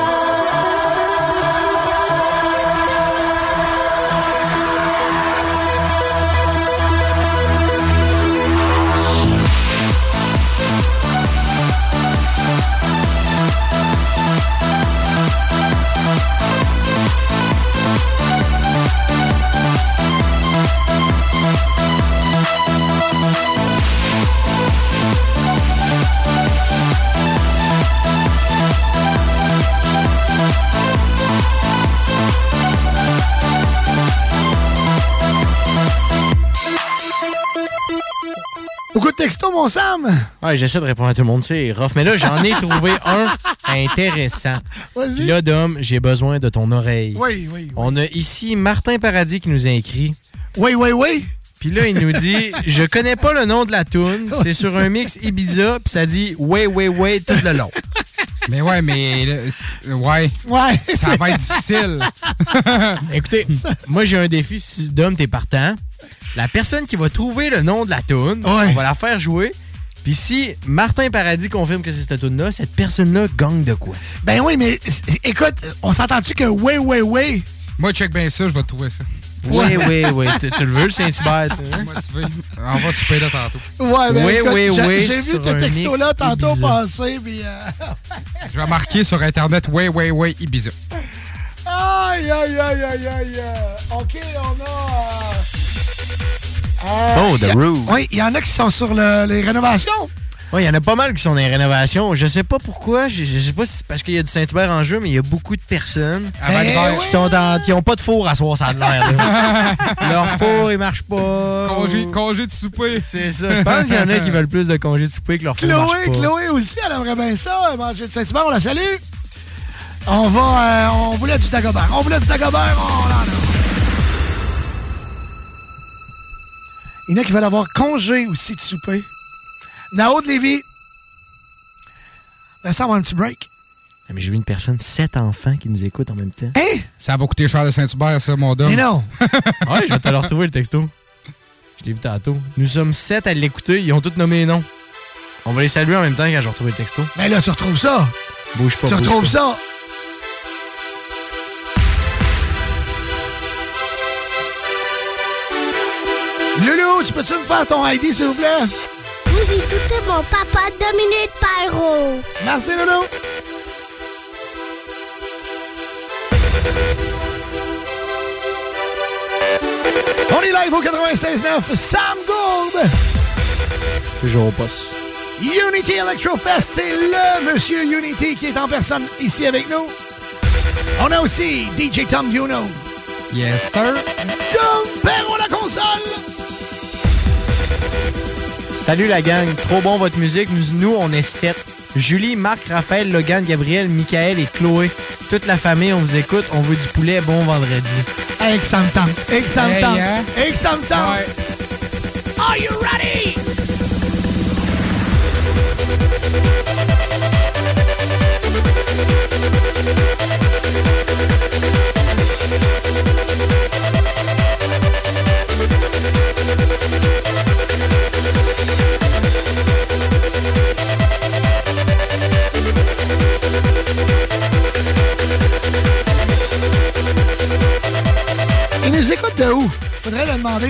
Beaucoup de textos, mon Sam. Ouais, j'essaie de répondre à tout le monde, c'est rough. Mais là, j'en ai trouvé un intéressant. Vas-y. Puis là, Dom, j'ai besoin de ton oreille. Oui, oui. On a ici Martin Paradis qui nous a écrit. Oui, oui, oui. Puis là, il nous dit « Je connais pas le nom de la toune, c'est sur un mix Ibiza, puis ça dit « Ouais, ouais, ouais » tout le long. » Mais ouais, mais... ouais. Ouais. Ça va être difficile. Écoutez, moi, j'ai un défi. Si Dom, t'es partant, la personne qui va trouver le nom de la toune, on va la faire jouer. Puis si Martin Paradis confirme que c'est cette toune-là, cette personne-là gagne de quoi? Ben oui, mais écoute, on s'entend-tu que ouais, ouais, ouais? Moi, check bien ça, je vais te trouver ça. Oui, oui, oui. Tu le veux, le Saint-Hubert? Moi, tu veux. On va souper là tantôt. Ouais, ben oui, écoute, oui, oui. J'ai vu tes textos-là tantôt Ibiza. passer, puis... Je vais marquer sur Internet « Ouais, ouais, ouais, Ibiza ». Aïe, aïe, aïe, aïe, aïe. OK, on a... Oh, The Roof. Oui, il y en a qui sont sur les rénovations. Oui, il y en a pas mal qui sont dans les rénovations. Je sais pas pourquoi. Je sais pas si c'est parce qu'il y a du Saint-Hubert en jeu, mais il y a beaucoup de personnes qui ont pas de four à soir, ça a de l'air. Leur four, il marche pas. Congé de souper. C'est ça. Je pense qu'il y en a qui veulent plus de congé de souper que leur four marche pas. Chloé aussi, elle aimerait bien ça. Manger de Saint-Hubert, on la salue. On voulait du Dagobert. On voulait du Dagobert, on l'en a. Il y en a qui veulent avoir congé aussi de souper. Nao de Lévis. Laisse avoir un petit break. Mais j'ai vu une personne, 7 enfants qui nous écoutent en même temps. Hein? Ça va coûter cher de Saint-Hubert, ça, mon Dom. Mais non. Ouais, je vais te le retrouver, le texto. Je l'ai vu tantôt. Nous sommes 7 à l'écouter. Ils ont tous nommé les noms. On va les saluer en même temps quand je retrouve le texto. Ben là, tu retrouves ça. Bouge pas. Tu retrouves ça. Loulou, tu peux-tu me faire ton ID, s'il vous plaît? Vous écoutez mon papa Dominique Perrault. Merci, Loulou. On est live au 96.9, Sam Gould. Toujours au poste. Unity Electrofest, c'est le monsieur Unity qui est en personne ici avec nous. On a aussi DJ Tom Juno. Yes, sir. Tom Perrault la console. Salut la gang, trop bon votre musique. Nous on est 7. Julie, Marc, Raphaël, Logan, Gabriel, Michael et Chloé. Toute la famille, on vous écoute. On veut du poulet. Bon vendredi. Hey, que ça me tente. Hey, que ça me tente. Hey, que ça me tente. Ouais. Are you ready? Il nous écoute de où? Faudrait le demander.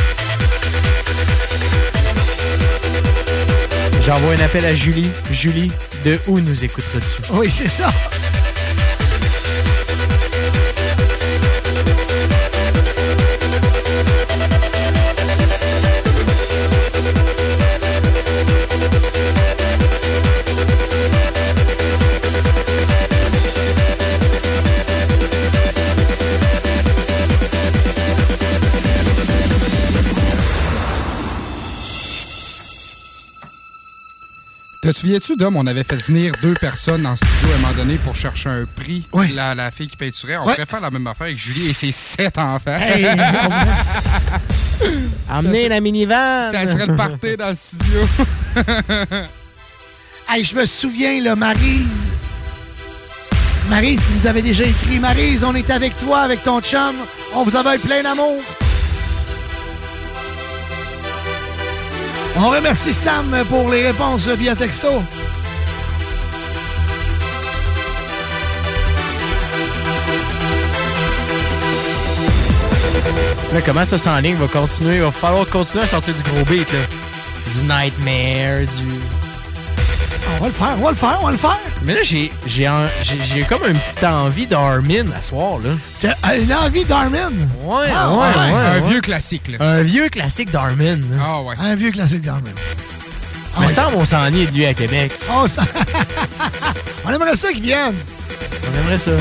J'envoie un appel à Julie. Julie, de où nous écouteras-tu? Oui, c'est ça. Te souviens-tu, Dom, on avait fait venir 2 personnes en studio à un moment donné pour chercher un prix. Oui. La fille qui peinturait. On oui. pourrait faire la même affaire avec Julie et ses 7 enfants. Hey, Amenez la minivan! Ça serait le party dans le studio. hey, je me souviens, là, Maryse qui nous avait déjà écrit. Maryse, on est avec toi, avec ton chum. On vous avait plein d'amour. On remercie Sam pour les réponses via texto. Là, comment ça s'enligne? Va continuer. Il va falloir continuer à sortir du gros beat, là. Du Nightmare, du... On va le faire. Mais là, j'ai comme une petite envie d'Armin à soir, là. T'as une envie d'Armin? Ouais. Un vieux classique, là. Un vieux classique d'Armin. Ah ouais. Un vieux classique d'Armin. Mais ça, on s'ennuie de lui à Québec. On aimerait ça qu'il vienne. On aimerait ça.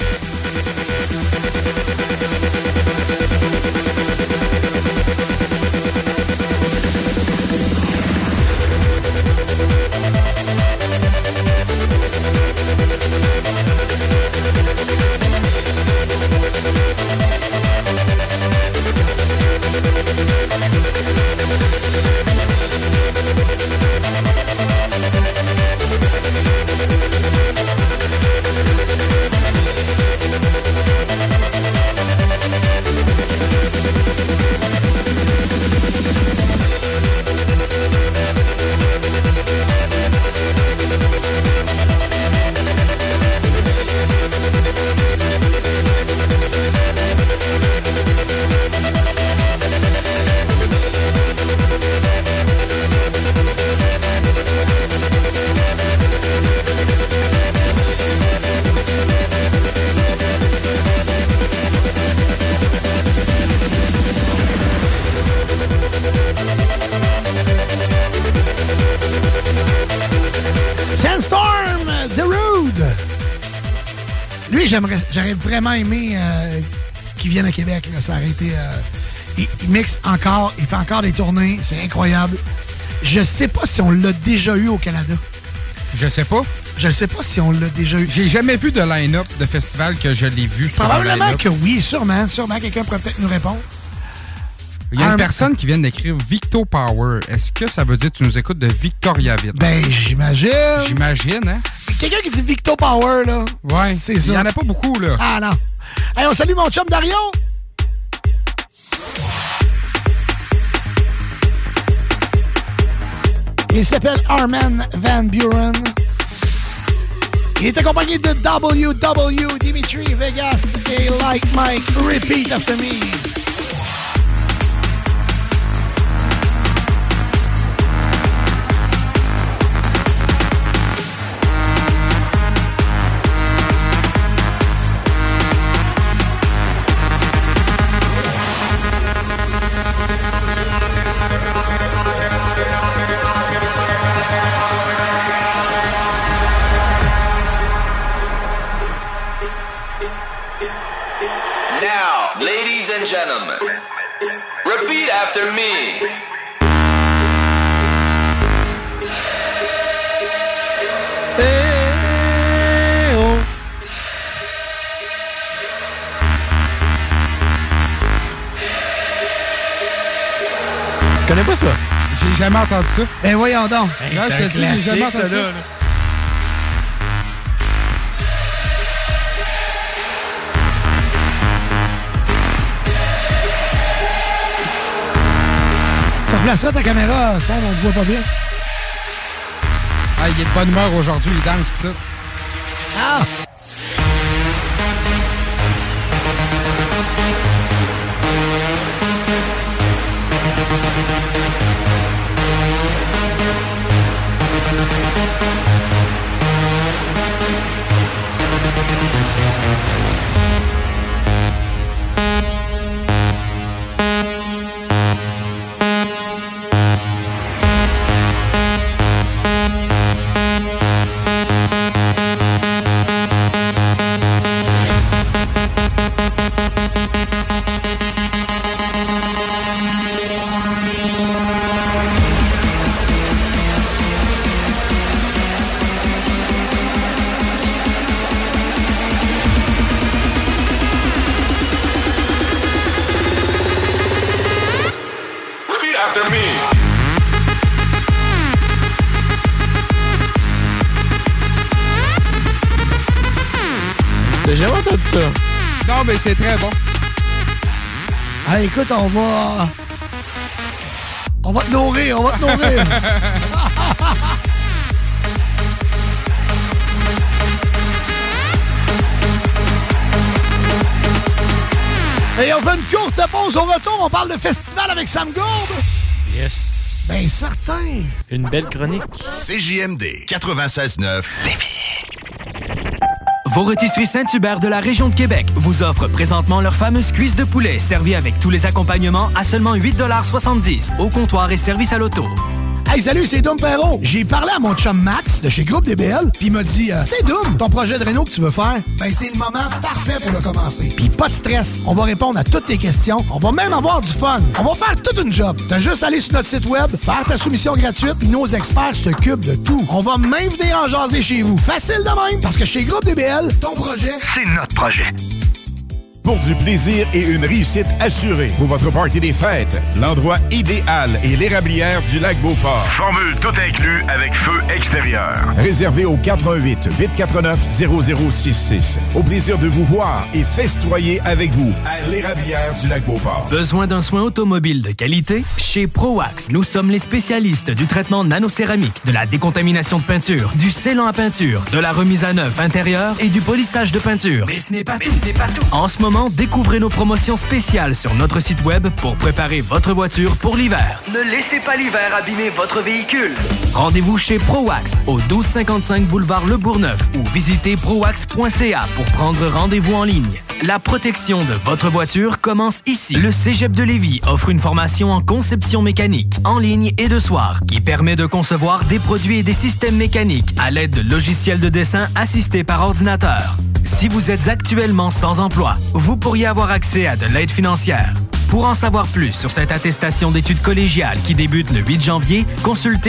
J'aurais vraiment aimé qu'il vienne à Québec. Là. Ça aurait été... il mixe encore, il fait encore des tournées. C'est incroyable. Je sais pas si on l'a déjà eu au Canada. Je sais pas. Je sais pas si on l'a déjà eu. J'ai jamais vu de line-up de festival que je l'ai vu. Probablement que oui, sûrement. Sûrement, quelqu'un pourrait peut-être nous répondre. Il y a une personne qui vient d'écrire Victo Power. Est-ce que ça veut dire que tu nous écoutes de Victoriaville? Ben, j'imagine. J'imagine, hein? Quelqu'un qui dit Victo Power, là. Ouais. C'est ça. Il y en a pas beaucoup, là. Ah, non. Hey, on salue mon chum Dario. Il s'appelle Armin Van Buren. Il est accompagné de WW, Dimitri Vegas et Like Mike. Repeat after me. Gentlemen, repeat after me. Hey, oh. Je connais pas ça. J'ai jamais entendu ça. Ben voyons donc. Là, je te dis, j'ai jamais entendu ça. Place-toi ta caméra, Sam, on te voit pas bien. Ah, il est de bonne humeur aujourd'hui, il danse pis tout. Ah! J'ai jamais entendu ça. Non, mais c'est très bon. Ah, écoute, on va te nourrir, on va te nourrir. Et on fait une courte pause. Au retour, on parle de festival avec Sam Gourde. Yes. Ben, certain. Une belle chronique. CJMD 96.9 Lévis. Vos rôtisseries Saint-Hubert de la région de Québec vous offrent présentement leur fameuse cuisse de poulet servie avec tous les accompagnements à seulement 8,70 $ au comptoir et service à l'auto. Hey, salut, c'est Dom Perrault. J'ai parlé à mon chum Max de chez Groupe DBL, puis il m'a dit c'est Dom, ton projet de réno que tu veux faire, ben c'est le moment parfait pour le commencer. Puis pas de stress, on va répondre à toutes tes questions, on va même avoir du fun. On va faire toute une job. T'as juste à aller sur notre site web, faire ta soumission gratuite, puis nos experts s'occupent de tout. On va même venir en jaser chez vous. Facile de même, parce que chez Groupe DBL, ton projet, c'est notre projet. Pour du plaisir et une réussite assurée. Pour votre party des fêtes, l'endroit idéal est l'érablière du Lac-Beauport. Formule tout inclus avec feu extérieur. Réservé au 418-849-0066. Au plaisir de vous voir et festoyer avec vous à l'érablière du Lac-Beauport. Besoin d'un soin automobile de qualité? Chez ProWax, nous sommes les spécialistes du traitement nanocéramique, de la décontamination de peinture, du scellant à peinture, de la remise à neuf intérieure et du polissage de peinture. Mais ce n'est pas tout. En ce moment, découvrez nos promotions spéciales sur notre site web pour préparer votre voiture pour l'hiver. Ne laissez pas l'hiver abîmer votre véhicule. Rendez-vous chez ProWax au 1255 boulevard Le Bourgneuf ou visitez prowax.ca pour prendre rendez-vous en ligne. La protection de votre voiture commence ici. Le Cégep de Lévis offre une formation en conception mécanique, en ligne et de soir, qui permet de concevoir des produits et des systèmes mécaniques à l'aide de logiciels de dessin assistés par ordinateur. Si vous êtes actuellement sans emploi, vous pourriez avoir accès à de l'aide financière. Pour en savoir plus sur cette attestation d'études collégiales qui débute le 8 janvier, consultez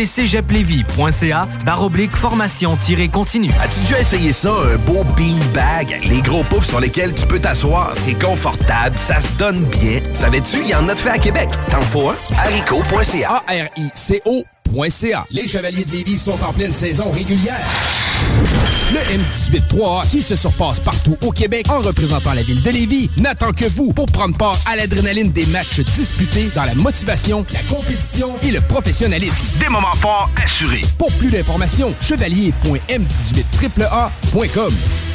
cégeplevy.ca/formation-continue. As-tu déjà essayé ça, un beau beanbag? Les gros poufs sur lesquels tu peux t'asseoir, c'est confortable, ça se donne bien. Savais-tu, il y en a de fait à Québec. T'en faut un? Haricot.ca. ARICO.ca. Les Chevaliers de Lévis sont en pleine saison régulière. Le M18-3A, qui se surpasse partout au Québec en représentant la ville de Lévis, n'attend que vous pour prendre part à l'adrénaline des matchs disputés dans la motivation, la compétition et le professionnalisme. Des moments forts assurés. Pour plus d'informations, chevalier.m18AAA.com.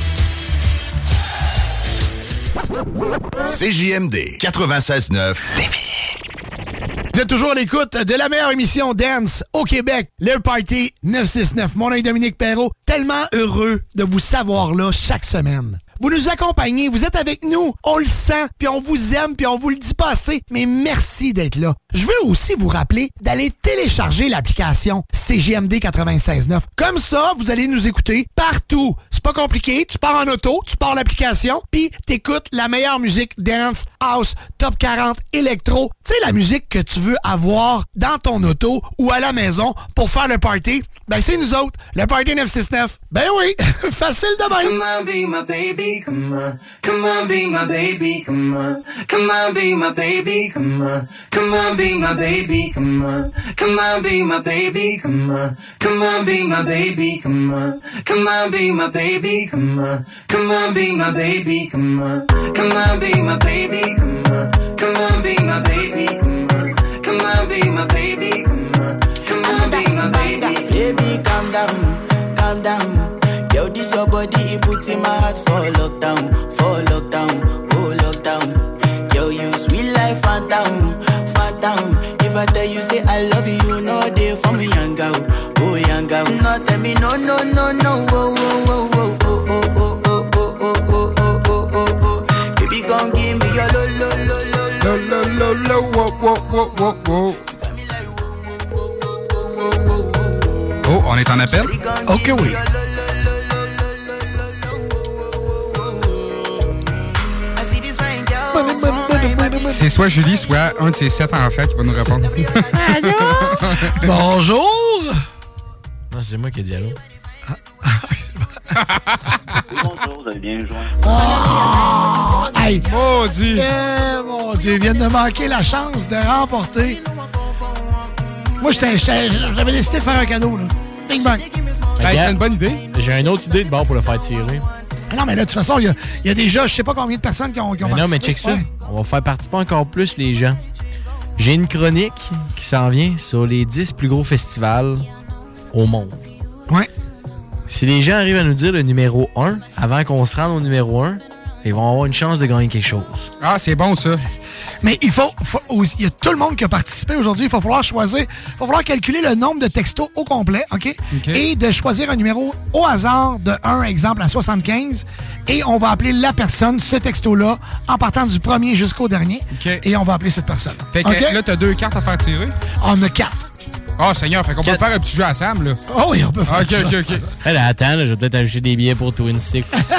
CJMD 96.9. Vous êtes toujours à l'écoute de la meilleure émission dance au Québec, le Party 969. Mon nom est Dominique Perrault. Tellement heureux de vous savoir là chaque semaine. Vous nous accompagnez, vous êtes avec nous, on le sent, puis on vous aime, puis on vous le dit pas assez, mais merci d'être là. Je veux aussi vous rappeler d'aller télécharger l'application CJMD 96.9. Comme ça, vous allez nous écouter partout. C'est pas compliqué, tu pars en auto, tu pars l'application, puis t'écoutes la meilleure musique dance, house, top 40, électro. Tu sais, la musique que tu veux avoir dans ton auto ou à la maison pour faire le party, ben c'est nous autres, le Party 969. Ben oui, facile de même. Come on, be my baby, come on. Come on, be my baby, come on. Come on, be my baby, come on. Come on, be my baby, come on. Come on, be my baby, come on. Come on, be my baby, come on. Come on, be my baby, come on. Come on, be my baby, come on. Come on, be my baby, come on. Come on, be my baby, come on. Come on, be my baby, come on. Come on, be my baby. Baby, calm down, calm down. Yo, this your body, it puts in my heart for lockdown, oh lockdown. Yo, you sweet life, phantom, phantom. If I tell you say I love you, you know they for me, young girl, oh young girl. No, tell me no, no, no, no, oh, oh, oh, oh, oh, oh, oh, oh, oh, oh, oh, oh, oh, oh. Baby, gon' give me your lo, lo, lo, lo, lo, lo, lo, lo, whoa, whoa, whoa, whoa, whoa. Oh, on est en appel? Ok, oui. C'est soit Julie, soit un de ses 7 enfants qui va nous répondre. Allô? Bonjour! Non, c'est moi qui ai dit allô. Bonjour, vous allez bien joué. Oh! Hey! Maudit! Mon Dieu, ils viennent de manquer la chance de remporter. Moi, j'avais décidé de faire un cadeau, là. Bing bang! Hey, c'est une bonne idée. J'ai une autre idée de bord pour le faire tirer. Ah non, mais là, de toute façon, il y a déjà, je sais pas combien de personnes qui ont participé. Non, mais check ça. Ouais. On va faire participer encore plus les gens. J'ai une chronique qui s'en vient sur les 10 plus gros festivals au monde. Ouais. Si les gens arrivent à nous dire le numéro 1 avant qu'on se rende au numéro 1, ils vont avoir une chance de gagner quelque chose. Ah, c'est bon, ça. Mais il y a tout le monde qui a participé aujourd'hui. Il va falloir choisir. Il va falloir calculer le nombre de textos au complet, OK? Et de choisir un numéro au hasard de 1, exemple, à 75. Et on va appeler la personne, ce texto-là, en partant du premier jusqu'au dernier. Et on va appeler cette personne. Fait que là, t'as 2 cartes à faire tirer? On a 4. Ah, Seigneur, fait qu'on peut faire un petit jeu à Sam, là. Oh oui, on peut faire OK. Hey, là, attends, là, je vais peut-être ajouter des billets pour Twin Six ici.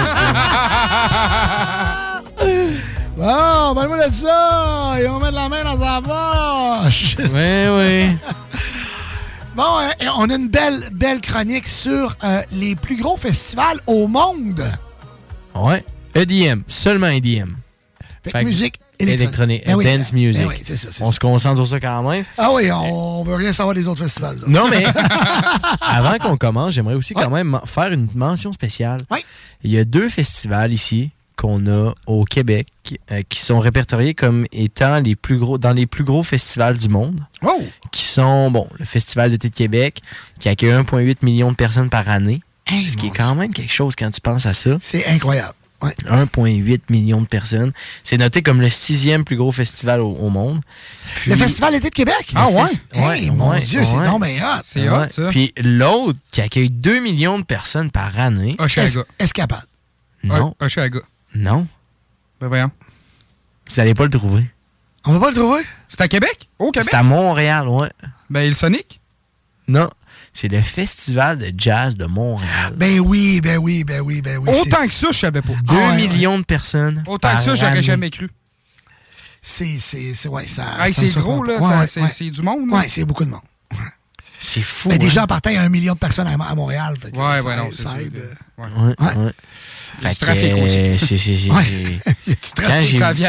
Bon, parle-moi de ça! Ils vont mettre la main dans sa poche! Oui. Bon, on a une belle chronique sur les plus gros festivals au monde. Ouais. EDM, seulement EDM. Fait que musique électronique. Dance music. Oui, c'est ça. On se concentre sur ça quand même. Ah oui, on veut rien savoir des autres festivals. Là. Non, mais avant qu'on commence, j'aimerais aussi quand même faire une mention spéciale. Oui. Il y a 2 festivals ici qu'on a au Québec qui sont répertoriés comme étant les plus gros dans les plus gros festivals du monde. Oh! Qui sont, le Festival d'été de Québec, qui accueille 1,8 million de personnes par année. Hey, ce qui est quand même quelque chose quand tu penses à ça. C'est incroyable. Ouais. 1,8 million de personnes. C'est noté comme le 6e plus gros festival au monde. Puis, le Festival d'été de Québec? Ah ouais? Hey, mon Dieu, c'est donc bien hot. C'est hot, ça. Puis l'autre qui accueille 2 millions de personnes par année. Oshaga. Escapade. Non. Oshaga. Non. Ben voyons. Vous n'allez pas le trouver. On va pas le trouver? C'est à Québec? Au Québec? C'est à Montréal, ouais. Ben, il Sonic? Non. C'est le Festival de jazz de Montréal. Ben oui. Autant que ça, je savais pas. 2 millions de personnes. Autant que ça, j'aurais jamais cru. C'est gros, là. C'est du monde. Ouais, c'est beaucoup de monde. C'est fou. Ben, déjà, en partant, il y a 1 million de personnes à Montréal. Fait que ça aide. Ouais. Fait du trafic aussi.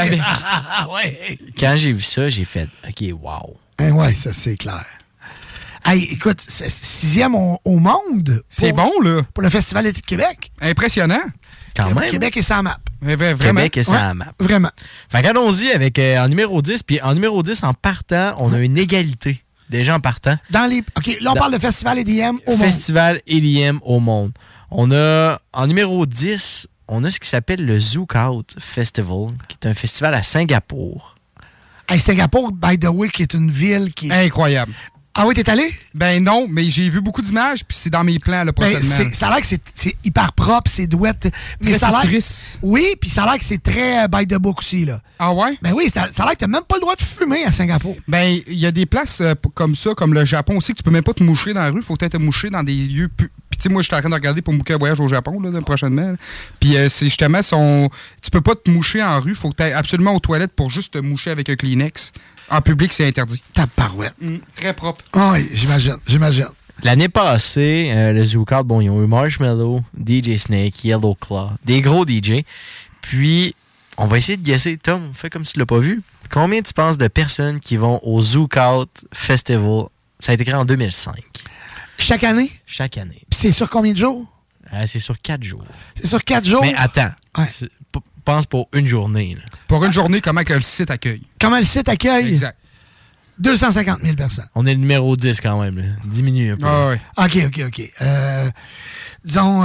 Quand j'ai vu ça, j'ai fait OK, wow. Ouais, ça, c'est clair. Hey, écoute, c'est 6e au monde. C'est bon, là. Pour le Festival d'été de Québec. Impressionnant. Quand même. Québec est sans map. Vraiment. Québec est sans map. Vraiment. Fait qu'allons-y avec en numéro 10. Puis en numéro 10, en partant, on a une égalité. Déjà en partant. OK, là, on parle de Festival EDM au monde. Festival EDM au monde. On a, en numéro 10, on a ce qui s'appelle le Zouk Out Festival, qui est un festival à Singapour. Hey, Singapour, by the way, qui est une ville qui est... Incroyable. Ah oui, t'es allé? Ben non, mais j'ai vu beaucoup d'images, puis c'est dans mes plans là, prochainement. Ça a l'air que c'est hyper propre, c'est douette. Mais Très ça a l'air... futuriste. Oui, puis ça a l'air que c'est très by the book aussi, là. Ah ouais? Ben oui, ça a l'air que t'as même pas le droit de fumer à Singapour. Ben, il y a des places comme ça, comme le Japon aussi, que tu peux même pas te moucher dans la rue. Faut peut-être te moucher dans des lieux... Puis tu sais, moi, je suis en train de regarder pour booker un voyage au Japon, là, prochainement. Puis c'est justement, tu peux pas te moucher en rue. Faut que tu ailles absolument aux toilettes pour juste te moucher avec un Kleenex. En public, c'est interdit. Ta parouette. Très propre. Oh oui, j'imagine. L'année passée, le Zouk Out, bon, ils ont eu Marshmello, DJ Snake, Yellow Claw, des gros DJ. Puis, on va essayer de guesser. Tom, fais comme si tu l'as pas vu. Combien tu penses de personnes qui vont au Zouk Out Festival? Ça a été créé en 2005. Chaque année? Chaque année. Puis c'est sur combien de jours? C'est sur 4 jours. C'est sur 4 jours? Mais attends. Ouais. Pense pour une journée. Là. Pour une journée, comment que le site accueille? Comment le site accueille? Exact. 250 000 personnes. On est le numéro 10 quand même. Là. Diminue un peu. Ah ouais. OK. Disons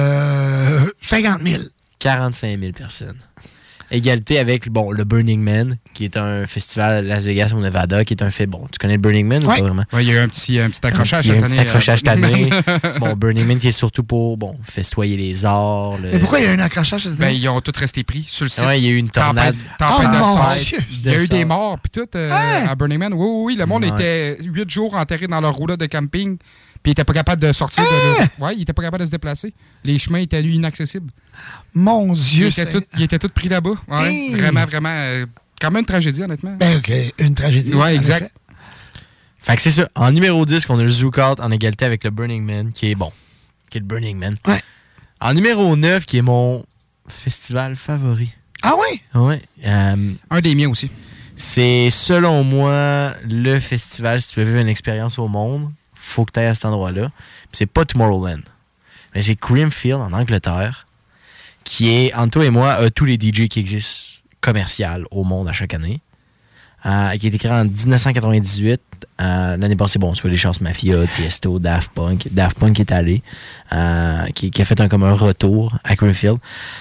50 000. 45 000 personnes. Égalité avec le Burning Man, qui est un festival à Las Vegas au Nevada, qui est un fait... Bon, tu connais le Burning Man ou pas vraiment? Oui, il y a eu un petit accrochage cette année. Un petit accrochage cette année. Bon, Burning Man qui est surtout pour festoyer les arts. Mais pourquoi il y a eu un accrochage cette année? Ben, ils ont tous resté pris sur le site. Ouais, il y a eu une tornade. Tempête de mon sable. Dieu. Il y a eu des morts, puis tout, à Burning Man. Oui, le monde était 8 jours enterré dans leur roulotte de camping. Puis il n'était pas capable de sortir il n'était pas capable de se déplacer. Les chemins étaient inaccessibles. Mon Dieu, il était tout pris là-bas. Ouais, vraiment, quand même une tragédie, honnêtement. Ben, OK, une tragédie. Ouais, exact. Fait que c'est ça. En numéro 10, on a le Zouk Out en égalité avec le Burning Man, qui est le Burning Man. Ouais. En numéro 9, qui est mon festival favori. Ah oui? Ouais. Un des miens aussi. C'est, selon moi, le festival, si tu veux vivre une expérience au monde, faut que tu ailles à cet endroit-là. Puis c'est pas Tomorrowland, mais c'est Creamfield en Angleterre, qui est, entre toi et moi, tous les DJ qui existent commercial au monde à chaque année. Qui a été créé en 1998. L'année passée, tu vois les Chances Mafia, Tiesto, Daft Punk. Daft Punk est allé, qui a fait comme un retour à Creamfield.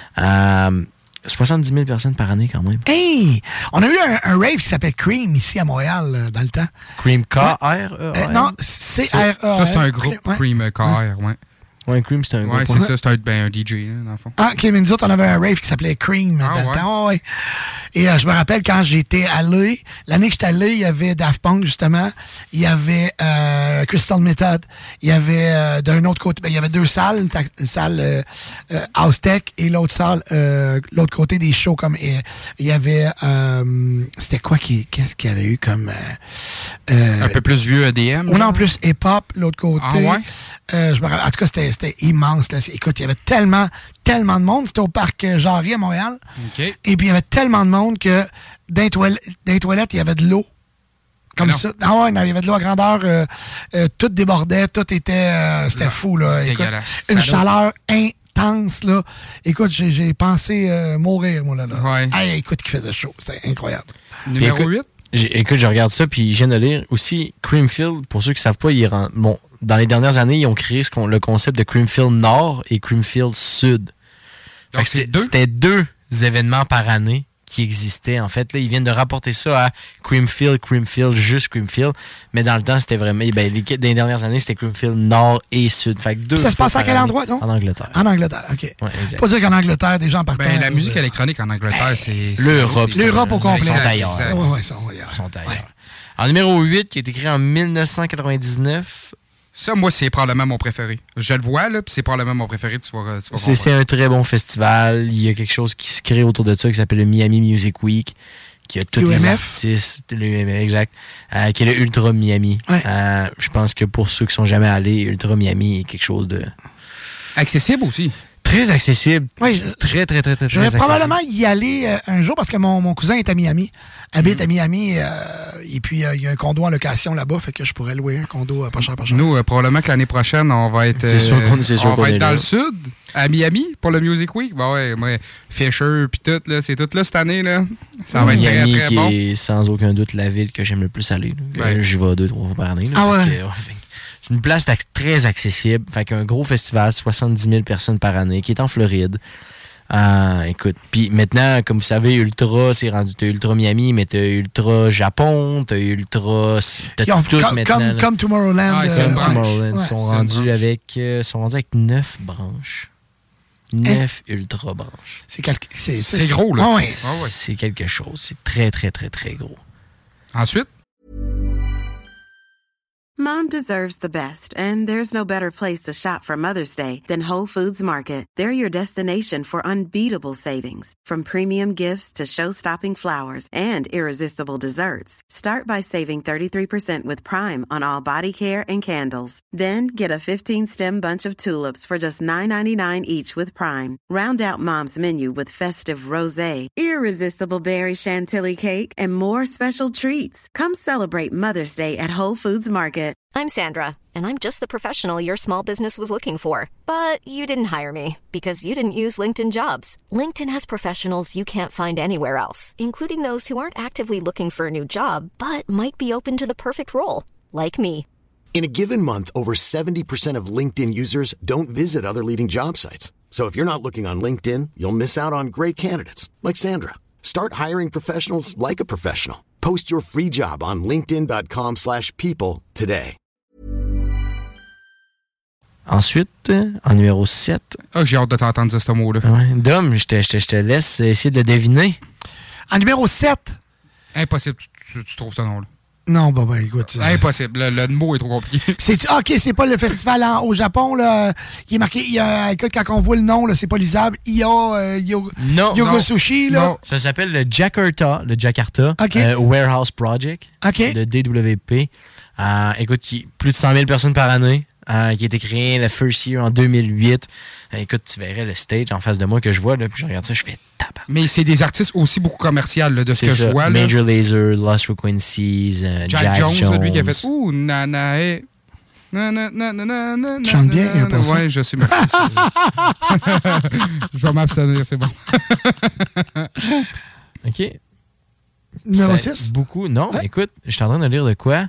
70 000 personnes par année quand même. Hey! On a eu un rave qui s'appelle Cream ici à Montréal dans le temps. Cream K-R-E-R? Non, C-R-E-R. Ça, c'est un groupe, Cream K-R, ouais. Ouais, Cream, c'est un groupe. Ouais, c'est ça, c'est un DJ, là, dans le fond. Ah, OK, mais nous autres, on avait un rave qui s'appelait Cream dans le temps. Ouais. Et je me rappelle quand j'étais allé, l'année que j'étais allé, il y avait Daft Punk, justement. Il y avait Crystal Method. Il y avait, d'un autre côté, il y avait 2 salles. Une salle House Tech et l'autre salle, l'autre côté des shows. Comme il y avait, c'était quoi qu'est-ce qu'il y avait eu comme... un peu plus vieux EDM. Ou non, plus hip-hop, l'autre côté. Ah ouais? Je me rappelle, en tout cas, c'était immense. Là. Écoute, il y avait tellement de monde. C'était au parc Jarry à Montréal. Okay. Et puis, il y avait tellement de monde que dans les toilettes, il y avait de l'eau. Comme ça. Ah ouais, non, il y avait de l'eau à grandeur. Tout débordait. Tout était... c'était fou, là. Écoute, une chaleur intense, là. Écoute, j'ai pensé mourir, moi, là. Ouais. Hey, écoute, qui faisait chaud. C'était incroyable. Numéro 8? Écoute, je regarde ça, puis je viens de lire aussi Creamfield. Pour ceux qui ne savent pas, dans les dernières années, ils ont créé le concept de Creamfield Nord et Creamfield Sud. Donc, c'était 2 événements par année qui existaient. En fait, là, ils viennent de rapporter ça à Creamfield, juste Creamfield. Mais dans le temps, c'était vraiment... dans les dernières années, c'était Creamfield Nord et Sud. Fait que 2 ça se passe à quel endroit, donc? En Angleterre. En Angleterre, OK. Ouais, exact. Faut dire qu'en Angleterre, des gens partent... La musique électronique en Angleterre, c'est... L'Europe. L'Europe au complet. Ils sont ailleurs. Oui, ils sont ailleurs. Ouais. En numéro 8, qui a été créé en 1999... Ça, moi, c'est probablement mon préféré. Je le vois, là, puis c'est probablement mon préféré, tu vas c'est un très bon festival. Il y a quelque chose qui se crée autour de ça qui s'appelle le Miami Music Week, qui a tous les artistes, l'UMF, exact, qui est le Ultra Miami. Ouais. Je pense que pour ceux qui sont jamais allés, Ultra Miami est quelque chose de... accessible aussi. Très accessible. Oui, très accessible. Je vais probablement y aller un jour parce que mon cousin est à Miami. Habite à Miami. Et puis, il y a un condo en location là-bas, fait que je pourrais louer un condo pas cher. Nous, probablement que l'année prochaine, on va être, on va être dans le sud, à Miami, pour le Music Week. Ben ouais, moi, Fisher, puis tout, là, c'est tout là cette année. Là. Ça va être très, Miami, très bon. qui est sans aucun doute la ville que j'aime le plus aller. J'y vais 2-3 fois par année. Là, ah ouais? C'est une place très accessible. Fait qu'un gros festival, 70 000 personnes par année, qui est en Floride. Écoute, puis maintenant, comme vous savez, Ultra, c'est rendu. T'as Ultra Miami, mais t'as Ultra Japon, t'as Ultra. T'as tous maintenant. Comme Tomorrowland. Tomorrowland. Ils sont rendus avec 9 branches. 9 ultra branches. C'est gros, là. Ah ouais. C'est quelque chose. C'est très, très, très, très gros. Ensuite? Mom deserves the best, and there's no better place to shop for Mother's Day than Whole Foods Market. They're your destination for unbeatable savings, from premium gifts to show-stopping flowers and irresistible desserts. Start by saving 33% with Prime on all body care and candles. Then get a 15-stem bunch of tulips for just $9.99 each with Prime. Round out Mom's menu with festive rosé, irresistible berry chantilly cake, and more special treats. Come celebrate Mother's Day at Whole Foods Market. I'm Sandra, and I'm just the professional your small business was looking for. But you didn't hire me because you didn't use LinkedIn Jobs. LinkedIn has professionals you can't find anywhere else, including those who aren't actively looking for a new job, but might be open to the perfect role, like me. In a given month, over 70% of LinkedIn users don't visit other leading job sites. So if you're not looking on LinkedIn, you'll miss out on great candidates, like Sandra. Start hiring professionals like a professional. Post your free job on linkedin.com/people today. Ensuite, en numéro 7. Ah, j'ai hâte de t'entendre dire ce mot-là. Ouais. Dom, je te laisse essayer de le deviner. En numéro 7. Impossible, tu trouves ce nom-là. Non, bah écoute. Impossible, le mot est trop compliqué. OK, c'est pas le festival au Japon, là, qui est marqué, écoute, quand on voit le nom, là, c'est pas lisable. Yoga Sushi, là. Non. Ça s'appelle le Jakarta okay. Warehouse Project, de DWP. Écoute, plus de 100 000 personnes par année. Qui a été créé le first year en 2008. Écoute, tu verrais le stage en face de moi que je vois, là, puis je regarde ça, je fais tabac. Mais c'est des artistes aussi beaucoup commerciaux, là, de ce que je vois. Là. Major Lazer, Lost Frequencies, Jack Jones. Lui qui a fait Nanae. Tu chantes bien, pour ça? Ouais, je sais, merci. Je vais m'abstenir, c'est bon. OK. Numéro 6? Beaucoup. Non, écoute, je suis en train de lire de quoi.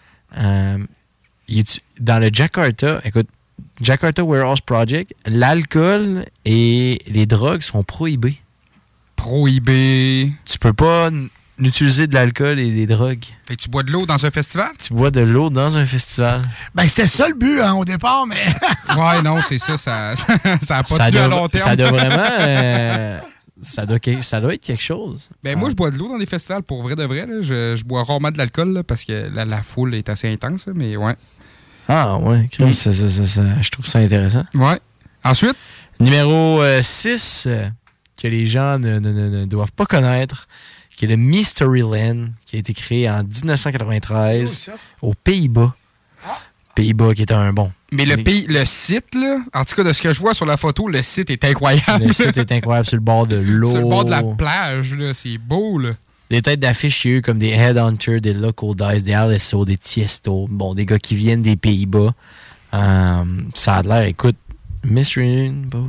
Dans le Jakarta, écoute, Jakarta Warehouse Project, l'alcool et les drogues sont prohibés. Prohibés? Tu peux pas utiliser de l'alcool et des drogues. Fait que tu bois de l'eau dans un festival? Tu bois de l'eau dans un festival. Ben, c'était ça le but au départ, mais... Ouais, non, c'est ça. Ça a pas tenu à long terme. Ça doit vraiment... Ça doit être quelque chose. Ben moi, je bois de l'eau dans des festivals, pour vrai de vrai. Là. Je bois rarement de l'alcool là, parce que la foule est assez intense, là, mais ouais. Ah ouais, je trouve ça intéressant. Ouais. Ensuite? Numéro 6, que les gens ne doivent pas connaître, qui est le Mysteryland, qui a été créé en 1993 aux Pays-Bas. Pays-Bas, qui est un bon. Mais le site, là, en tout cas, de ce que je vois sur la photo, le site est incroyable. Le site est incroyable sur le bord de l'eau. Sur le bord de la plage, là, c'est beau, là. Des têtes d'affiche, il y a eu comme des Headhunters, des Local Dice, des LSO, des Tiesto, bon, des gars qui viennent des Pays-Bas. Ça a l'air, écoute, Mystery Boat.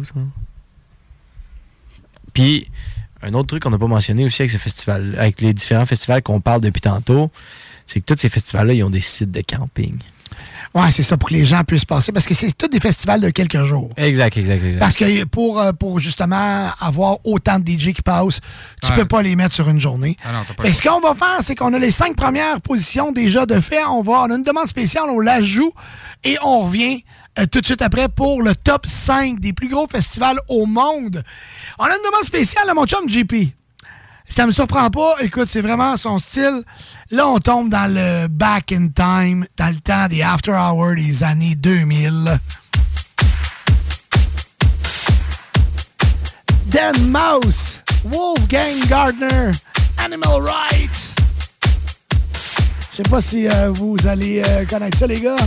Puis, un autre truc qu'on n'a pas mentionné aussi avec ce festival, avec les différents festivals qu'on parle depuis tantôt, c'est que tous ces festivals-là, ils ont des sites de camping. Ouais, c'est ça, pour que les gens puissent passer, parce que c'est tous des festivals de quelques jours. Exact. Parce que pour justement avoir autant de DJ qui passent, tu peux pas les mettre sur une journée. Ah non, t'as pas fait que ce qu'on va faire, c'est qu'on a les 5 premières positions déjà de fait. On a une demande spéciale, on la joue et on revient tout de suite après pour le top 5 des plus gros festivals au monde. On a une demande spéciale à mon chum JP. Ça me surprend pas. Écoute, c'est vraiment son style. Là, on tombe dans le back in time, dans le temps des after hours des années 2000. Dan Mouse, Wolfgang Gardner, Animal Rights. Je sais pas si vous allez connaître ça, les gars.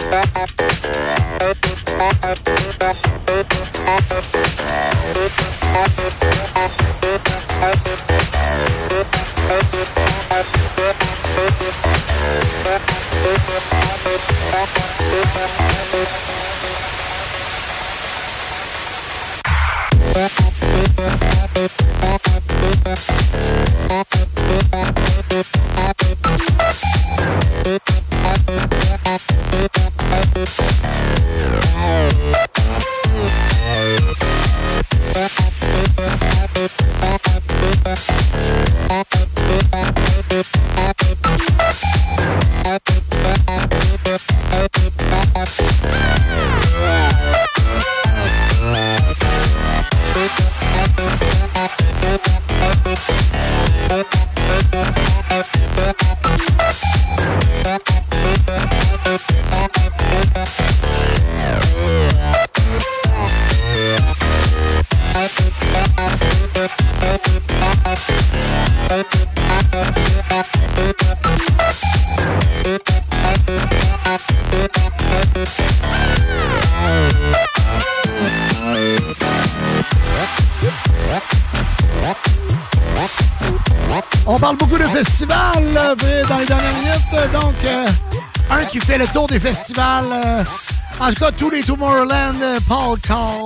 On parle beaucoup de festivals dans les dernières minutes. Donc, un qui fait le tour des festivals. En tout cas, tous les Tomorrowland, Paul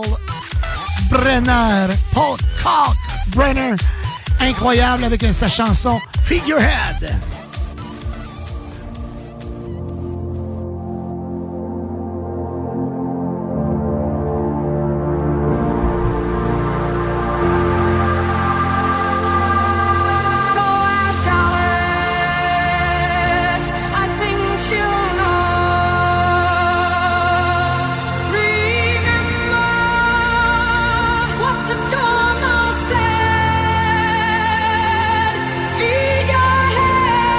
Kalkbrenner. Incroyable avec sa chanson Figurehead. Feed your head.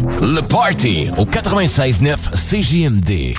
Le Party au 96.9 CJMD.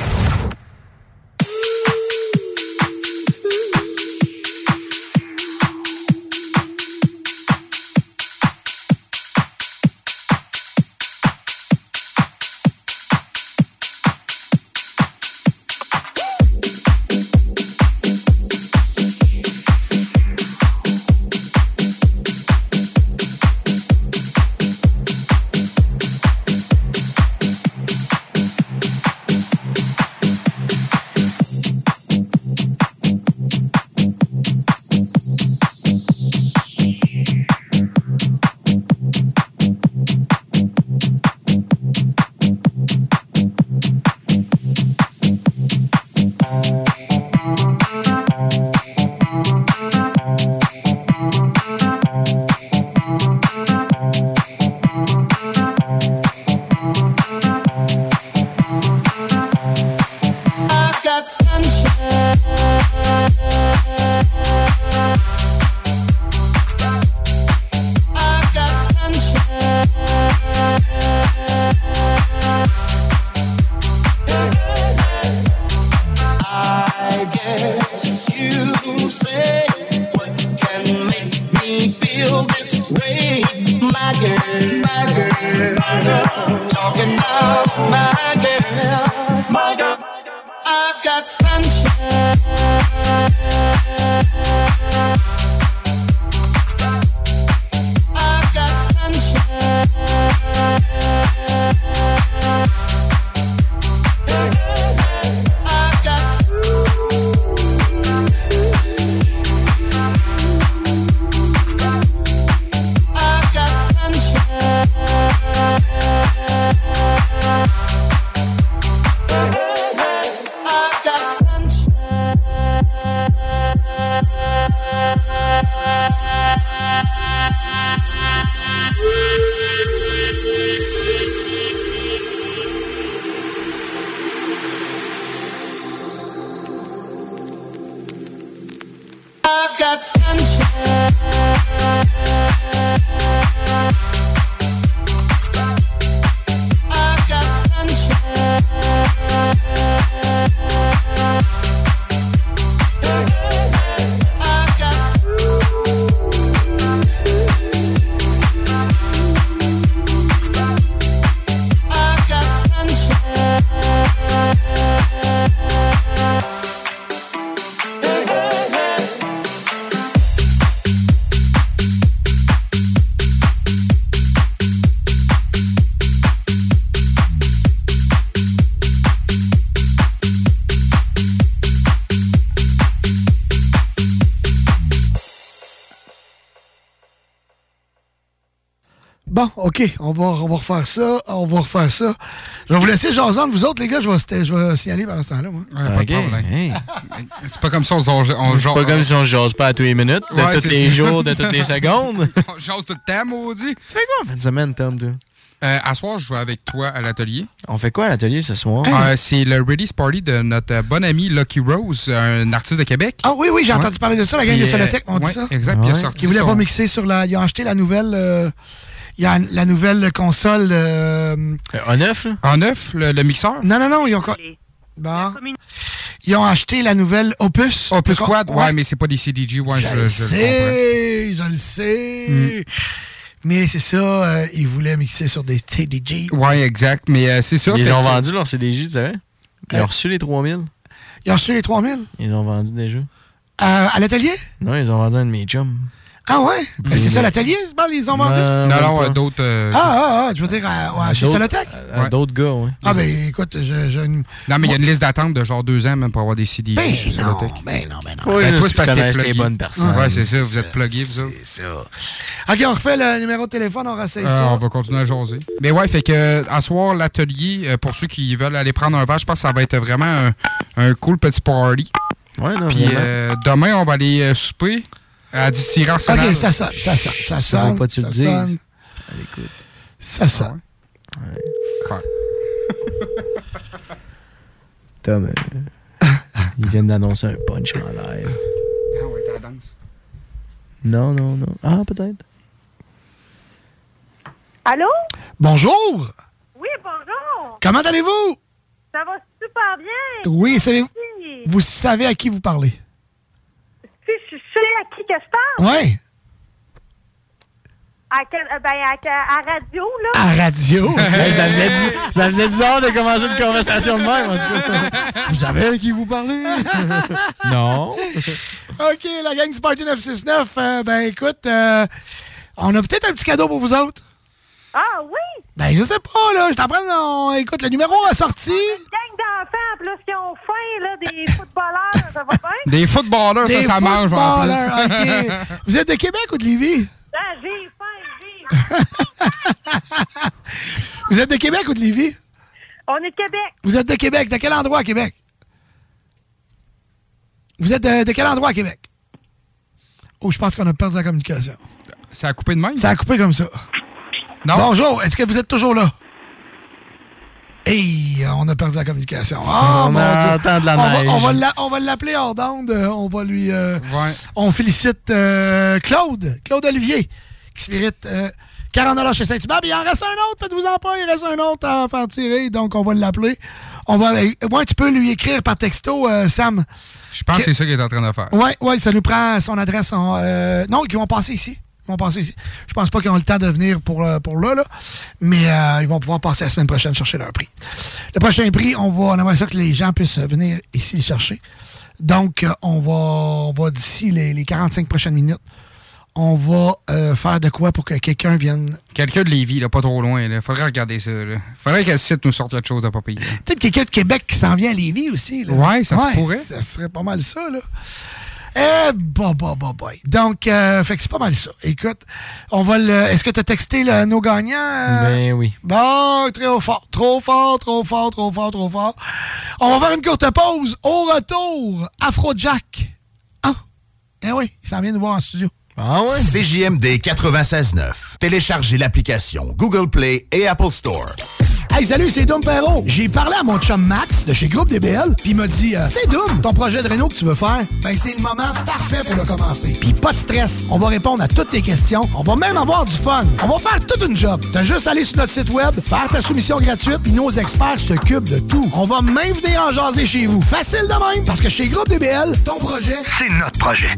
Bon, OK, on va refaire ça. Je vais vous laisser jaser entre vous autres, les gars. Je vais signaler pendant ce temps-là, moi. Pas de problème. C'est pas comme ça, on jase. C'est pas comme si on jase pas à tous les minutes, de tous les jours, de toutes les secondes. On jase tout le temps, maudit. Tu fais quoi en fin de semaine, Tom, toi? À soir, je vais avec toi à l'atelier. On fait quoi à l'atelier ce soir? C'est le release party de notre bon ami Lucky Rose, un artiste de Québec. Ah oui, j'ai entendu parler de ça, la gang de Solotech m'ont dit ça. Exact, puis il a sorti Ils voulaient pas mixer sur la... Ils ont acheté la nouvelle... Il y a la nouvelle console... En neuf, là? En neuf, le mixeur? Non, ils ont... Bon. Ils ont acheté la nouvelle Opus. Opus Quad? Ouais, mais c'est pas des CDJ. Ouais, je le sais. Mais c'est ça, ils voulaient mixer sur des CDJ. Ouais, exact, mais c'est ça. Ils ont vendu leur CDJ, tu savais? Ils ont reçu les 3000. Ils ont reçu les 3000? Ils ont vendu déjà. À l'atelier? Non, ils ont vendu un de mes chums. Ah ouais? C'est ça l'atelier? Ils ont vendu? Non, d'autres... je veux dire, chez Solotech? D'autres gars, oui. Ah ben écoute, Non, mais il y a une liste d'attente de genre 2 ans même pour avoir des CD chez Solotech. Ben non. Toi, c'est parce que t'es les bonnes personnes. Ouais, c'est ça, vous êtes plugués, vous autres. C'est ça. OK, on refait le numéro de téléphone, on ressaye ça. On va continuer à jaser. Mais ouais, fait que à soir, l'atelier, pour ceux qui veulent aller prendre un verre, je pense que ça va être vraiment un cool petit party. Ouais, non, puis demain, on va aller souper. À distillerie Arsenal. OK, ça sonne. Faut pas que tu le dises. Allez, écoute. Ça sonne. Ouais. Tom, ils viennent d'annoncer un punch en live. Ah ouais, t'as la danse. Non. Ah, peut-être. Allô? Bonjour. Oui, bonjour. Comment allez-vous? Ça va super bien. Oui, Merci. vous savez à qui vous parlez? Je sais à qui que je parle? Oui. À radio, là. À radio? Hey, ça faisait bizarre de commencer une conversation de même. En tout cas. Vous savez à qui vous parlez? Non. OK, la gang du Party 969, écoute, on a peut-être un petit cadeau pour vous autres. Ah oui? Ben, je sais pas, là. Je t'apprends, écoute, le numéro a sorti. Une gang d'enfants, en plus, qui ont faim, là, des footballeurs, ça va bien? Des footballeurs, ça mange en plus. OK. Vous êtes de Québec ou de Lévis? Ah, j'ai faim. Vous êtes de Québec ou de Lévis? On est de Québec. Vous êtes de Québec. De quel endroit à Québec? Vous êtes de quel endroit à Québec? Oh, je pense qu'on a perdu la communication. Ça a coupé de même? Ça a coupé comme ça. Non. Bonjour, est-ce que vous êtes toujours là? Hey, on a perdu la communication. On entend de la neige. On va l'appeler hors d'onde. On va lui... On félicite Claude Olivier, qui se mérite 40$ chez Saint-Hubert. Il en reste un autre, faites-vous-en pas. Il reste un autre à faire tirer, donc on va l'appeler. Tu peux lui écrire par texto, Sam. Je pense que c'est ça qu'il est en train de faire. Oui, ça nous prend son adresse. Non, ils vont passer ici. Je pense pas qu'ils ont le temps de venir pour là, mais ils vont pouvoir passer la semaine prochaine chercher leur prix. Le prochain prix, on aimerait ça que les gens puissent venir ici le chercher. Donc, on va d'ici les 45 prochaines minutes, on va faire de quoi pour que quelqu'un vienne... Quelqu'un de Lévis, là, pas trop loin. Il faudrait regarder ça. Là. Faudrait que le site nous sorte quelque chose de pas pire. Peut-être quelqu'un de Québec qui s'en vient à Lévis aussi. Oui, ça se pourrait. Ça serait pas mal ça, là. Boy. Donc, fait que c'est pas mal ça. Écoute, on va Est-ce que tu as texté nos gagnants? Ben oui. Bon, trop fort. On va faire une courte pause. Au retour, Afrojack. Oui, il s'en vient nous voir en studio. Ah ouais? CJMD 96.9. Téléchargez l'application Google Play et Apple Store. Hey, salut, c'est Dom Perrault. J'ai parlé à mon chum Max de chez Groupe DBL, puis il m'a dit, tu sais, Dom, ton projet de réno que tu veux faire, c'est le moment parfait pour le commencer. Puis pas de stress, on va répondre à toutes tes questions, on va même avoir du fun. On va faire toute une job. T'as juste à aller sur notre site web, faire ta soumission gratuite, puis nos experts s'occupent de tout. On va même venir en jaser chez vous. Facile de même, parce que chez Groupe DBL, ton projet, c'est notre projet.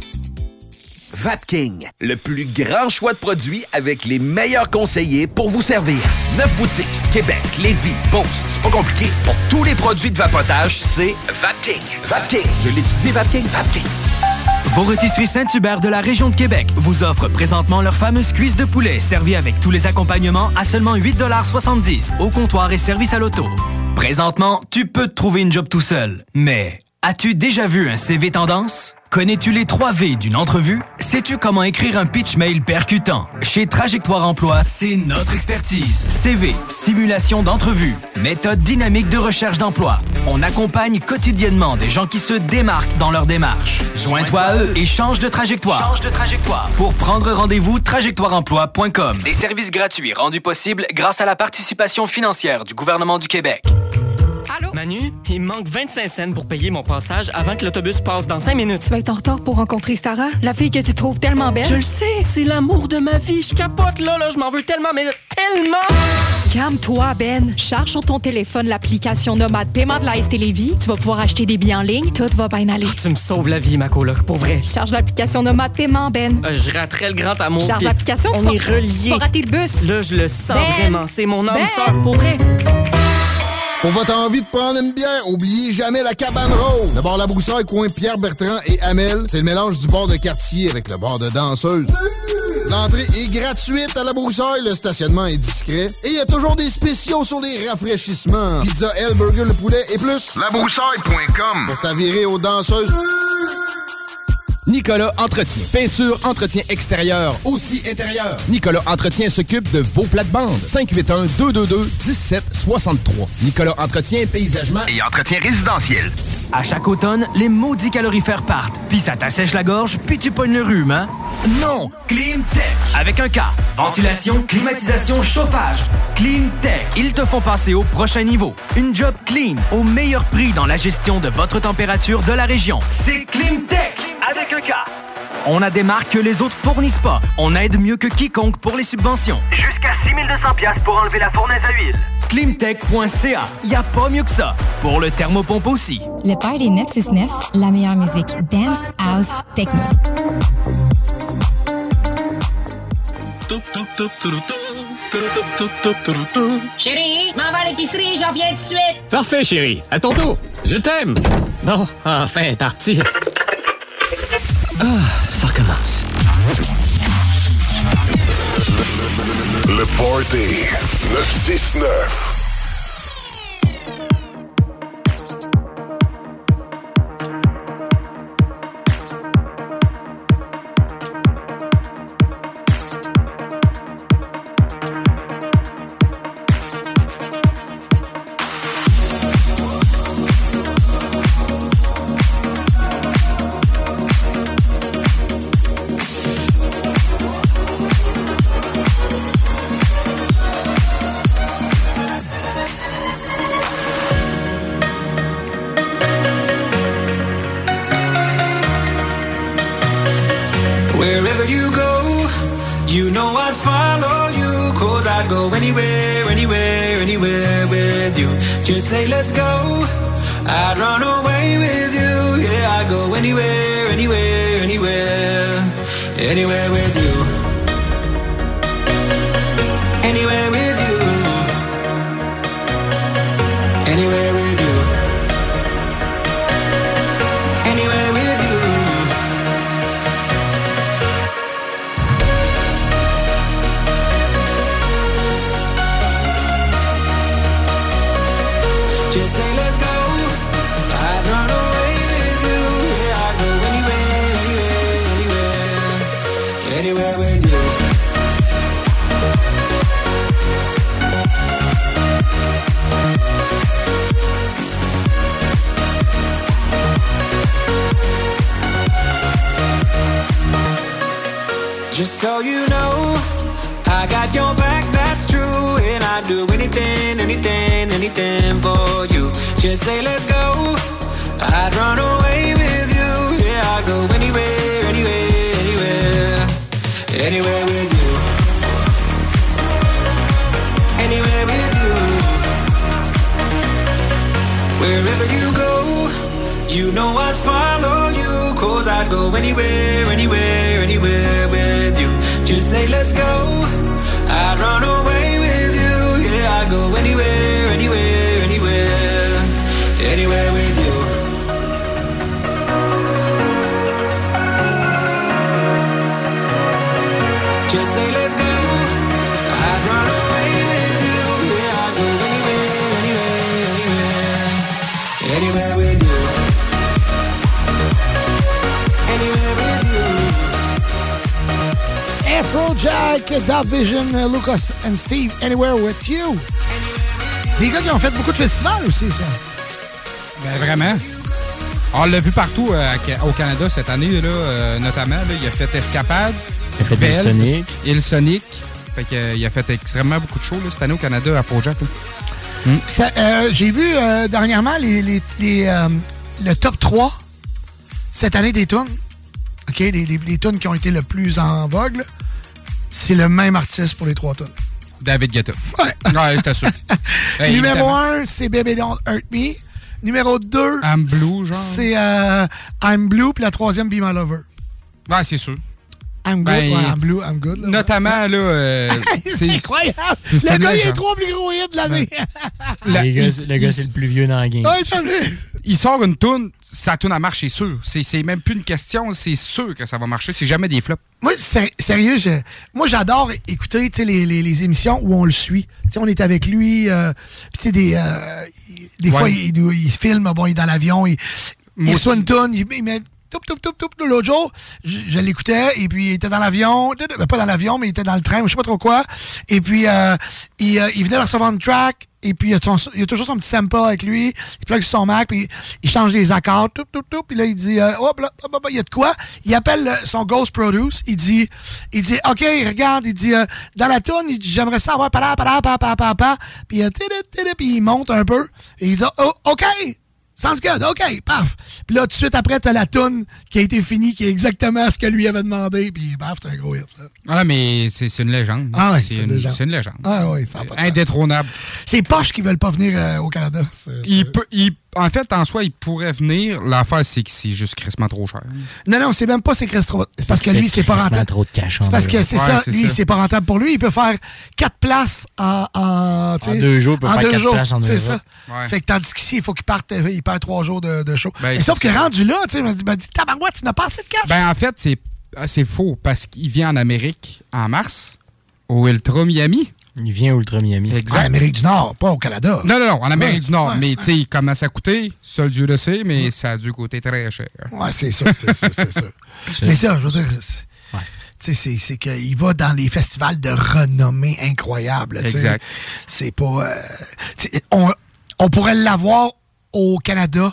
Vapking, le plus grand choix de produits avec les meilleurs conseillers pour vous servir. 9 boutiques, Québec, Lévis, Beauce. C'est pas compliqué. Pour tous les produits de vapotage, c'est Vapking. Vapking. Je l'étudie, Vapking. Vapking. Vos rôtisseries Saint-Hubert de la région de Québec vous offrent présentement leur fameuse cuisse de poulet servie avec tous les accompagnements à seulement 8,70$ au comptoir et service à l'auto. Présentement, tu peux te trouver une job tout seul. Mais as-tu déjà vu un CV tendance? Connais-tu les 3 V d'une entrevue? Sais-tu comment écrire un pitch mail percutant? Chez Trajectoire Emploi, c'est notre expertise. CV, simulation d'entrevue, méthode dynamique de recherche d'emploi. On accompagne quotidiennement des gens qui se démarquent dans leur démarche. Joins-toi à eux et change de trajectoire. Pour prendre rendez-vous, trajectoireemploi.com. Des services gratuits rendus possibles grâce à la participation financière du gouvernement du Québec. Allô? Manu, il me manque 25 cents pour payer mon passage avant que l'autobus passe dans 5 minutes. Tu vas être en retard pour rencontrer Sarah, la fille que tu trouves tellement belle. Je le sais, c'est l'amour de ma vie. Je capote là, je m'en veux tellement, mais là, tellement! Calme-toi, Ben. Charge sur ton téléphone l'application Nomade Paiement de la ST Lévis. Tu vas pouvoir acheter des billets en ligne. Tout va bien aller. Oh, tu me sauves la vie, ma coloc, pour vrai. Charge l'application Nomade Paiement, Ben. Je raterais le grand amour. Charge l'application, on est reliés. Tu vas rater le bus. Là, je le sens vraiment. C'est mon âme Ben. sœur, pour vrai. Pour votre envie de prendre une bière, oubliez jamais la Cabane Rose. Le bar La Broussaille, coin Pierre-Bertrand et Hamel, c'est le mélange du bar de quartier avec le bar de danseuse. L'entrée est gratuite à La Broussaille, le stationnement est discret et il y a toujours des spéciaux sur les rafraîchissements. Pizza L, burger, le poulet et plus. Labroussaille.com pour t'avirer aux danseuses. Nicolas Entretien. Peinture, entretien extérieur, aussi intérieur. Nicolas Entretien s'occupe de vos plates-bandes. 581-222-1763. Nicolas Entretien, paysagement et entretien résidentiel. À chaque automne, les maudits calorifères partent. Puis ça t'assèche la gorge, puis tu pognes le rhume, hein? Non! Climtech! Avec un K. Ventilation, climatisation, chauffage. Climtech. Ils te font passer au prochain niveau. Une job clean, au meilleur prix dans la gestion de votre température de la région. C'est Climtech! Avec un K. On a des marques que les autres fournissent pas. On aide mieux que quiconque pour les subventions. Jusqu'à 6 200$ pour enlever la fournaise à huile. Climtech.ca. Y a pas mieux que ça. Pour le thermopompe aussi. Le Party 969, la meilleure musique dance, house, techno. Chérie, m'en va à l'épicerie, j'en viens tout de suite. Parfait, chérie. À ton tour. Je t'aime. Bon, enfin, parti. Ça recommence. Le Party 969. Wherever you go, you know I'd follow you. 'Cause I'd go anywhere, anywhere, anywhere with you. Just say let's go, I'd run away with you. Yeah, I'd go anywhere, anywhere, anywhere, anywhere with you. Anywhere with you. Anywhere with you. Anywhere with you. Just say let's go, I'd run away with you. Yeah, I'd go anywhere, anywhere, anywhere, anywhere with you. Just so you know, I got your back, that's true. And I'd do anything, anything, anything for you. Just say let's go, I'd run away with you. Yeah, I'd go anywhere, anywhere, anywhere, anywhere with you. Anywhere with you. Wherever you go, you know I'd follow you. 'Cause I'd go anywhere, anywhere, anywhere with you. Just say let's go, I'd run away with you. Yeah, I'd go anywhere, anywhere, anywhere, anywhere with you. Just say let's go, I'd run away with you. Yeah, I'd go anywhere, anywhere, anywhere, anywhere with you. Anywhere with you. Afrojack, Dub Vision, Lucas and Steve, Anywhere with You. Des gars qui ont fait beaucoup de festivals aussi, ça. Ben vraiment. On l'a vu partout au Canada cette année, là, notamment. Là, il a fait Escapade. Il a fait Belle, Sonic. Il Sonic. Fait que, il a fait extrêmement beaucoup de shows là, cette année au Canada, Afrojack. J'ai vu dernièrement le top 3 cette année des tunes. OK, les tunes qui ont été le plus en vogue, là, c'est le même artiste pour les 3 tunes. David Guetta. Ouais. Ouais, j'étais sûr. Hey, Numéro 1, c'est Baby Don't Hurt Me. Numéro 2, I'm Blue, genre. C'est I'm Blue, puis la 3e, Be My Lover. Ouais, c'est sûr. I'm good, ouais, I'm blue, I'm good. Là, notamment, là... c'est incroyable! Le gars, il est 3 plus gros hits de l'année! Le gars, c'est le plus vieux dans la game. Ouais, il sort une toune, sa toune à marche, c'est sûr. C'est même plus une question, c'est sûr que ça va marcher. C'est jamais des flops. Moi, sérieux, moi, j'adore écouter les émissions où on le suit. T'sais, on est avec lui, puis des fois, il filme, bon, il est dans l'avion, il reçoit une toune, il met... L'autre jour, je l'écoutais, et puis il était dans l'avion, pas dans l'avion, mais il était dans le train, je sais pas trop quoi, et puis il venait de recevoir une track, et puis il a toujours son petit sample avec lui, il plug sur son Mac, puis il change les accords, puis là il dit, il y a de quoi, il appelle son Ghost Produce, il dit, OK, regarde, il dit, dans la toune, il dit, j'aimerais ça avoir puis il monte un peu, et il dit, OK, Sounds good. OK, paf. Puis là, tout de suite après, t'as la toune qui a été finie, qui est exactement ce que lui avait demandé. Puis paf, c'est un gros hit, ça. Ah, mais c'est une légende. Ah oui, c'est une légende. Ah oui, ça n'a pas de sens. Indétrônable. C'est poche qui veulent pas venir au Canada. En fait, en soi, il pourrait venir. L'affaire, c'est que c'est juste crissement trop cher. Non, c'est même pas c'est trop. C'est parce que lui, c'est pas rentable. Trop de cash. C'est parce que c'est ça. Lui, c'est pas rentable pour lui. Il peut faire 4 places en 2 jours. Il peut faire 4 places en 2 jours. C'est ça. Ouais. Fait que tandis qu'ici, il faut qu'il parte. Il perd 3 jours de show. Ben, sauf que rendu là, tu sais, il m'a dit tabarouette, tu n'as pas assez de cash. Ben, en fait, c'est faux parce qu'il vient en Amérique en mars, au Ultra Miami. Il vient au Ultra Miami. En Amérique du Nord, pas au Canada. Non, en Amérique du Nord. Mais tu sais, comment ça a coûté, seul Dieu le sait, mais ça a dû coûter très cher. Ouais, c'est sûr. Mais ça, je veux dire, c'est qu'il va dans les festivals de renommée incroyable. Exact. C'est pas... on pourrait l'avoir au Canada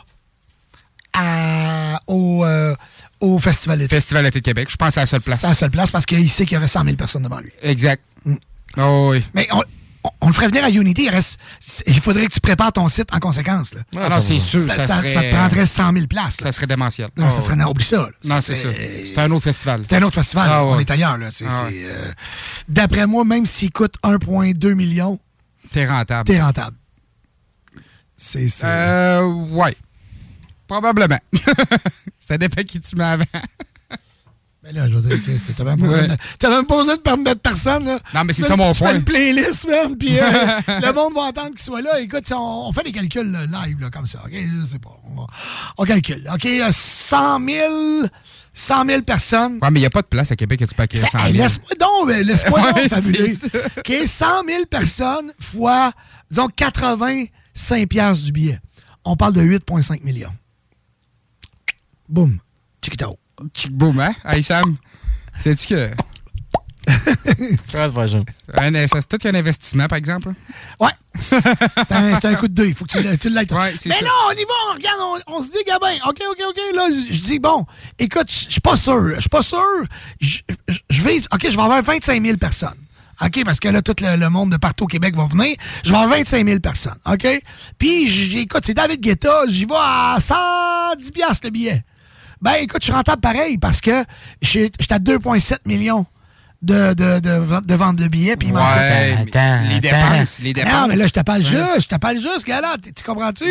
au Festival d'été. Festival d'été de Québec. Je pense que c'est la seule place. C'est la seule place parce qu'il sait qu'il y aurait 100 000 personnes devant lui. Exact. Oh oui. Mais on le ferait venir à Unity. Il faudrait que tu prépares ton site en conséquence. Là. Non, c'est sûr. Ça te prendrait 100 000 places. Ça serait démentiel. Non, ça serait... Oublie ça. Non, c'est ça. C'est un autre festival. C'est un autre festival. On est ailleurs. Là. D'après moi, même s'il coûte 1,2 million... T'es rentable. Ouais. Probablement. Ça dépend qui tu mets avant. Mais là, je veux dire, t'as même pas besoin de permettre personne. Là. Non, mais c'est ça mon point. Tu fais une playlist, man, puis le monde va entendre qu'il soit là. Écoute, on fait des calculs live, là, comme ça. OK, je sais pas. On calcule. OK, 100 000 personnes. Ouais, mais il n'y a pas de place à Québec que tu peux acquérir 100 000. Laisse-moi donc fabuler. OK, 100 000 personnes fois, disons, 85 piastres du billet. On parle de 8,5 millions. Boum. Chiquito. Boum, hein? Hey, Sam, sais-tu que... C'est tout qu'un investissement, par exemple? Ouais. C'est un coup de deux. Il faut que tu l'aies. Ouais, mais là, on y va, on regarde, on se dit, Gabin, OK. Là, je dis, bon, écoute, je suis pas sûr. Je vise, OK, je vais avoir 25 000 personnes. OK, parce que là, tout le monde de partout au Québec va venir. Je vais avoir 25 000 personnes. OK? Puis, écoute, c'est David Guetta. J'y vais à 110 piastres le billet. Ben, écoute, je suis rentable pareil parce que j'étais à 2,7 millions de vente de billets. Puis attends, les dépenses. Non, mais là, je t'appelle juste, gars-là. Tu comprends-tu?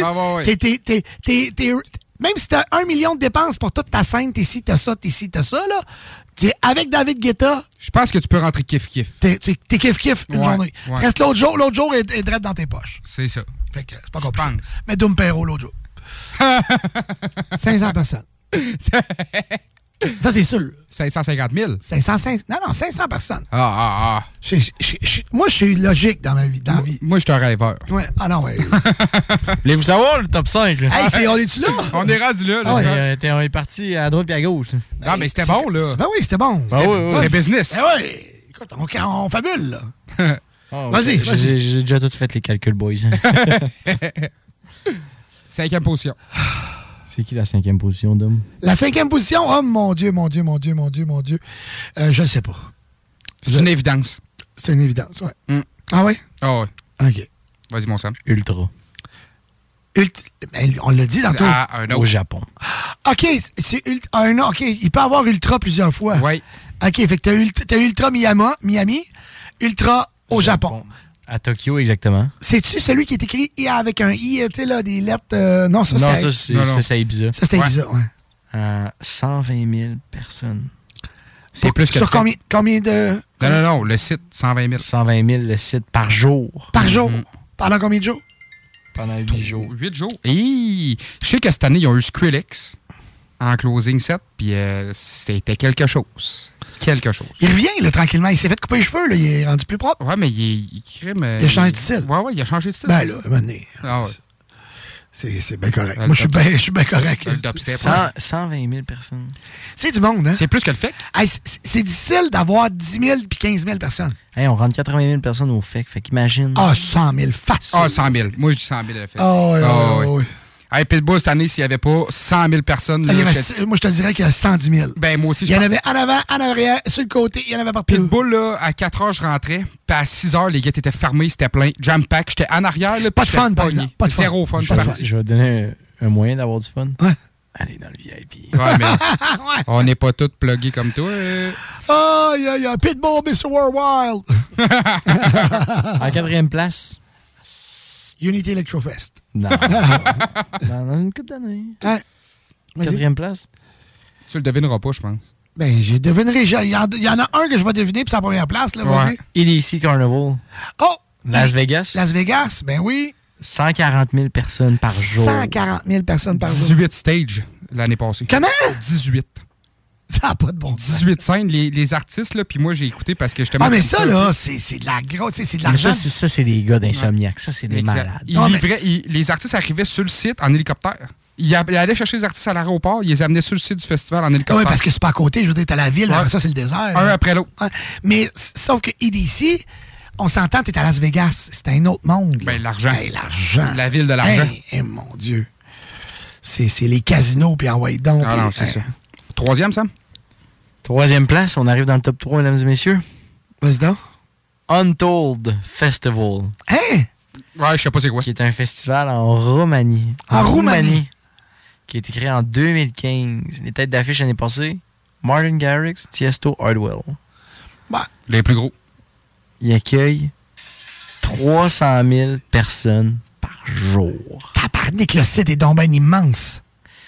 Même si t'as 1 million de dépenses pour toute ta scène, t'es ci, t'as ça, là. Avec David Guetta... Je pense que tu peux rentrer kiff-kiff. T'es kiff-kiff une journée. Ouais. Reste l'autre jour est direct dans tes poches. C'est ça. Fait que c'est pas compliqué. Mais Doom Perro l'autre jour. 500 personnes. Ça, c'est sûr. 550 000? 500 personnes. Moi, je suis logique dans ma vie. Moi, je suis un rêveur. Ouais. Ah non, ouais. Voulez-vous savoir le top 5? Là? Hey, on est-tu là? On est rendu là. On est parti à droite et à gauche. Là. Non, mais c'était bon, là. Ben oui, c'était bon. C'était business. Ben oui. Écoute, on fabule, là. Vas-y. J'ai déjà tout fait les calculs, boys. 5e position. C'est qui la 5e position, Dom? La 5e position? Oh mon Dieu. Je ne sais pas. C'est une évidence. C'est une évidence, ouais. Ah oui? Ah oui. OK. Vas-y, mon Sam. Ultra. On l'a dit tantôt. Au Japon. OK, c'est OK, il peut avoir Ultra plusieurs fois. Oui. OK, fait que t'as Ultra Miami, Ultra au Japon. À Tokyo, exactement. C'est-tu celui qui est écrit avec un I, tu sais, là, des lettres... Non, ça, c'est Ibiza. Ça, c'était Ibiza, ouais. 120 000 personnes. C'est plus que... Sur combien de... Non, le site, 120 000. 120 000 le site par jour. Par jour? Pendant combien de jours? Pendant 8 jours. 8 jours. Et je sais que cette année, ils ont eu Skrillex en closing set, puis c'était quelque chose. Il revient, là, tranquillement. Il s'est fait couper les cheveux, là. Il est rendu plus propre. Ouais, mais il a changé de style. Ouais, il a changé de style. Ben là, maintenant. Ah ouais. C'est bien correct. Moi, je suis bien correct. 120 000 personnes. C'est du monde, hein? C'est plus que le FEC. Hey, c'est difficile d'avoir 10 000 puis 15 000 personnes. Hey, on rentre 80 000 personnes au FEC. Fait qu'imagine. 100 000, facile. 100 000. Moi, je dis 100 000 le FEC. Oui. Hey, Pitbull, cette année, s'il n'y avait pas 100 000 personnes... Là, moi, je te dirais qu'il y a 110 000. Ben, moi aussi, il y en avait en avant, en arrière, sur le côté, il y en avait partout. Pitbull, là, à 4 heures, je rentrais. Puis à 6 heures, les gates étaient fermés, c'était plein. Jam pack, j'étais en arrière. Là, pas de fun, par exemple. Zéro fun. Je vais donner un moyen d'avoir du fun? Ouais. Allez dans le VIP. Ouais, mais on n'est pas tous pluggés comme toi. Oh, il y a Pitbull, Mr. Worldwide. En 4e place. Unity Electrofest. Non. Dans une couple d'années. Ouais. 4e place. Tu le devineras pas, je pense. Ben, j'ai devinerai. Il y en a un que je vais deviner, puis c'est la première place. Là, Ouais. EDC Carnival. Oh! Las Vegas. Las Vegas, ben oui. 140 000 personnes par jour. 140 000 personnes par jour. 18 stages l'année passée. Comment? 18. Ça n'a pas de bon sens. 18 scènes, les artistes, là, puis moi, j'ai écouté parce que j'étais... Ah, mais ça, là, c'est de la grosse, c'est de l'argent. Ça, c'est des gars d'insomniaques. Ça, c'est des malades. Les artistes arrivaient sur le site en hélicoptère. Ils allaient chercher les artistes à l'aéroport, ils les amenaient sur le site du festival en hélicoptère. Oui, parce que c'est pas à côté. Je veux dire, t'as la ville, après ça, c'est le désert. Un après l'autre. Ouais. Mais, sauf que EDC... On s'entend, t'es à Las Vegas. C'est un autre monde. Ben, l'argent. Hey, l'argent. La ville de l'argent. Hey, mon Dieu. C'est les casinos, puis en white donc. Ah non, c'est ça. 3e, Sam? 3e place, on arrive dans le top 3, mesdames et messieurs. Vas-y donc. Untold Festival. Hein? Ouais, je sais pas c'est quoi. Qui est un festival en Roumanie. En Roumanie? Qui a été créé en 2015. Les têtes d'affiche l'année passée, Martin Garrix, Tiesto, Hardwell. Bah. Les plus gros. Il accueille 300 000 personnes par jour. Tabarnak, le site est donc bien immense.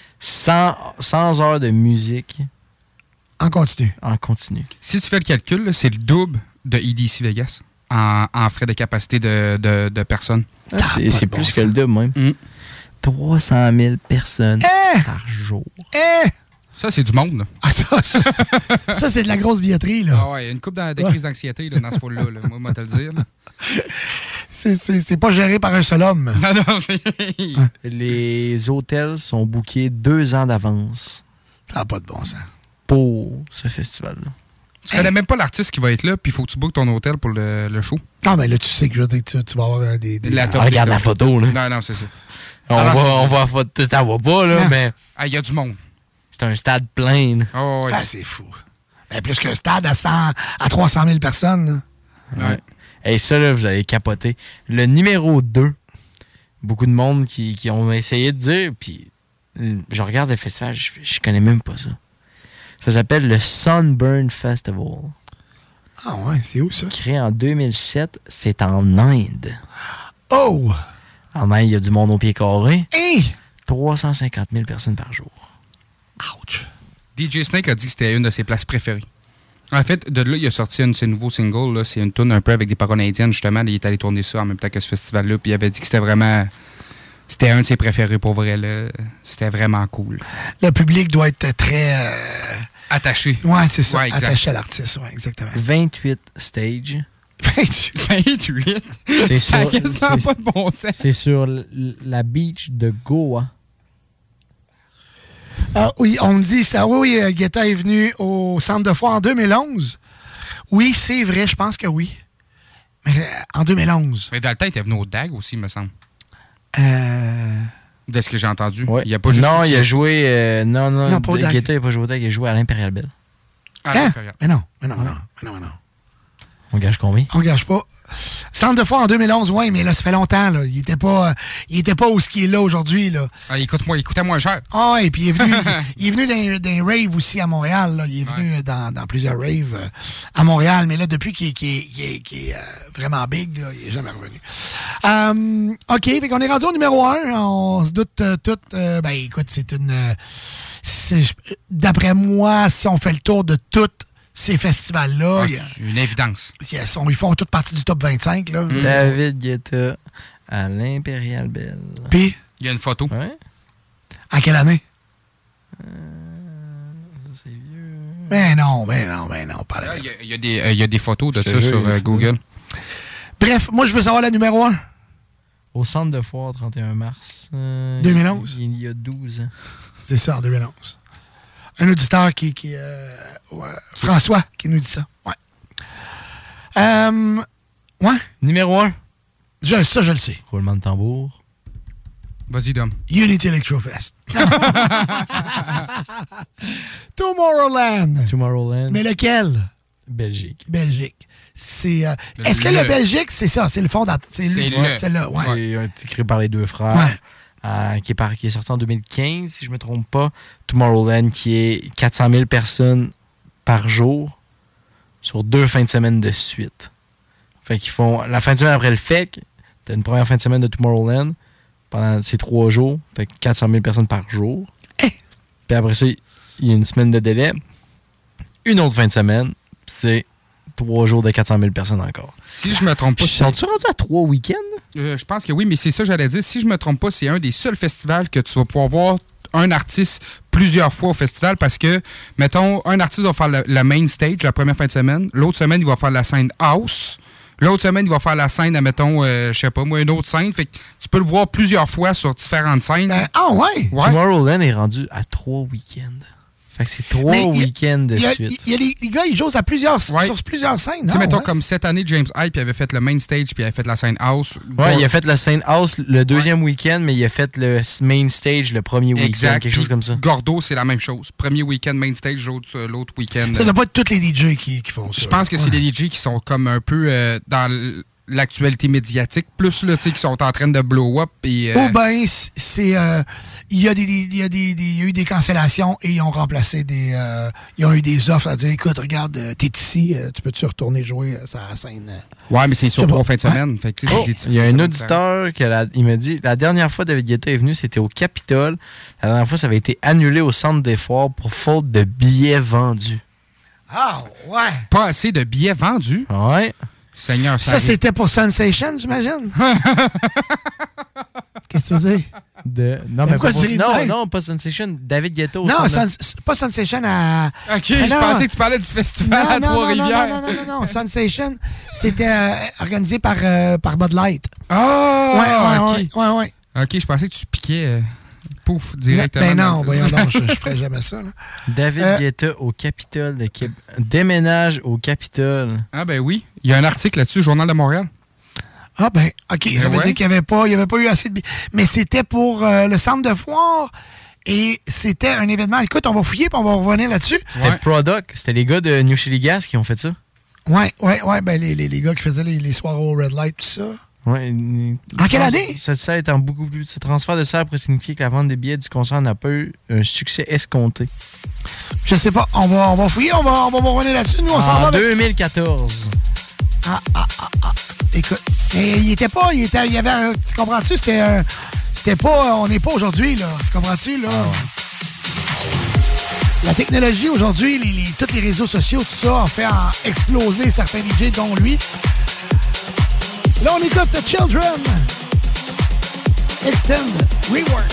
100 heures de musique. En continu. En continu. Si tu fais le calcul, là, c'est le double de EDC Vegas en frais de capacité de personnes. C'est plus que le double, même. 300 000 personnes par jour. Ça, c'est du monde. Ah, ça, c'est de la grosse billetterie, là. Ah ouais, une couple de crises d'anxiété là, dans ce foule-là. Là. Moi, te le dire. C'est pas géré par un seul homme. Non, Les hôtels sont bookés 2 ans d'avance. Ça n'a pas de bon sens. Pour ce festival-là. Tu connais même pas l'artiste qui va être là, puis il faut que tu bookes ton hôtel pour le show. Non, mais là, tu sais que tu vas avoir des... Regarde la photo, là. Non, c'est ça. On va tout t'en vois pas, là, mais... Il y a du monde. C'est un stade plein. Oh, ouais. Ah, c'est fou. Ben, plus qu'un stade à 300 000 personnes. Là. Ouais. Et ça, là, vous allez capoter. Le numéro 2, beaucoup de monde qui ont essayé de dire, puis je regarde le festival, je connais même pas ça. Ça s'appelle le Sunburn Festival. Ah ouais, c'est où ça? Créé en 2007, c'est en Inde. Oh! En Inde, il y a du monde au pied carré. Hey! 350 000 personnes par jour. Ouch! DJ Snake a dit que c'était une de ses places préférées. En fait, de là, il a sorti un de ses nouveaux singles. Là. C'est une tune un peu avec des paroles indiennes, justement. Là, il est allé tourner ça en même temps que ce festival-là. Puis il avait dit que c'était vraiment... C'était un de ses préférés pour vrai. Là. C'était vraiment cool. Le public doit être très... attaché. Ouais, c'est ça. Ouais, attaché à l'artiste, ouais, exactement. 28 stages. 28? Ça n'a quasiment pas de bon sens. C'est sur la beach de Goa. Ah, oui, on me dit ça. Oui, Guetta est venu au centre de foire en 2011. Oui, c'est vrai, je pense que oui. Mais en 2011. Mais dans le temps, il était venu au DAG aussi, me semble. De ce que j'ai entendu. Ouais. Il a pas juste il a joué... non, pas au DAG. Guetta n'a pas joué au DAG, il a joué à l'Imperial Bell. Hein? Mais non. On gage combien? On gage pas. Centre de foire en 2011, oui, mais là, ça fait longtemps. Là. Il était pas où ce qu'il est là aujourd'hui. Là. Ah, il coûtait moins cher. Ah, et puis il est venu dans raves aussi à Montréal. Là. Il est venu dans plusieurs raves à Montréal, mais là, depuis qu'il est vraiment big, là, il est jamais revenu. OK, fait qu'on est rendu au numéro 1. On se doute tout. Ben, écoute, c'est d'après moi, si on fait le tour de toutes ces festivals-là... C'est une évidence. Ils font toutes partie du top 25. Là. David Guetta à l'Imperial Bell. Puis? Il y a une photo. Ouais. En quelle année? C'est vieux. Mais non. Pas la il y a des photos de ça sur Google. Bref, moi, je veux savoir la numéro 1. Au centre de foire, 31 mars. 2011? Il y a 12 ans. C'est ça, en 2011. Un auditeur François qui nous dit ça. Ouais. Ouais. Numéro 1. Ça, je le sais. Roulement de tambour. Vas-y, Dom. Unity Electrofest. Tomorrowland. Mais lequel? Belgique. C'est. Est-ce que le Belgique, c'est ça? C'est le fondateur. C'est là. Ouais. C'est écrit par les deux frères. Ouais. qui est sorti en 2015, si je ne me trompe pas. Tomorrowland, qui est 400 000 personnes par jour sur 2 fins de semaine de suite. Fait qu'ils font la fin de semaine après le FEC, t'as une première fin de semaine de Tomorrowland pendant ces 3 jours, t'as 400 000 personnes par jour. Puis après ça, il y a une semaine de délai. Une autre fin de semaine, c'est 3 jours de 400 000 personnes encore. Si je me trompe pas... Sont-tu rendus à 3 week-ends? Je pense que oui, mais c'est ça que j'allais dire. Si je me trompe pas, c'est un des seuls festivals que tu vas pouvoir voir un artiste plusieurs fois au festival parce que, mettons, un artiste va faire le main stage la première fin de semaine. L'autre semaine, il va faire la scène house. L'autre semaine, il va faire la scène, admettons, je sais pas moi, une autre scène. Fait que tu peux le voir plusieurs fois sur différentes scènes. Ouais? Tomorrowland est rendu à 3 week-ends. Fait que c'est 3 week-ends de suite. Il y a les gars, ils jouent sur plusieurs scènes. Tu sais, mettons, comme cette année, James Hype, il avait fait le main stage, puis il avait fait la scène house. Ouais, il a fait la scène house le deuxième week-end, mais il a fait le main stage le premier week-end, quelque chose comme ça. Gordo, c'est la même chose. Premier week-end, main stage, l'autre week-end. Ça doit pas être tous les DJ qui font ça. Je pense que c'est les DJ qui sont comme un peu dans l'actualité médiatique, plus là, qui sont en train de blow up. Ou bien, c'est... Il y a eu des cancellations et ils ont remplacé ils ont eu des offres à dire, écoute, regarde, t'es ici, tu peux-tu retourner jouer sur la scène? Ouais, mais c'est sur 3 fins de semaine. Fait que, il y a un auditeur il m'a dit, la dernière fois David Guetta est venu, c'était au Capitole. La dernière fois, ça avait été annulé au centre des foires pour faute de billets vendus. Ah, ouais! Pas assez de billets vendus? Ouais. Seigneur, ça c'était pour Sensation, j'imagine? Qu'est-ce que tu veux dire? Non, pas Sensation. David Guetta. Non, pas Sensation à... OK, je pensais que tu parlais du festival à Trois-Rivières. Non. Sensation, c'était organisé par Bud Light. Ouais. OK, je pensais que tu piquais... Pouf, directement. Ben non, voyons donc, je ferais jamais ça. Là. David Guetta au Capitole de Québec. Déménage au Capitole. Ah ben oui. Il y a un article là-dessus, Journal de Montréal. Ah ben, OK. Ça veut dire qu'il n'y avait pas eu assez de billets. Mais c'était pour le centre de foire et c'était un événement. Écoute, on va fouiller puis on va revenir là-dessus. C'était Product. C'était les gars de New Chili Gas qui ont fait ça. Ouais. Ben les gars qui faisaient les soirées au Red Light, tout ça. Ouais, en quelle année? Cette serre étant beaucoup plus... Ce transfert de serre pourrait signifier que la vente des billets du concert n'a pas eu un succès escompté. Je sais pas. On va fouiller, on va revenir là-dessus. Nous, on s'en va. En 2014. Écoute, il était pas... Il y avait un... Tu comprends-tu? C'était pas... On n'est pas aujourd'hui, là. Tu comprends-tu, là? La technologie, aujourd'hui, tous les réseaux sociaux, tout ça, ont fait exploser certains DJ, dont lui. Là, on écoute The Children. Extend, Rework.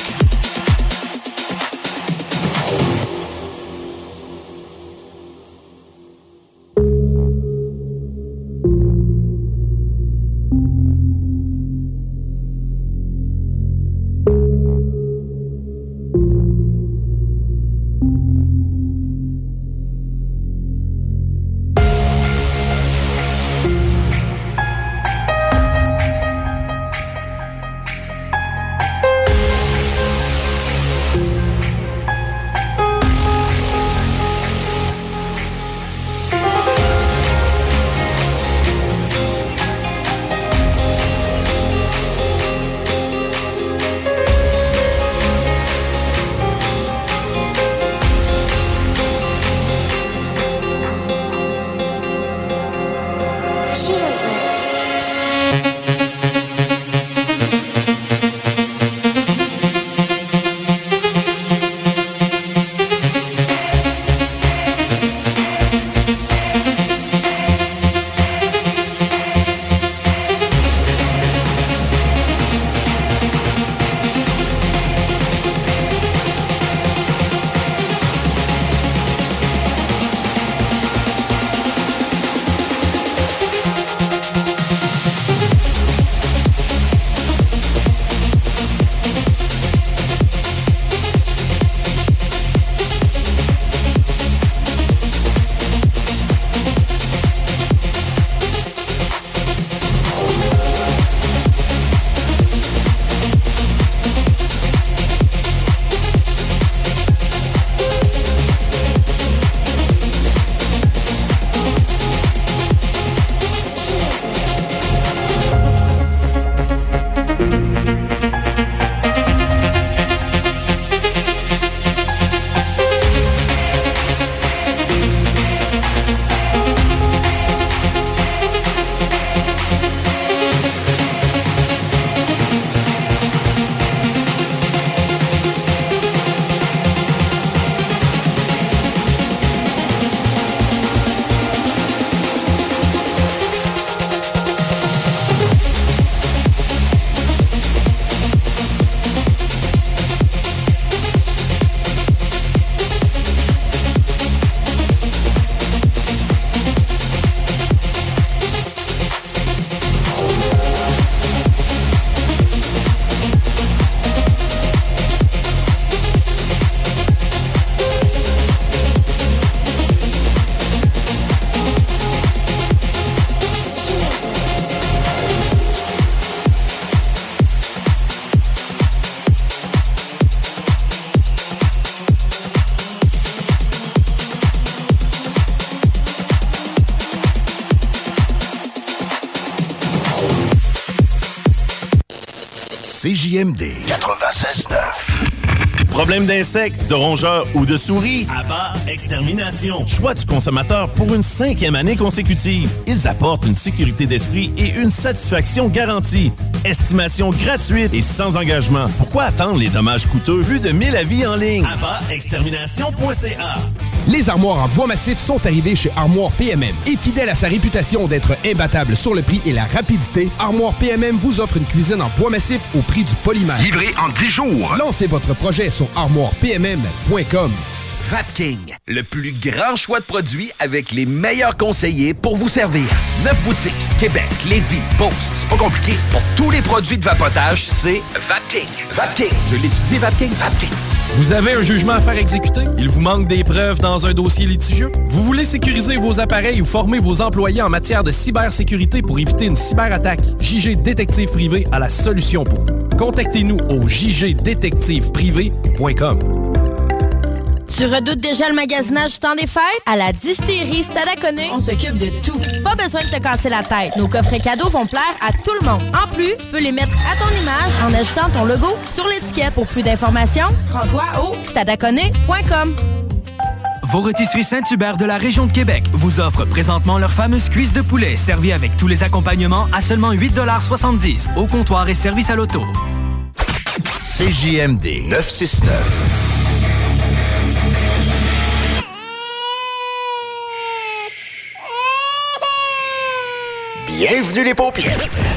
CJMD 96.9. Problème d'insectes, de rongeurs ou de souris? Abba Extermination. Choix du consommateur pour une 5e année consécutive. Ils apportent une sécurité d'esprit et une satisfaction garantie. Estimation gratuite et sans engagement. Pourquoi attendre les dommages coûteux? Plus de 1000 avis en ligne. AbbaExtermination.ca. Les armoires en bois massif sont arrivées chez Armoire PMM. Et fidèle à sa réputation d'être imbattable sur le prix et la rapidité, Armoire PMM vous offre une cuisine en bois massif au prix du polymère. Livré en 10 jours. Lancez votre projet sur armoirepmm.com. Vapking, le plus grand choix de produits avec les meilleurs conseillers pour vous servir. 9 boutiques, Québec, Lévis, Beauce. C'est pas compliqué. Pour tous les produits de vapotage, c'est Vapking. Vapking. Je l'étudie, Vapking. Vapking. Vous avez un jugement à faire exécuter? Il vous manque des preuves dans un dossier litigieux? Vous voulez sécuriser vos appareils ou former vos employés en matière de cybersécurité pour éviter une cyberattaque? JG Détective Privé a la solution pour vous. Contactez-nous au jgdétectiveprivé.com. Tu redoutes déjà le magasinage du temps des fêtes? À la distillerie Stadaconé, on s'occupe de tout. Pas besoin de te casser la tête. Nos coffrets cadeaux vont plaire à tout le monde. En plus, tu peux les mettre à ton image en ajoutant ton logo sur l'étiquette. Pour plus d'informations, rends-toi au stadaconé.com. Vos rôtisseries Saint-Hubert de la région de Québec vous offrent présentement leur fameuse cuisse de poulet servie avec tous les accompagnements à seulement 8,70 $ au comptoir et service à l'auto. CJMD 969. Bienvenue les paupières.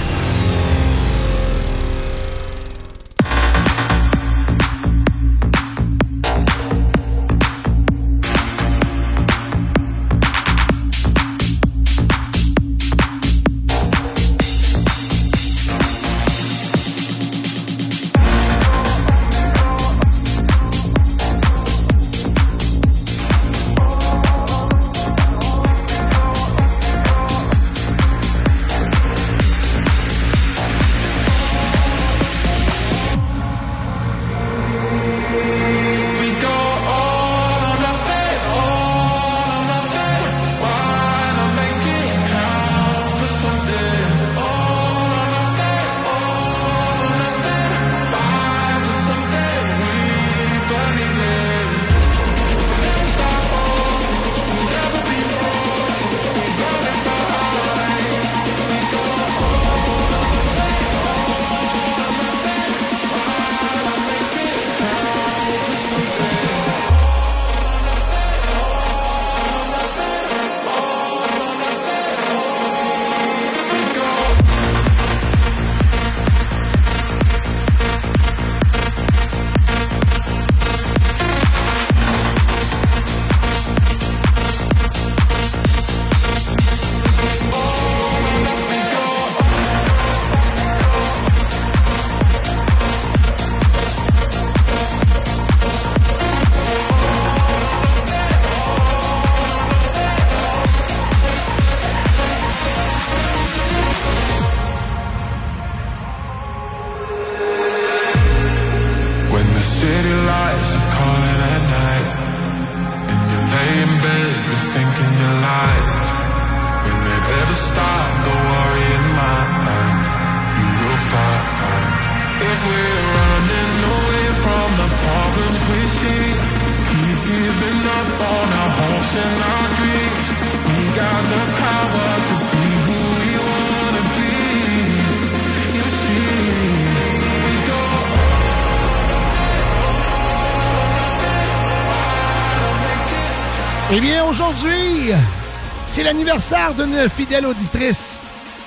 Eh bien, aujourd'hui, c'est l'anniversaire d'une fidèle auditrice.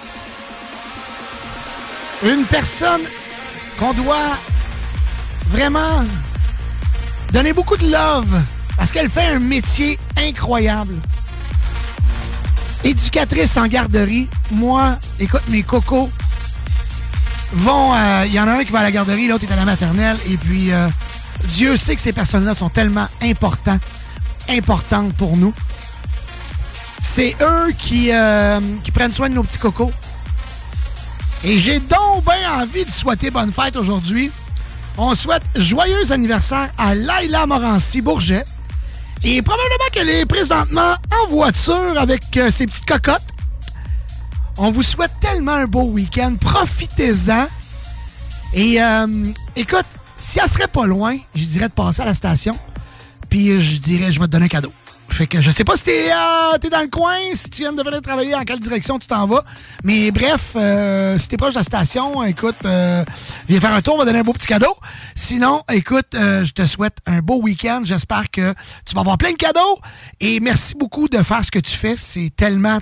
Une personne qu'on doit vraiment donner beaucoup de love parce qu'elle fait un métier incroyable. Éducatrice en garderie. Moi, écoute, mes cocos vont... Il y en a un qui va à la garderie, l'autre est à la maternelle. Et puis, Dieu sait que ces personnes-là sont tellement importantes pour nous. C'est eux qui prennent soin de nos petits cocos. Et j'ai donc bien envie de souhaiter bonne fête aujourd'hui. On souhaite joyeux anniversaire à Laila Morancy-Bourget. Et probablement qu'elle est présentement en voiture avec ses petites cocottes. On vous souhaite tellement un beau week-end. Profitez-en. Et écoute, si elle serait pas loin, je dirais de passer à la station, puis je dirais, je vais te donner un cadeau. Fait que je sais pas si t'es dans le coin, si tu viens de venir travailler, en quelle direction tu t'en vas. Mais bref, si t'es proche de la station, écoute, viens faire un tour, on va donner un beau petit cadeau. Sinon, écoute, je te souhaite un beau week-end. J'espère que tu vas avoir plein de cadeaux. Et merci beaucoup de faire ce que tu fais. C'est tellement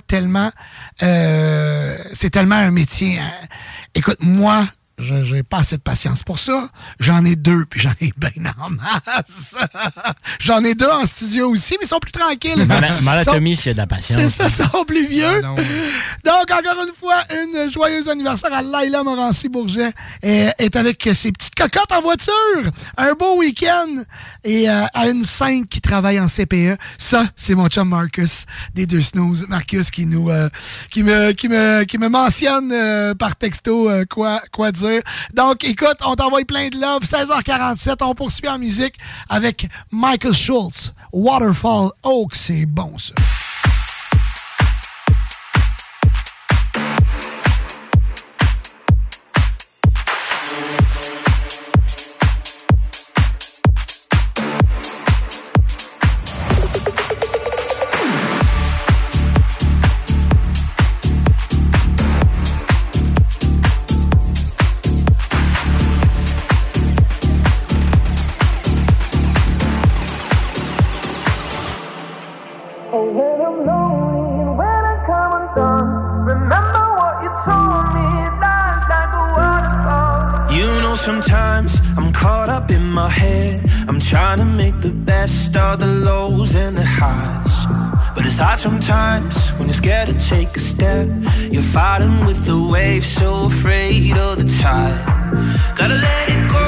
un métier. Écoute, moi, j'ai pas assez de patience pour ça. J'en ai 2, puis j'en ai bien en masse. J'en ai 2 en studio aussi, mais ils sont plus tranquilles. Malatomie, s'il y a de la patience. C'est ça, ils sont plus vieux. Donc, encore une fois, une joyeuse anniversaire à Laila Morancy-Bourget. Est avec ses petites cocottes en voiture. Un beau week-end. Et à une 5 qui travaille en CPE. Ça, c'est mon chum Marcus, des 2 snooze. Marcus qui me mentionne par texto quoi dire. Donc, écoute, on t'envoie plein de love. 16h47, on poursuit en musique avec Michael Schultz. Waterfall. Oh, que c'est bon, ça. Sometimes I'm caught up in my head. I'm trying to make the best of the lows and the highs. But it's hard sometimes when you're scared to take a step. You're fighting with the waves, so afraid of the tide. Gotta let it go.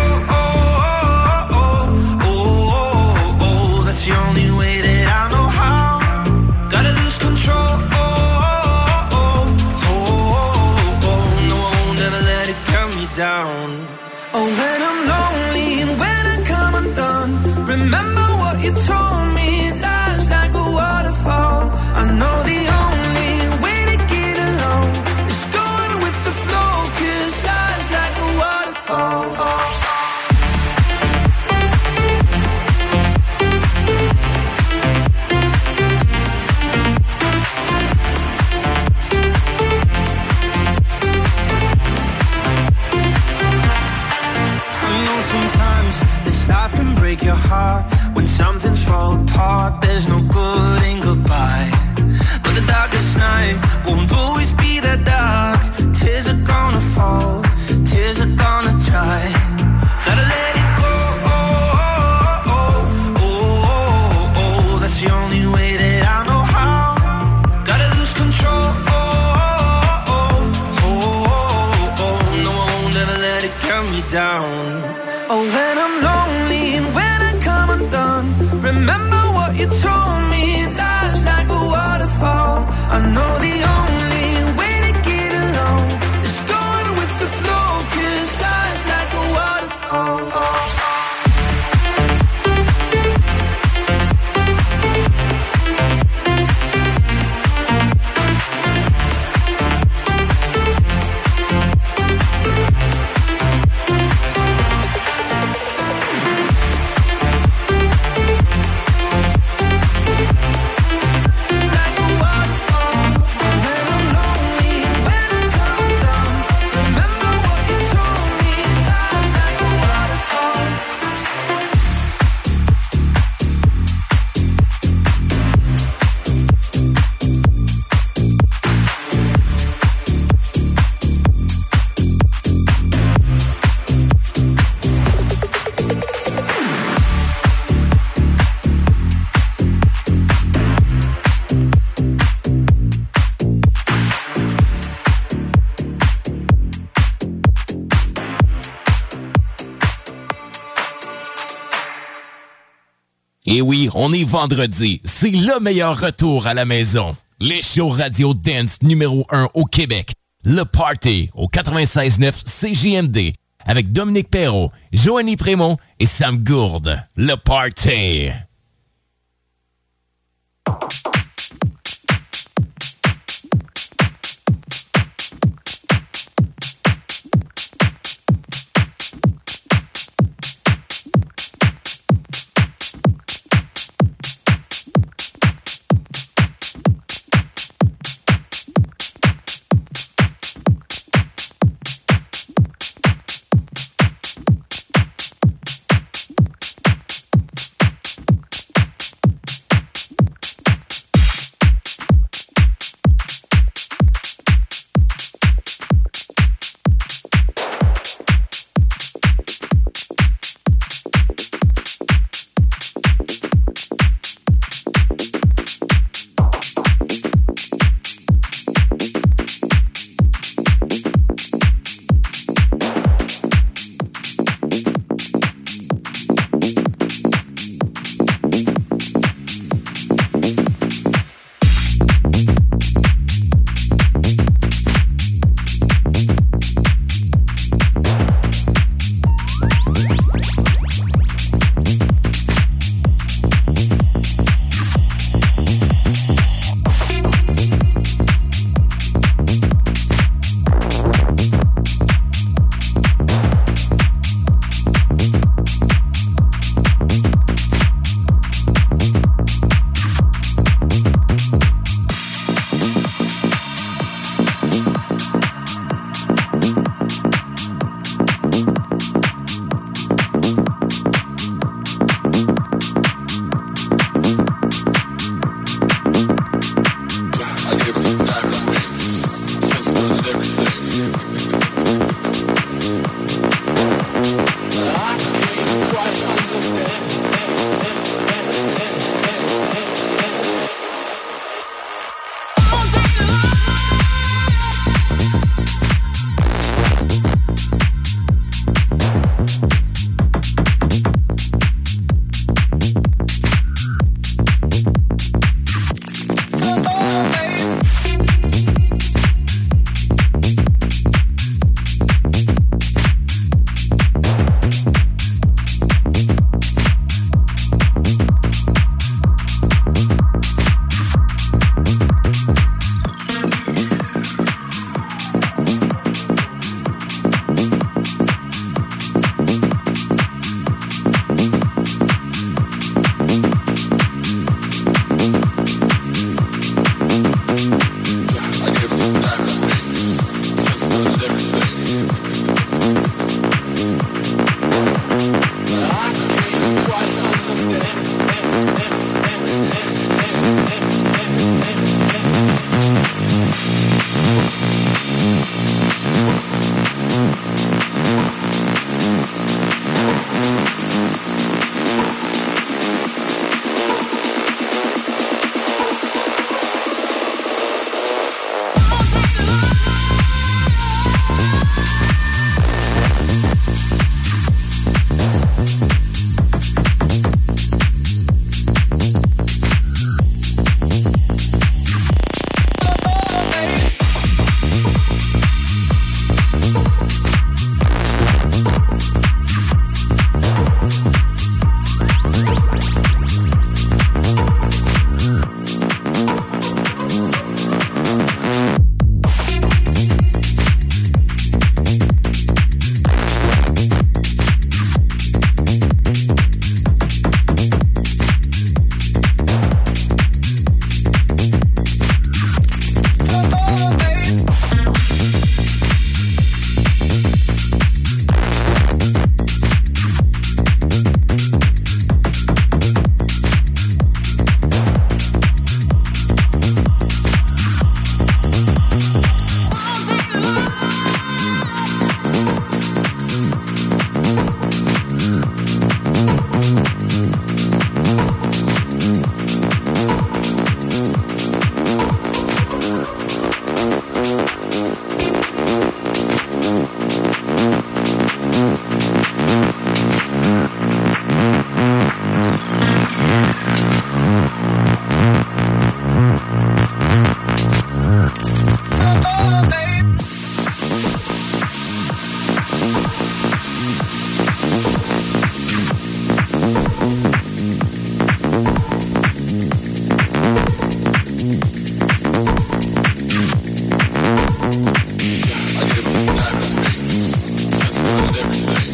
That's the only way that I know how. Gotta lose control. No, I won't ever let it cut me down. Oh, when I'm lonely and when I come undone, remember what you told me, life's like a waterfall. I know the only way to get along is going with the flow, 'cause life's like a waterfall. Sometimes this life can break your heart. When something's fall apart, there's no good in goodbye. But the darkest night won't always be that dark. Tears are gonna fall, tears are gonna dry. Gotta let it go. That's the only way that I know how. Gotta lose control. No, I won't ever let it cut me down. Oh, when I'm lonely and when I come undone, remember what you told me, life's like a waterfall. I know the only way to get along is going with the flow, 'cause life's like a waterfall. Et oui, on est vendredi. C'est le meilleur retour à la maison. Les shows radio dance numéro 1 au Québec. Le Party au 96.9 CJMD. Avec Dominique Perrault, Joanie Prémont et Sam Gourde. Le Party.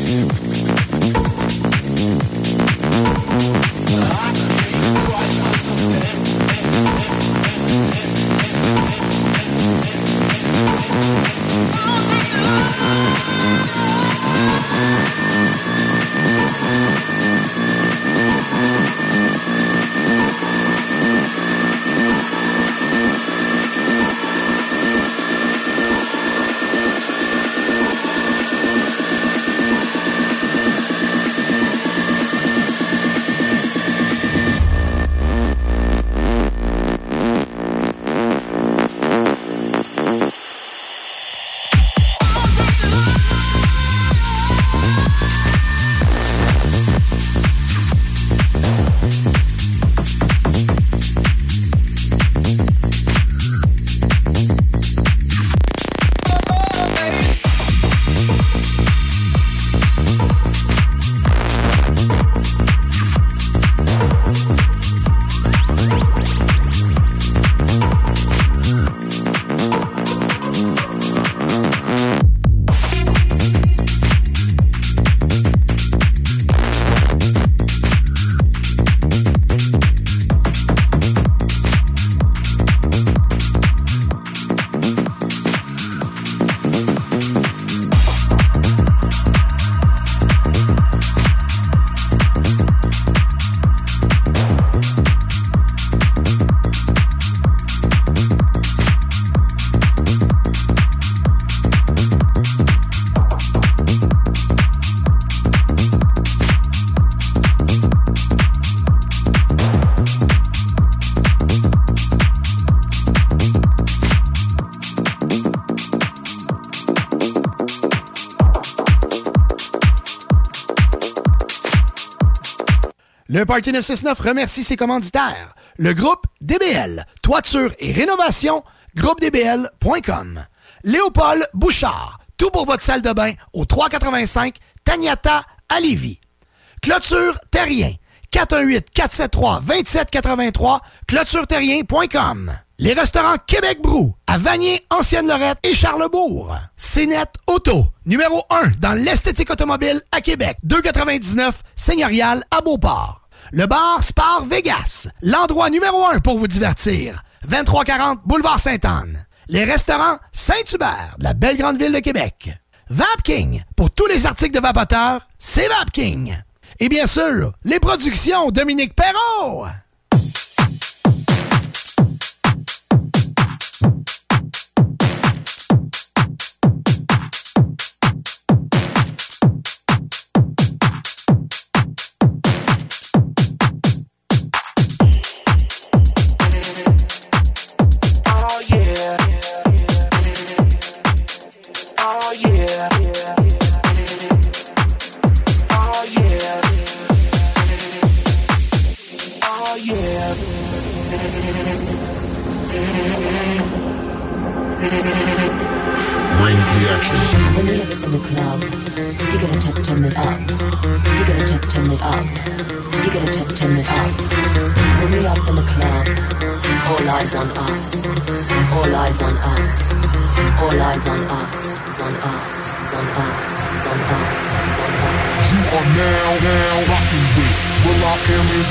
Le Party 969 remercie ses commanditaires. Le groupe DBL, toiture et rénovation, groupedbl.com. Léopold Bouchard, tout pour votre salle de bain au 385 Taniata à Lévis. Clôture Terrien, 418-473-2783, clôtureterrien.com. Les restaurants Québec Brou, à Vanier, Ancienne-Lorette et Charlebourg. CNET Auto, numéro 1 dans l'esthétique automobile à Québec, 299 Seigneurial à Beauport. Le bar Spar Vegas, l'endroit numéro 1 pour vous divertir, 2340 Boulevard Sainte-Anne. Les restaurants Saint-Hubert, de la belle grande ville de Québec. Vapking, pour tous les articles de vapoteurs, c'est Vapking. Et bien sûr, les productions Dominique Perrault. When you have this in the club, you gotta turn it up. You gotta turn it up. You gotta turn it up. When we up in the club, all eyes on us. All eyes on us. All eyes on us. It's on us. It's on us. It's on us. It's on us. You are now rocking with Will I Am in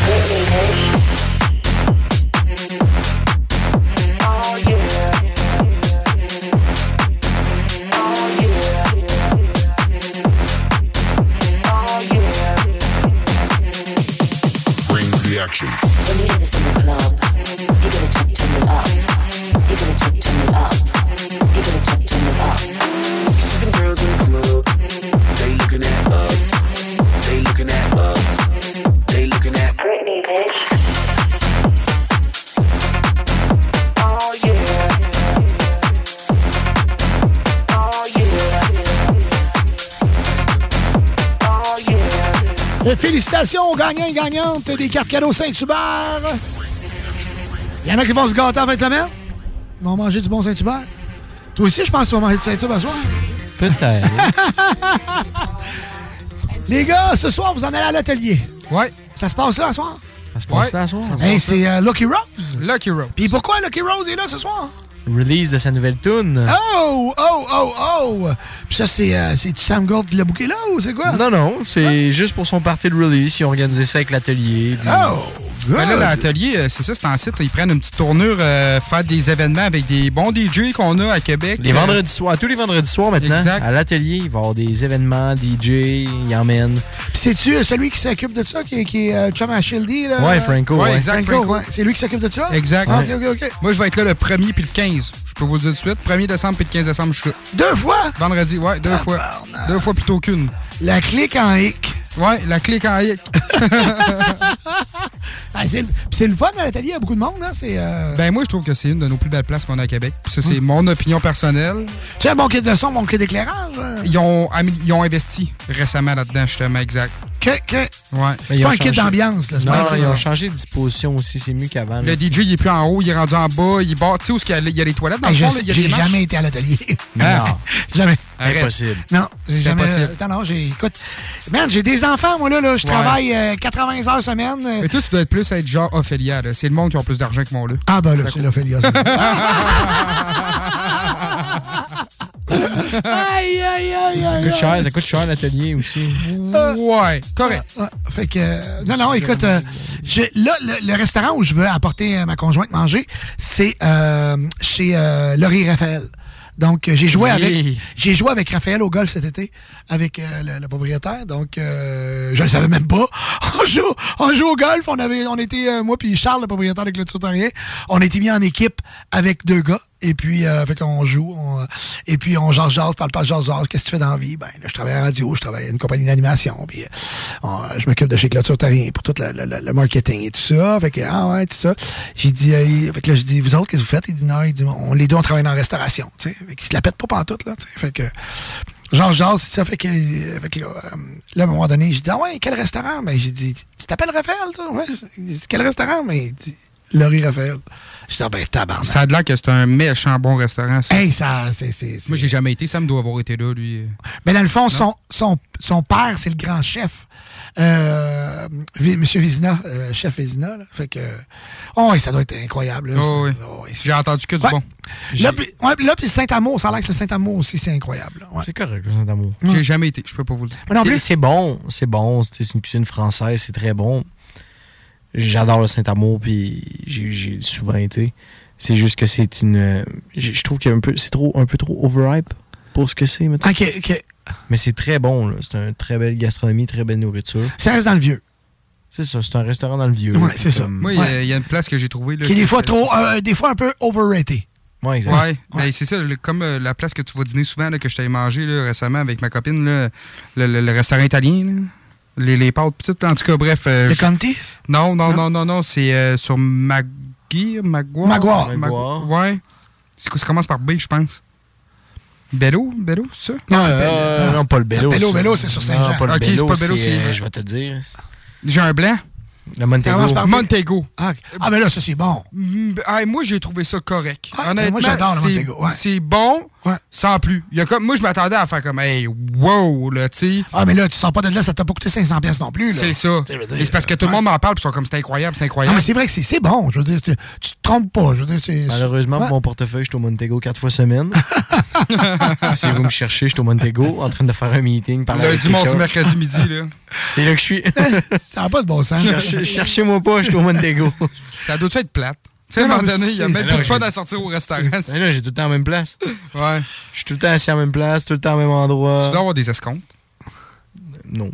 action. When you hear this in the club, you gotta turn it up. You gotta turn it up. You gotta turn it up. See them girls in the club, they looking at us. They looking at us. They looking at Britney, bitch. Oh yeah. Oh yeah. Oh yeah. Félicitations aux gagnants et gagnantes des cartes cadeaux Saint-Hubert. Il y en a qui vont se gâter en fin de semaine. Ils vont manger du bon Saint-Hubert. Toi aussi, je pense que tu vas manger du Saint-Hubert ce soir. Peut-être. Les gars, ce soir, vous en allez à l'atelier. Ouais. Ça se passe là, ce soir? Ça se passe là, ce soir? Hey, c'est Lucky Rose. Lucky Rose. Puis pourquoi Lucky Rose est là ce soir? Release de sa nouvelle tune. Oh! Puis ça, c'est-tu Sam Gold qui l'a booké là ou c'est quoi? Non, c'est juste pour son party de release. Ils ont organisé ça avec l'atelier. Puis... Oh! Ben là, l'atelier, c'est ça, c'est en site. Ils prennent une petite tournure, faire des événements avec des bons DJ qu'on a à Québec. Les vendredis soirs, tous les vendredis soirs maintenant, exact. À l'atelier, il va y avoir des événements, DJ, ils emmènent. Puis c'est-tu celui qui s'occupe de ça, qui est chum à Shildy? Là? Ouais, Franco. Ouais, exact, Franco. Ouais. C'est lui qui s'occupe de ça? Exact. Ah, OK. Moi, je vais être là le 1er puis le 15. Je peux vous le dire tout de suite. 1er décembre puis le 15 décembre, je suis là. 2 fois? Vendredi, ouais, 2 fois. 2 fois plutôt qu'une. La clique en hic. Ouais, la clique en hic. C'est le fun à l'atelier, il y a beaucoup de monde, hein? Ben moi, je trouve que c'est une de nos plus belles places qu'on a à Québec. Puis ça, c'est mon opinion personnelle. Tu as un bon kit de son, bon kit d'éclairage? Ils ont investi récemment là-dedans, justement, exact. Ouais. C'est pas un kit d'ambiance, là. Non, ils ont changé de disposition aussi, c'est mieux qu'avant. Le DJ, il est plus en haut, il est rendu en bas, il barre. Tu sais où il y a les toilettes dans le fond? J'ai jamais été à l'atelier. Non. Jamais. Impossible. Non, j'ai jamais. Non, écoute, man, j'ai des enfants, moi, là. Je travaille 80 heures semaine. Mais toi, tu dois être plus être genre Ophélia, là. C'est le monde qui a plus d'argent que moi, là. Ah, ben là, c'est l'Ophélia, ça. Aïe. Ça coûte cher l'atelier aussi. Ouais, correct. Fait que, non, écoute, le restaurant où je veux apporter ma conjointe manger, c'est chez Laurie Raphaël. Donc, j'ai joué avec Raphaël au golf cet été, avec le propriétaire. Donc, je ne savais même pas. On joue au golf. On était, moi puis Charles, le propriétaire de Clôture Terrien, on était mis en équipe avec 2 gars. Et puis, fait qu'on joue. Et puis, on jase, parle pas jase. Qu'est-ce que tu fais dans la vie? Ben, là, je travaille à la radio, je travaille à une compagnie d'animation. Puis, je m'occupe de chez Clôture Terrien pour tout le marketing et tout ça. Fait que, tout ça. J'ai dit, fait que là, je dis, vous autres, qu'est-ce que vous faites? Il dit, non, les deux, on travaille dans la restauration, tu sais. Fait qu'il se la pète pas pantoute, là, tu sais. Fait que, jase, c'est ça. Fait que là, à un moment donné, j'ai dit, quel restaurant? Ben, j'ai dit, tu t'appelles Raphaël, toi? Ouais. Il dit, quel restaurant? Ben, il dit, Laurie Raphaël. Je dis, tabarnak. Ça a l'air que c'est un méchant bon restaurant, ça. Hey, c'est... Moi, j'ai jamais été. Sam doit avoir été là, lui. Mais dans le fond, son père, c'est le grand chef. Monsieur Vézina, chef Vézina. Là. Fait que... ça doit être incroyable. Là, oui. J'ai entendu que du bon. Là, puis Saint-Amour, ça a l'air que le Saint-Amour aussi, c'est incroyable. Ouais. C'est correct, le Saint-Amour. J'ai jamais été. Je peux pas vous le dire. Mais non plus. C'est bon. C'est une cuisine française. C'est très bon. J'adore le Saint-Amour, puis j'ai souvent été. C'est juste que c'est une... Je trouve que c'est un peu trop overhype pour ce que c'est, maintenant. OK. Mais c'est très bon, là. C'est une très belle gastronomie, très belle nourriture. Ça reste dans le vieux. C'est ça, c'est un restaurant dans le vieux. Oui, c'est ça. Moi, il y a une place que j'ai trouvée... Là, qui est des fois un peu overrated. Oui, exactement. Ouais. C'est ça, comme la place que tu vas dîner souvent, là, que je t'avais mangé là, récemment avec ma copine, là, le restaurant italien, là. Les pâtes, pis tout. En tout cas, bref. Le Conti? Non. C'est sur Maguire. Ouais. Ça commence par B, je pense. Bello, c'est ça? Non, pas le Bello. Bello, c'est sur Saint-Jean. Non, pas le Bello, c'est pas le Bello, c'est... Je vais te le dire. J'ai un blanc. Le Montego. Mais là, ça, c'est bon. Moi, j'ai trouvé ça correct. Honnêtement, moi, j'adore le Montego. Ouais. C'est bon, sans plus. Moi, je m'attendais à faire comme, hey, wow, là, tu sais. Mais là, tu sors pas de là, ça t'a pas coûté 500$ non plus, là. C'est ça. C'est parce que tout le monde m'en parle, puis ils sont comme, c'est incroyable. Mais c'est vrai que c'est bon. Je veux dire, tu te trompes pas. Je veux dire, malheureusement, pour mon portefeuille, je suis au Montego 4 fois semaine. Si vous me cherchez, je suis au Montego, en train de faire un meeting. Lundi, mardi, mercredi, midi, là. C'est là que je suis. Ça n'a pas de bon sens. Cherchez-moi pas, je suis au Montego. Ça doit être plate. Tu sais, à un moment donné, il y a même plus de fun à sortir au restaurant. Là, j'ai tout le temps à la même place. Ouais. Je suis tout le temps assis à la même place, tout le temps au même endroit. Tu dois avoir des escomptes. Non.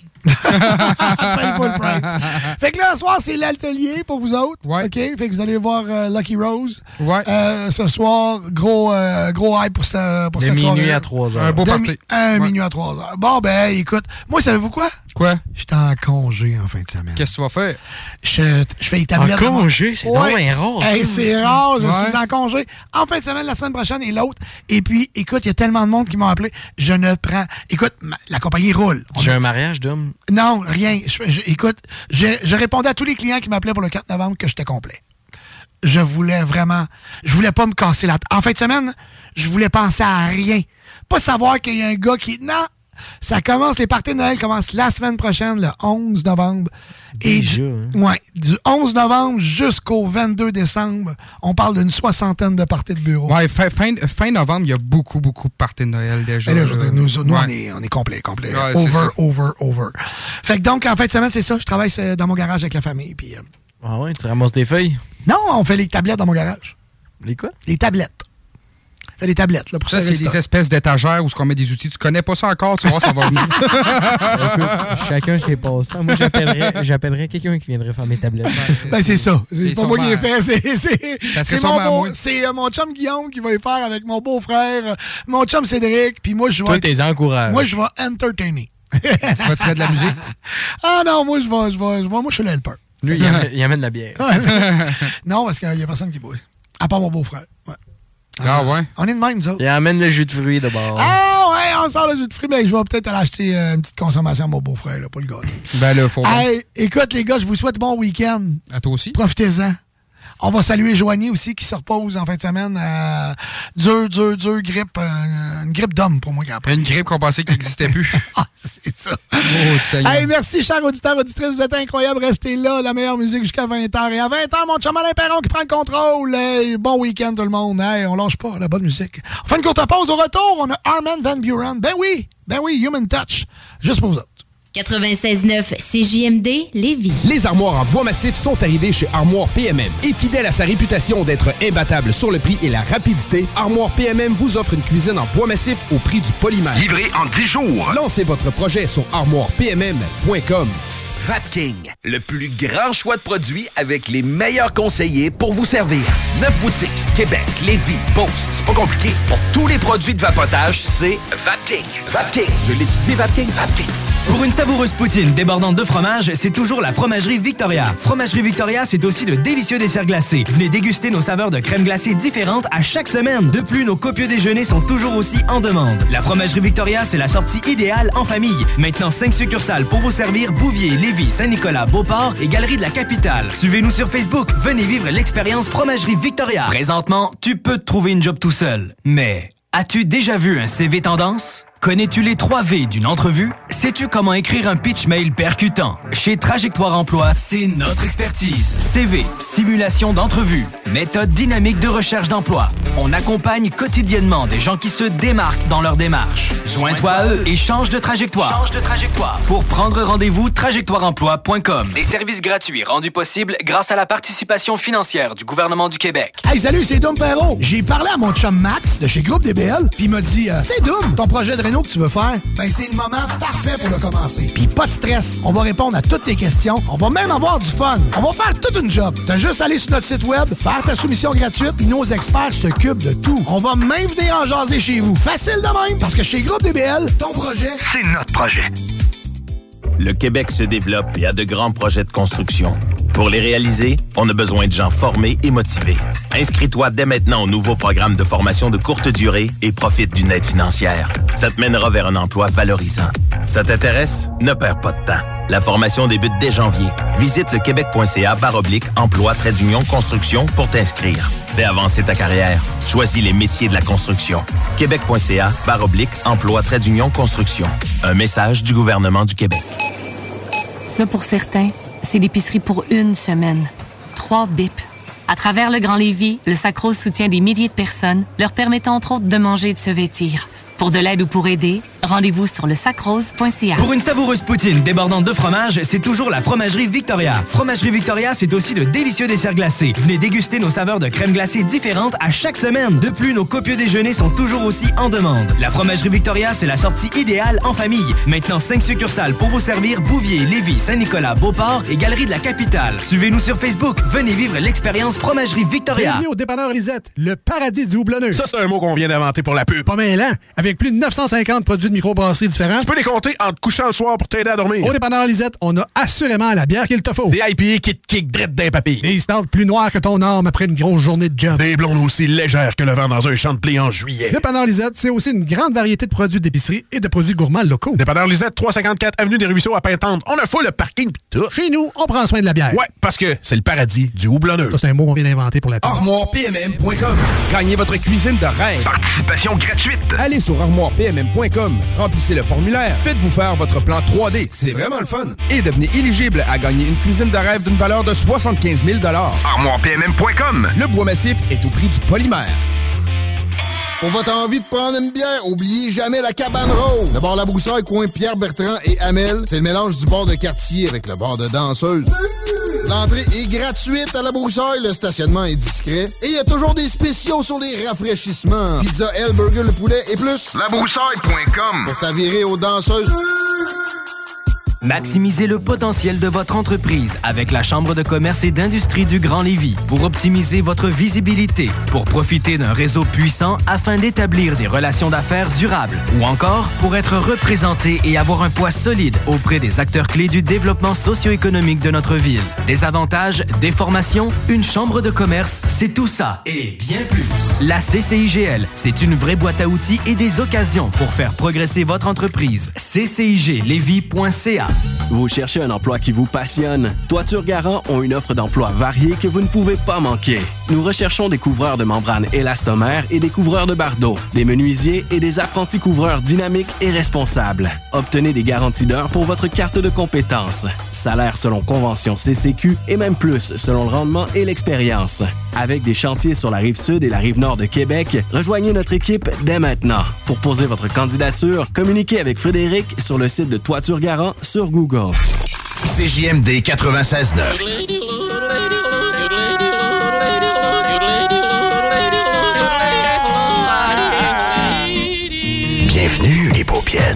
Fait que là, ce soir, c'est l'atelier pour vous autres. Ouais. OK? Fait que vous allez voir Lucky Rose. Ouais. Ce soir, gros hype pour cette soirée. Minuit à 3h. Un beau party. Minuit à 3h. Bon, ben, écoute, moi, savez-vous quoi? Quoi? J'étais en congé en fin de semaine. Qu'est-ce que tu vas faire? Je fais établir... En congé? C'est vraiment rare. Hey, c'est rare. Je suis en congé en fin de semaine, la semaine prochaine et l'autre. Et puis, écoute, il y a tellement de monde qui m'ont appelé. Je ne prends... Écoute, la compagnie roule. J'ai un mariage d'homme? Non, rien. Écoute, je répondais à tous les clients qui m'appelaient pour le 4 novembre que j'étais complet. Je voulais pas me casser la tête. En fin de semaine, je voulais penser à rien. Pas savoir qu'il y a un gars qui... Non! Ça commence, les parties de Noël commencent la semaine prochaine, le 11 novembre. Déjà, Ouais, du 11 novembre jusqu'au 22 décembre, on parle d'une 60aine de parties de bureau. Ouais, fin novembre, il y a beaucoup de parties de Noël déjà. Et là, je veux dire, nous on est complet. Ouais, over. Fait que donc, en fin de semaine, c'est ça. Je travaille dans mon garage avec la famille. Puis, ah ouais, tu ramasses des feuilles? Non, on fait les tablettes dans mon garage. Les quoi? Les tablettes. On fait les tablettes, là, pour ça. C'est des espèces d'étagères où on met des outils. Tu connais pas ça encore, tu vois, ça va venir. Écoute, chacun ses passe-temps. Moi, j'appellerais quelqu'un qui viendrait faire mes tablettes. Ben, c'est ça. C'est pas moi qui l'ai fait. C'est mon chum Guillaume qui va y faire avec mon beau-frère, mon chum Cédric, puis moi, je vais... Toi, t'es encouragé. Moi, je vais entertainer. Tu vas-tu mettre de la musique? Ah non, moi, moi, je suis le helper. Lui, il amène de la bière. Non, parce qu'il y a personne qui boit. À part mon beau-frère. Ouais. Ah ouais? On est de même, nous autres. Il amène le jus de fruits de bord. Ah ouais, on sort le jus de fruits. Ben, je vais peut-être aller acheter une petite consommation à mon beau-frère, là, pour le gâter. Ben là, faut... Hey, écoute, les gars, je vous souhaite bon week-end. À toi aussi. Profitez-en. On va saluer Joanie aussi, qui se repose en fin de semaine. Dure grippe. Une grippe d'homme, pour moi. Une grippe qu'on pensait qu'il n'existait plus. Ah, c'est ça. Oh, hey, merci, chers auditeurs, auditrices. Vous êtes incroyables. Restez là. La meilleure musique jusqu'à 20h. Et à 20h, mon chum Alain Perron qui prend le contrôle. Hey, bon week-end, tout le monde. Hey, on lâche pas la bonne musique. On fait une courte pause. Au retour, on a Armand Van Buren. Ben oui, Human Touch. Juste pour vous autres. 96.9 CJMD Lévis. Les armoires en bois massif sont arrivées chez Armoire PMM. Et fidèle à sa réputation d'être imbattable sur le prix et la rapidité, Armoire PMM vous offre une cuisine en bois massif au prix du polymère. Livré en 10 jours. Lancez votre projet sur armoirepmm.com. Vapking, le plus grand choix de produits avec les meilleurs conseillers pour vous servir. 9 boutiques, Québec, Lévis, Beauce. C'est pas compliqué. Pour tous les produits de vapotage, c'est Vapking. Vapking. Je l'étudie, Vapking. Vapking. Pour une savoureuse poutine débordante de fromage, c'est toujours la Fromagerie Victoria. Fromagerie Victoria, c'est aussi de délicieux desserts glacés. Venez déguster nos saveurs de crème glacée différentes à chaque semaine. De plus, nos copieux déjeuners sont toujours aussi en demande. La Fromagerie Victoria, c'est la sortie idéale en famille. Maintenant, 5 succursales pour vous servir: Bouvier, Lévis, Saint-Nicolas, Beauport et Galerie de la Capitale. Suivez-nous sur Facebook. Venez vivre l'expérience Fromagerie Victoria. Présentement, tu peux te trouver une job tout seul. Mais as-tu déjà vu un CV tendance? Connais-tu les 3 V d'une entrevue? Sais-tu comment écrire un pitch mail percutant? Chez Trajectoire Emploi, c'est notre expertise. CV, simulation d'entrevue, méthode dynamique de recherche d'emploi. On accompagne quotidiennement des gens qui se démarquent dans leur démarche. Joins-toi à eux et change de trajectoire. Change de trajectoire. Pour prendre rendez-vous, trajectoireemploi.com. Des services gratuits rendus possibles grâce à la participation financière du gouvernement du Québec. Hey, salut, c'est Dom Perrault. J'ai parlé à mon chum Max de chez Groupe DBL, puis il m'a dit, tu sais, Dom, ton projet de réno que tu veux faire, ben c'est le moment parfait pour le commencer. Puis pas de stress, on va répondre à toutes tes questions, on va même avoir du fun. On va faire toute une job. T'as juste à aller sur notre site web, faire ta soumission gratuite, puis nos experts s'occupent de tout. On va même venir en jaser chez vous. Facile de même, parce que chez Groupe DBL, ton projet, c'est notre projet. Le Québec se développe et a de grands projets de construction. Pour les réaliser, on a besoin de gens formés et motivés. Inscris-toi dès maintenant au nouveau programme de formation de courte durée et profite d'une aide financière. Ça te mènera vers un emploi valorisant. Ça t'intéresse? Ne perds pas de temps. La formation débute dès janvier. Visite le québec.ca/emploi-construction pour t'inscrire. Fais avancer ta carrière. Choisis les métiers de la construction. québec.ca/emploi-construction. Un message du gouvernement du Québec. Ça, pour certains, c'est l'épicerie pour une semaine. 3 bips. À travers le Grand Lévis, le Sacrose soutient des milliers de personnes, leur permettant entre autres de manger et de se vêtir. Pour de l'aide ou pour aider, rendez-vous sur lesacrose.ca. Pour une savoureuse poutine débordante de fromage, c'est toujours la Fromagerie Victoria. Fromagerie Victoria, c'est aussi de délicieux desserts glacés. Venez déguster nos saveurs de crème glacée différentes à chaque semaine. De plus, nos copieux déjeuners sont toujours aussi en demande. La Fromagerie Victoria, c'est la sortie idéale en famille. Maintenant, 5 succursales pour vous servir: Bouvier, Lévis, Saint-Nicolas, Beauport et Galerie de la Capitale. Suivez-nous sur Facebook. Venez vivre l'expérience Fromagerie Victoria. Bienvenue au dépanneur Lisette, le paradis du houblonneux. Ça, c'est un mot qu'on vient d'inventer pour la pub. Pas mêlant, avec plus de 950 produits de microbrasserie différents. Tu peux les compter en te couchant le soir pour t'aider à dormir. Au dépanneur Lisette, on a assurément la bière qu'il te faut. Des IPA qui te kick drette d'un papy. Des stouts plus noirs que ton arme après une grosse journée de job. Des blondes aussi légères que le vent dans un champ de blé en juillet. Dépanneur Lisette, c'est aussi une grande variété de produits d'épicerie et de produits gourmands locaux. Dépanneur Lisette, 354 Avenue des Ruisseaux à Pintante. On a full le parking pis tout. Chez nous, on prend soin de la bière. Ouais, parce que c'est le paradis du houblonneux. Ça, c'est un mot qu'on vient d'inventer pour la pub. ArmoirePMM.com. Gagnez votre cuisine de rêve. Participation gratuite. Allez sur ArmoirePMM.com. Remplissez le formulaire. Faites-vous faire votre plan 3D. C'est vraiment le fun. Et devenez éligible à gagner une cuisine de rêve d'une valeur de 75 000 ArmoirePMM.com. Le bois massif est au prix du polymère. Pour votre envie de prendre une bière, oubliez jamais la Cabane Rose. Le bar La Broussaille, coin Pierre-Bertrand et Hamel, c'est le mélange du bar de quartier avec le bar de danseuse. L'entrée est gratuite à La Broussaille, le stationnement est discret et il y a toujours des spéciaux sur les rafraîchissements. Pizza, L, burger, le poulet et plus. Labroussaille.com pour t'avirer aux danseuses. Maximisez le potentiel de votre entreprise avec la Chambre de commerce et d'industrie du Grand Lévis pour optimiser votre visibilité, pour profiter d'un réseau puissant afin d'établir des relations d'affaires durables ou encore pour être représenté et avoir un poids solide auprès des acteurs clés du développement socio-économique de notre ville. Des avantages, des formations, une chambre de commerce, c'est tout ça et bien plus. La CCIGL, c'est une vraie boîte à outils et des occasions pour faire progresser votre entreprise. CCIGLévis.ca. Vous cherchez un emploi qui vous passionne? Toiture Garant ont une offre d'emploi variée que vous ne pouvez pas manquer. Nous recherchons des couvreurs de membranes élastomères et des couvreurs de bardeaux, des menuisiers et des apprentis couvreurs dynamiques et responsables. Obtenez des garanties d'heures pour votre carte de compétences. Salaire selon convention CCQ et même plus selon le rendement et l'expérience. Avec des chantiers sur la rive sud et la rive nord de Québec, rejoignez notre équipe dès maintenant. Pour poser votre candidature, communiquez avec Frédéric sur le site de Toiture Garant sur Google. CJMD 96.9. Bienvenue les paupiètes.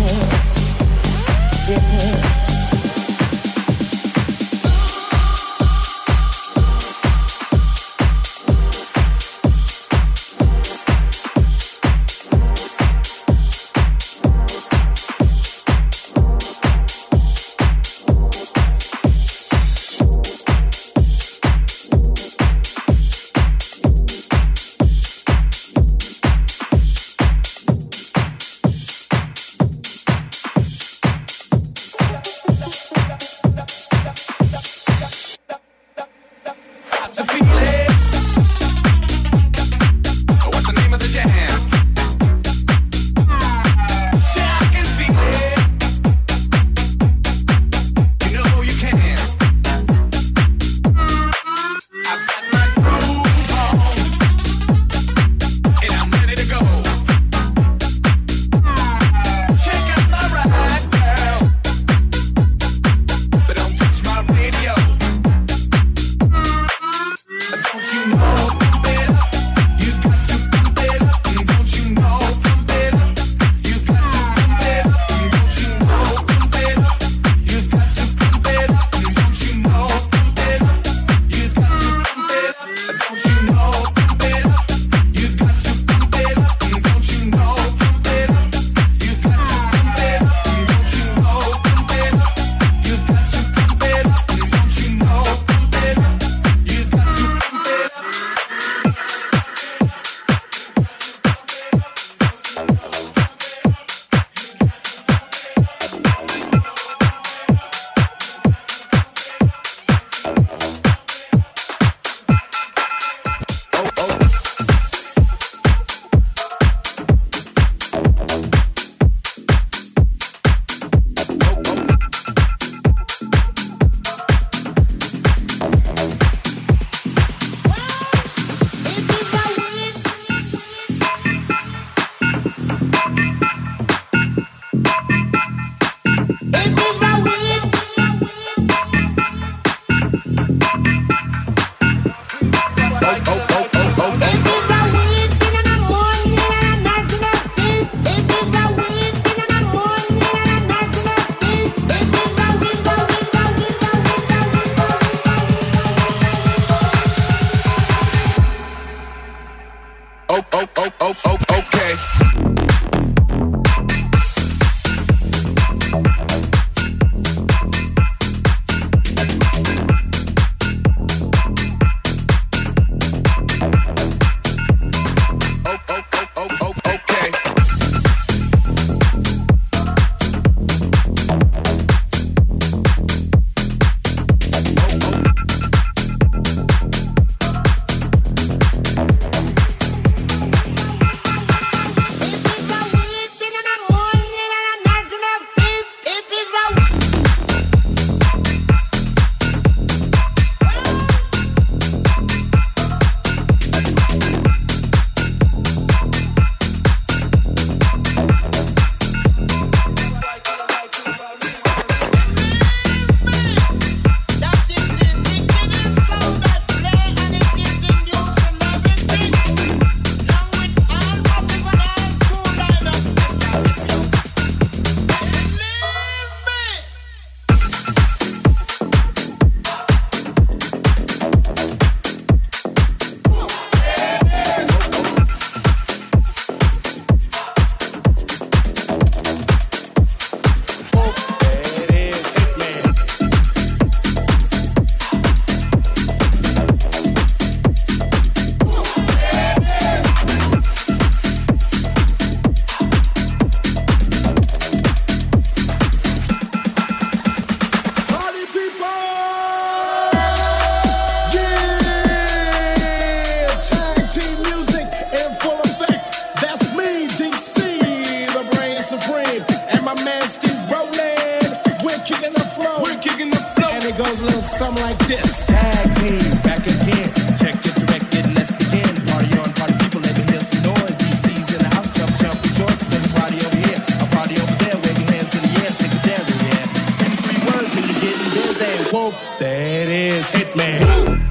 goes a little something like this. Tag team, back again. Check it, direct it, let's begin. Party on, party people, let me hear some noise. DC's in the house, jump, jump, rejoice. There's a party over here, a party over there. Wave your hands in the air, shake it down, yeah. These three words when you're getting busy. Whoa, that is Hitman.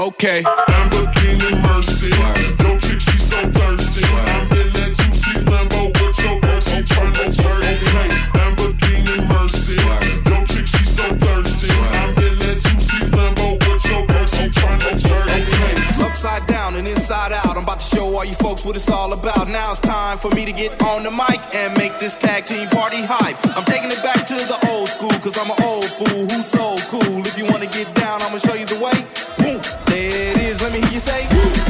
Okay. Lamborghini Mercy. Yo, chick, she so thirsty. I'm in that 2C Lambo with your girl, she tryna jerk. Lamborghini Mercy. Yo, chick, she so thirsty. I'm in that 2C Lambo with your girl, she tryna jerk. Upside down and inside out, I'm about to show all you folks what it's all about. Now it's time for me to get on the mic and make this tag team party hype. I'm taking it back to the old school, cause I'm an old fool who's so cool. If you wanna get down, I'ma show you the way. Boom, there it is, let me hear you say.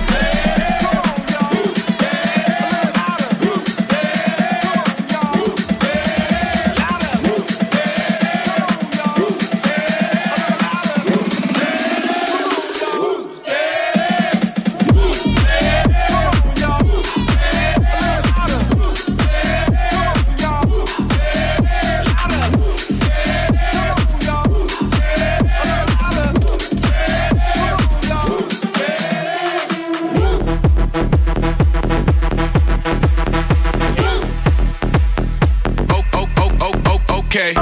Okay.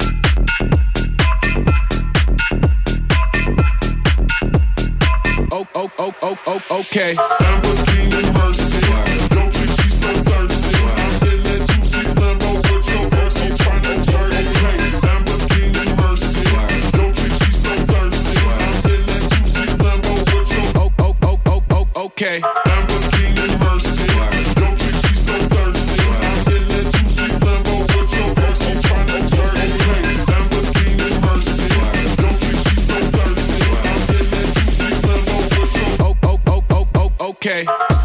Okay. Lamborghini Mercy. Yo, chick, she so thirsty. I'm in that 2C Lambo with your girl, she tryna jerk. Lamborghini Mercy. Yo, chick, she so thirsty. I'm in that 2C Lambo with your okay. Lamborghini Mercy. Yo, chick, she so thirsty. I'm in that 2C Lambo with your girl, she tryna jerk. Lamborghini Mercy. Yo, chick, she so thirsty. I'm in that 2C Lambo with your okay.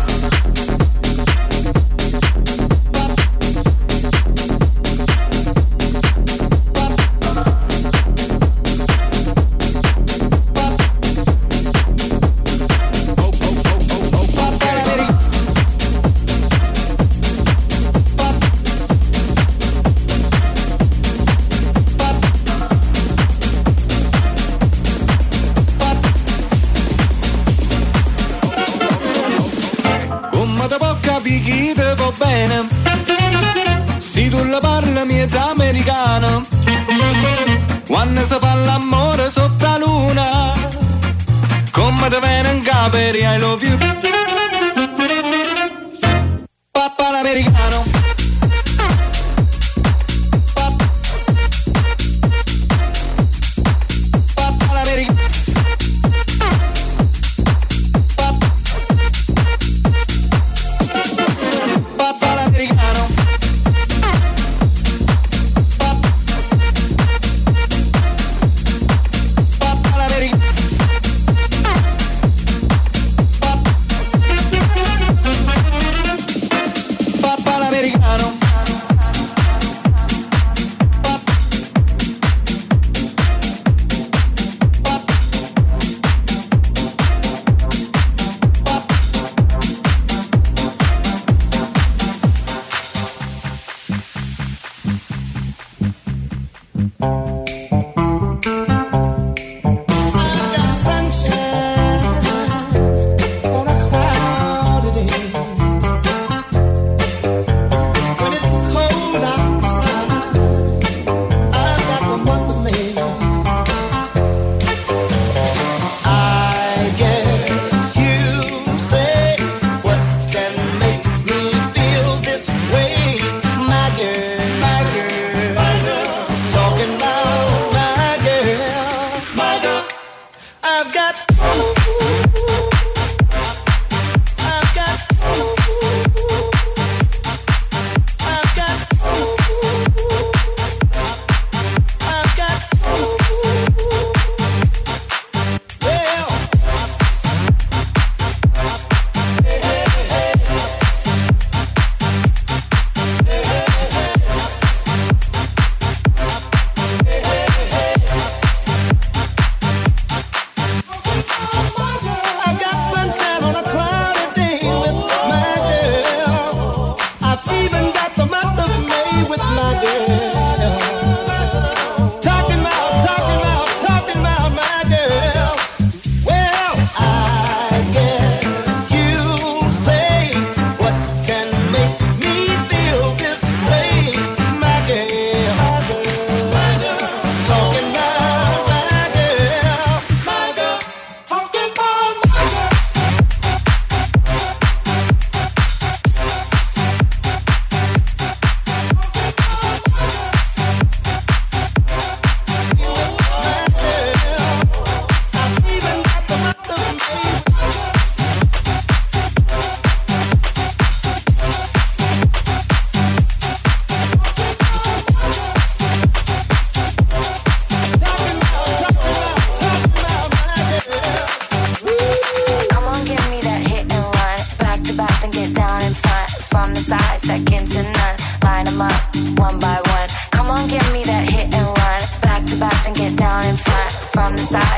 Bene, se tu la parli miezza americana, quando si fa l'amore sotto la luna, come te viene in capo e I love you. Papà l'americano.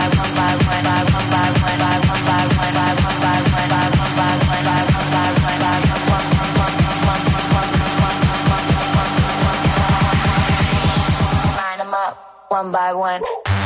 One by one.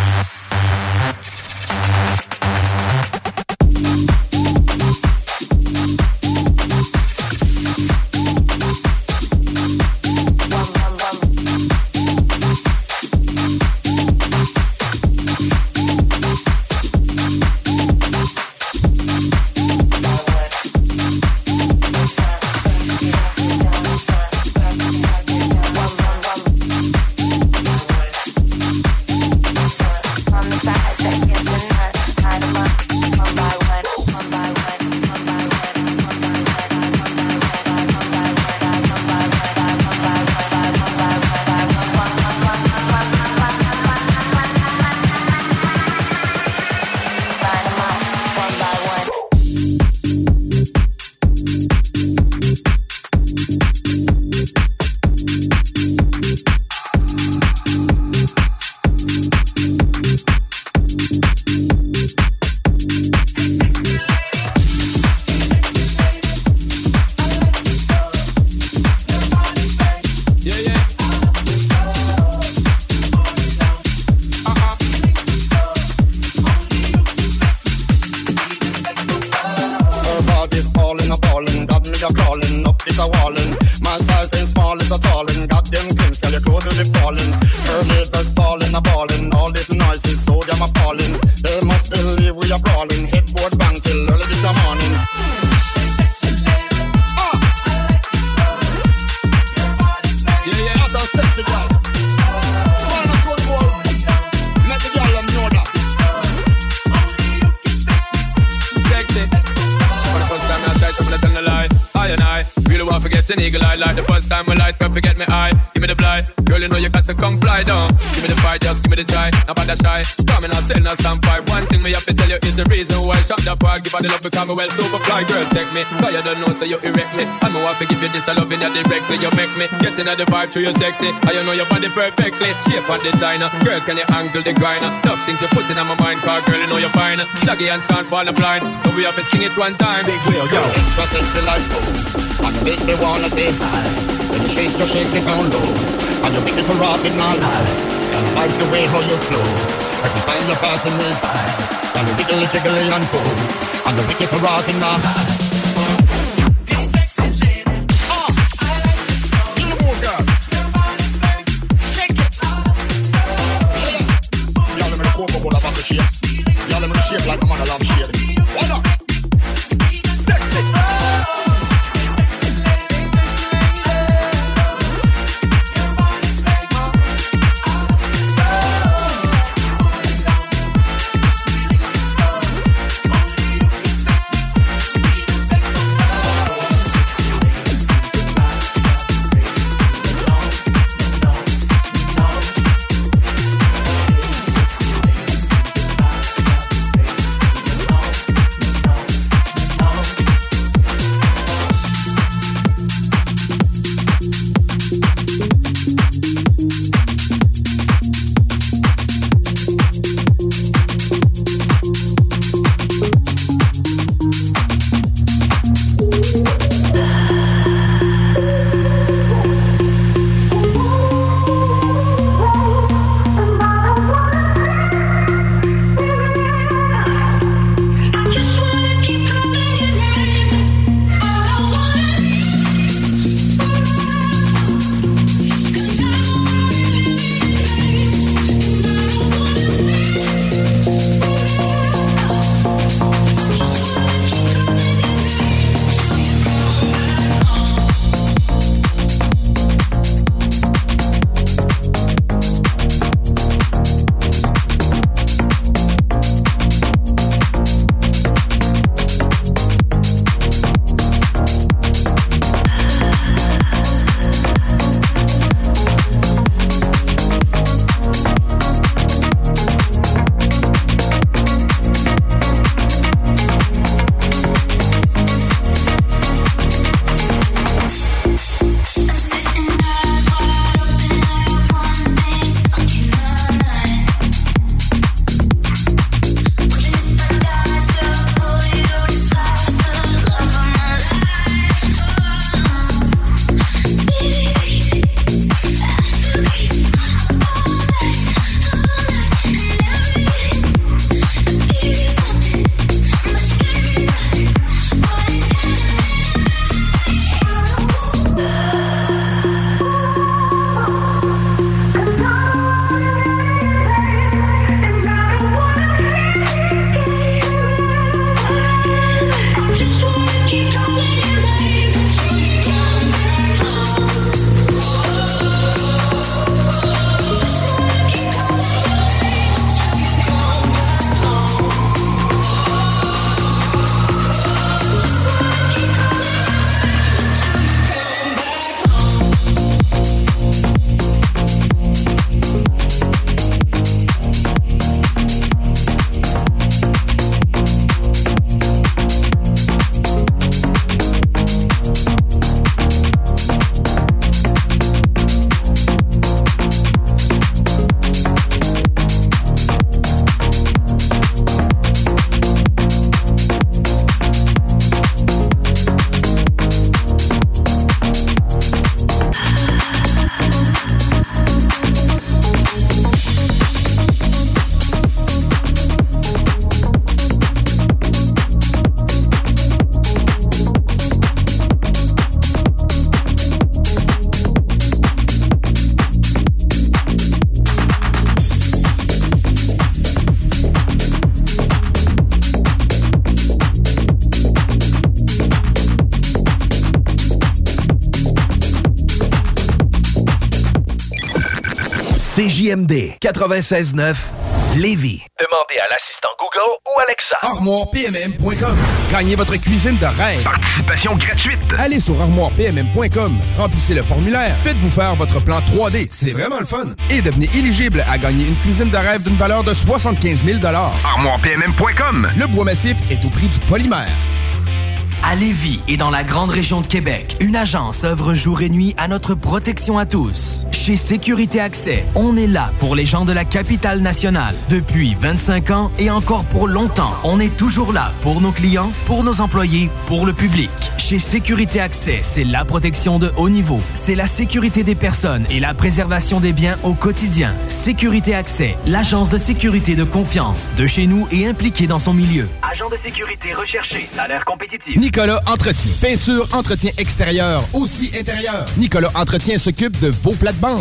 Because me well superfly, girl, take me. Cause you don't know, so you erect me. And me want to give you this, I love you directly. You make me get in the vibe through you sexy. And you know your body perfectly. Shape and designer, girl, can you angle the grinder? Love things you put in my mind, cause girl, you know you're fine. Shaggy and Sean fall blind, so we have to sing it one time. Big wheel, yo. Extra sexy like gold, and you make me wanna say hi. When you shake it down low, and you make it to rock in my life. And like the way how you flow, every time you're passing me by. And you wiggle, jiggly and cool, and you make it to rock in my life. Shape like my mother love shade. What up? Sexy. CJMD 96.9 Lévis. Demandez à l'assistant Google ou Alexa. ArmoirePMM.com. Gagnez votre cuisine de rêve. Participation gratuite. Allez sur ArmoirePMM.com. Remplissez le formulaire. Faites-vous faire votre plan 3D. C'est vraiment le fun. Et devenez éligible à gagner une cuisine de rêve d'une valeur de 75 000 ArmoirePMM.com. Le bois massif est au prix du polymère. À Lévis et dans la grande région de Québec, une agence œuvre jour et nuit à notre protection à tous. Chez Sécurité Accès, on est là pour les gens de la capitale nationale. Depuis 25 ans et encore pour longtemps, on est toujours là pour nos clients, pour nos employés, pour le public. Chez Sécurité Accès, c'est la protection de haut niveau. C'est la sécurité des personnes et la préservation des biens au quotidien. Sécurité Accès, l'agence de sécurité de confiance de chez nous et impliquée dans son milieu. Agent de sécurité recherché, salaire compétitif. Nicolas Entretien. Peinture, entretien extérieur, aussi intérieur. Nicolas Entretien s'occupe de vos plates-bandes.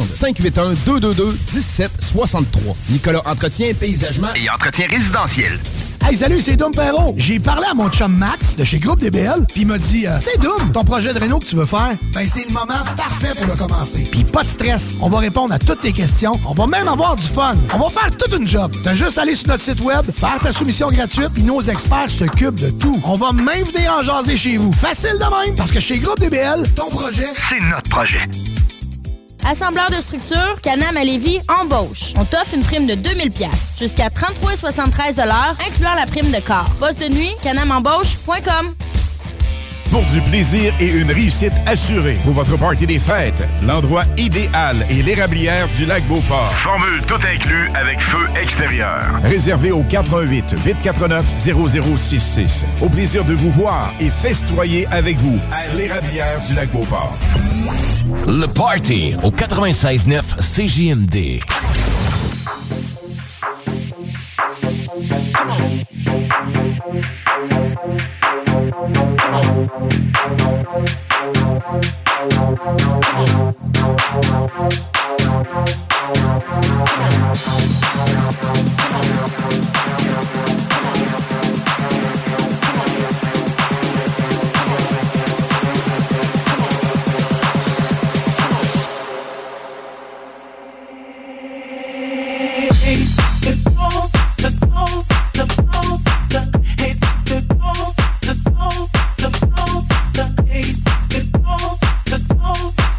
581-222-1763. Nicolas Entretien, paysagement et entretien résidentiel. Hey, salut, c'est Dom Perrault. J'ai parlé à mon chum Max de chez Groupe DBL, puis il m'a dit, c'est Dom, ton projet de réno que tu veux faire, ben c'est le moment parfait pour le commencer. Puis pas de stress, on va répondre à toutes tes questions, on va même avoir du fun. On va faire toute une job. T'as juste à aller sur notre site web, faire ta soumission gratuite, puis nos experts s'occupent de tout. On va même venir en jaser chez vous. Facile de même, parce que chez Groupe DBL, ton projet, c'est notre projet. Assembleur de structure, Canam à Lévis embauche. On t'offre une prime de 2000 $ jusqu'à 33,73 $, incluant la prime de quart. Poste de nuit, canamembauche.com. Pour du plaisir et une réussite assurée. Pour votre party des fêtes, l'endroit idéal est l'érablière du Lac-Beauport. Formule tout inclus avec feu extérieur. Réservé au 418-849-0066. Au plaisir de vous voir et festoyer avec vous à l'érablière du Lac-Beauport. Le Party au 96.9 CJMD. Hey,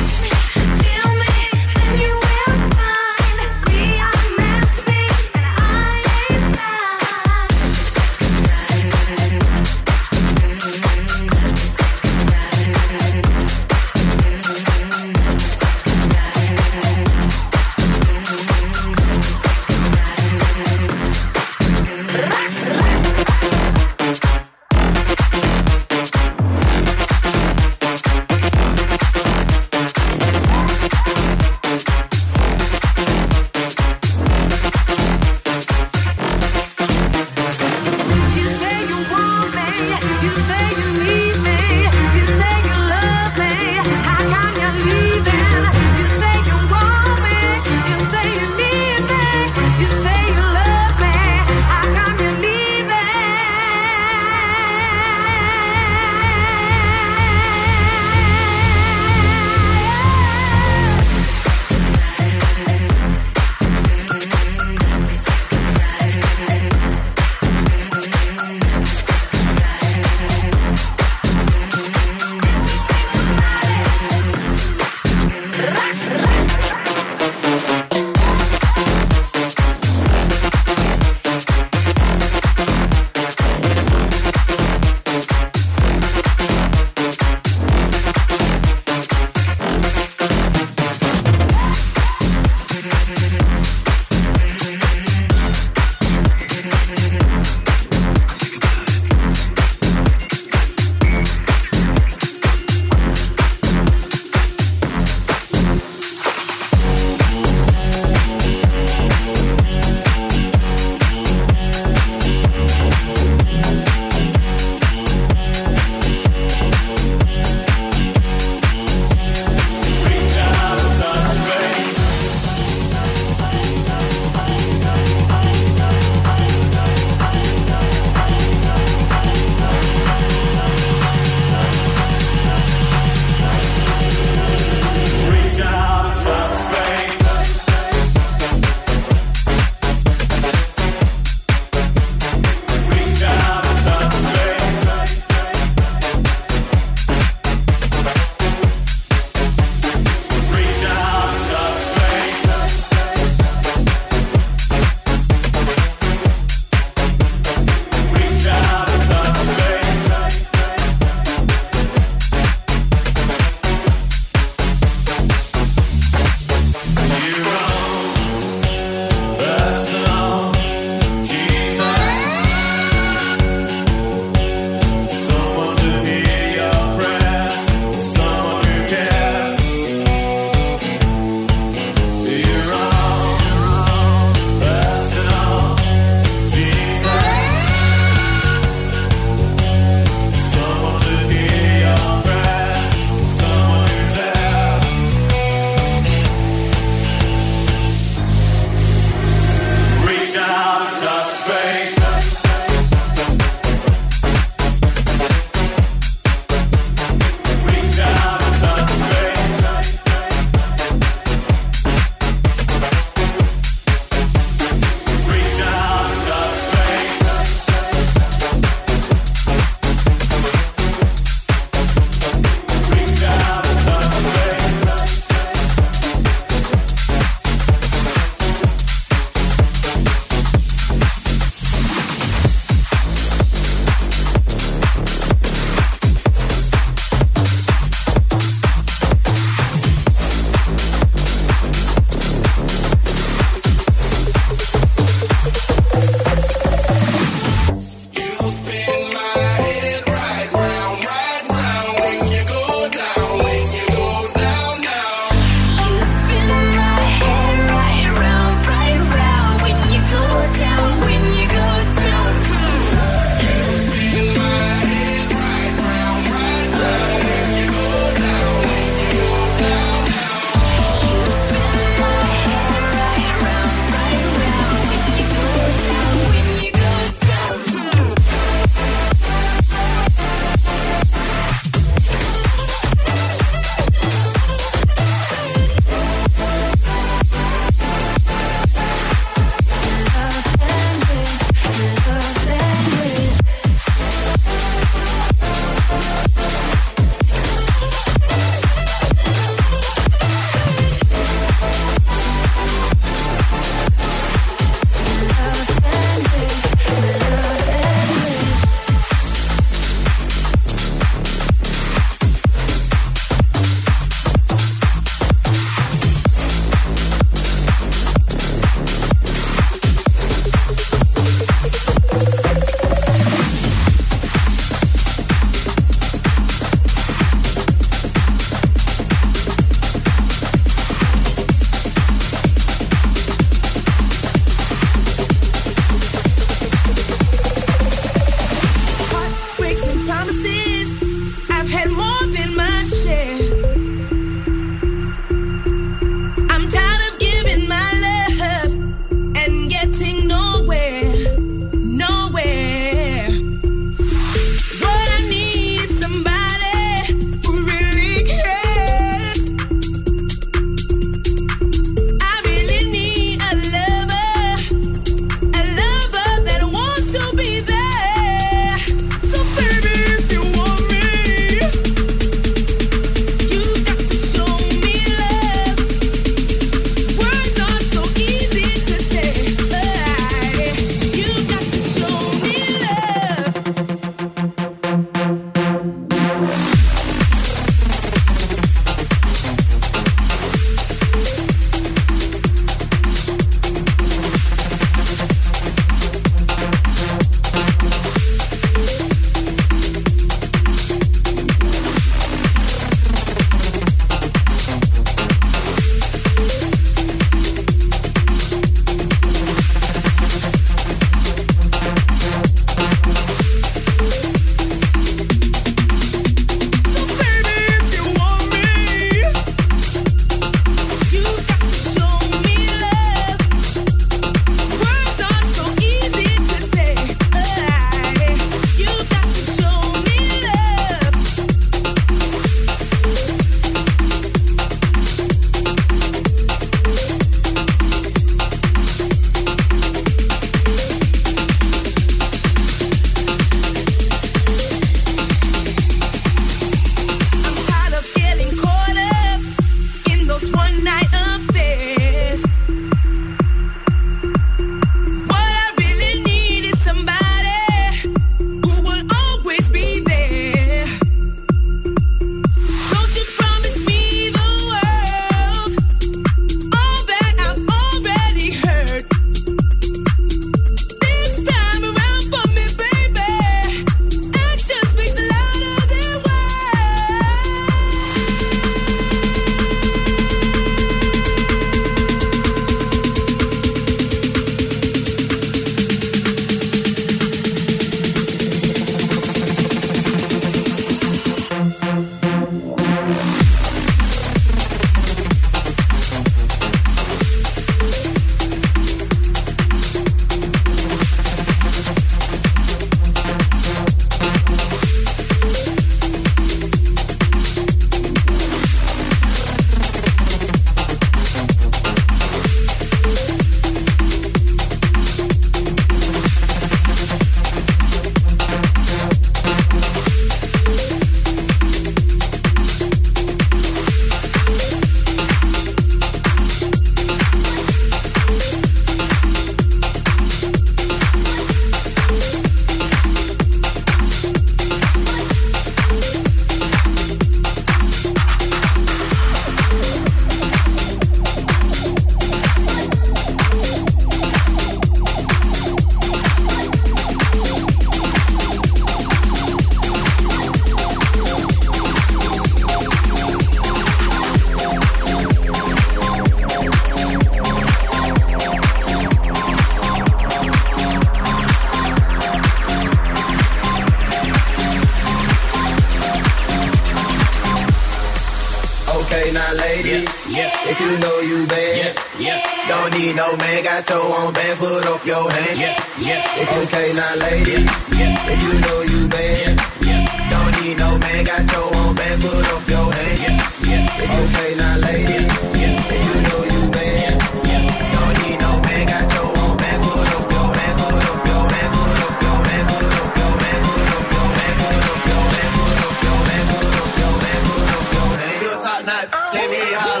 If you know you bad, don't need no man, got your own bands, put up your hand. If you can't lady, if you know you bad, don't need no man, got your own bands, put up your hand. If you can't lady, if you know you bad, don't need no man, got your own bands, put up your hand, put up your hand, put up your hand, put up your hand, put up your hand, put up your hand, put up your hand, put up your hand, put up your hand. If you talk not, let me holler.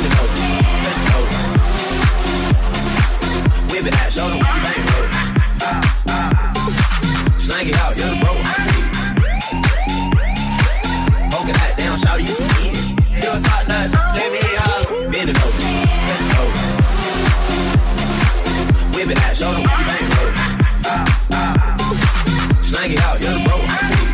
Whip it out, show them what you bang road. Slang it out, you're the bro. Poke it out, down, shout you can eat it. You're a top nut, let me holler. Bend it over, let's go. Whip it out, show them what you bang road. Slang it out, you're the bro.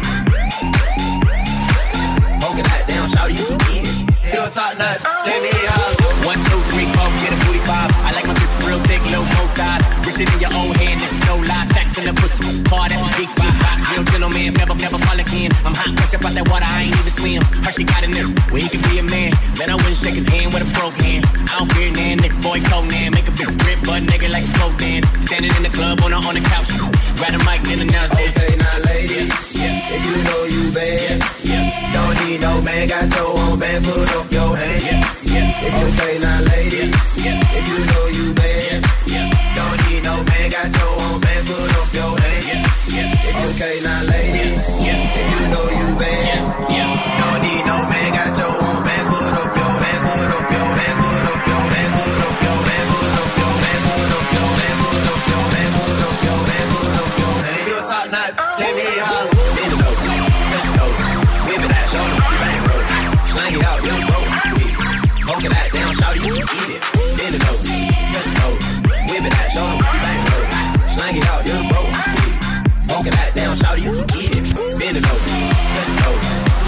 Poke it out, down, shout you can eat it. You're a top nut, let me holler. 1, 2, 3, 4, get a 45. I like my people real thick, little more thighs. Rich it in your own hand, no lies. Stacks in the foot, hard at the big spot. Real gentleman, never call again. I'm hot, fresh up out that water, I ain't even swim. Hershey got a nip, where he can be a man. Bet I wouldn't shake his hand with a broke hand. I don't fear nan, nigga boy Conan. Make a big grip, but nigga like a folk dance. Standing in the club on the couch. Grab the mic, then announce it. Okay, now ladies, if you know you bad, don't need no man, got your own bands, put up your hand. If you okay, now ladies, if you know you bad, don't need no man, got your own bands, put up your hand. If you okay, now ladies, if you know you bad, don't need no man, got your own bands, put up your hands, put up your hands, put up your hands, put up your hands, put up your hands, put up your hands, put up your hands, put up your hands, put up your hands. If you're top notch, let me holler. Bend it over, touch it over, whip it out, show them you bang road. Slang it out, you're the bro. Poke it out, down, shout you can eat it. Bend it over, touch it over, whip it out, show them you bang road. Slang it out, you're the bro. Poke it out, down, shout you can eat it. Bend it over, touch it over,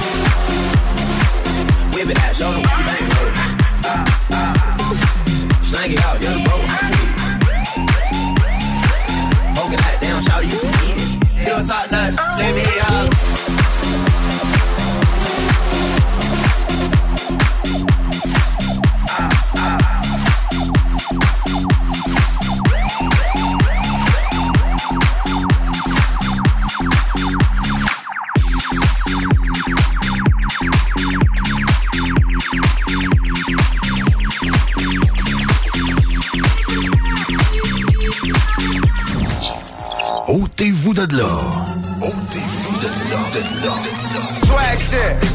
whip it out, show them you bang road. Slang it out, you're the bro. Poke it out, down, shout you can eat it. You're a top nut, let me holler. Ôtez-vous de là. Ôtez-vous de là. Swag shit.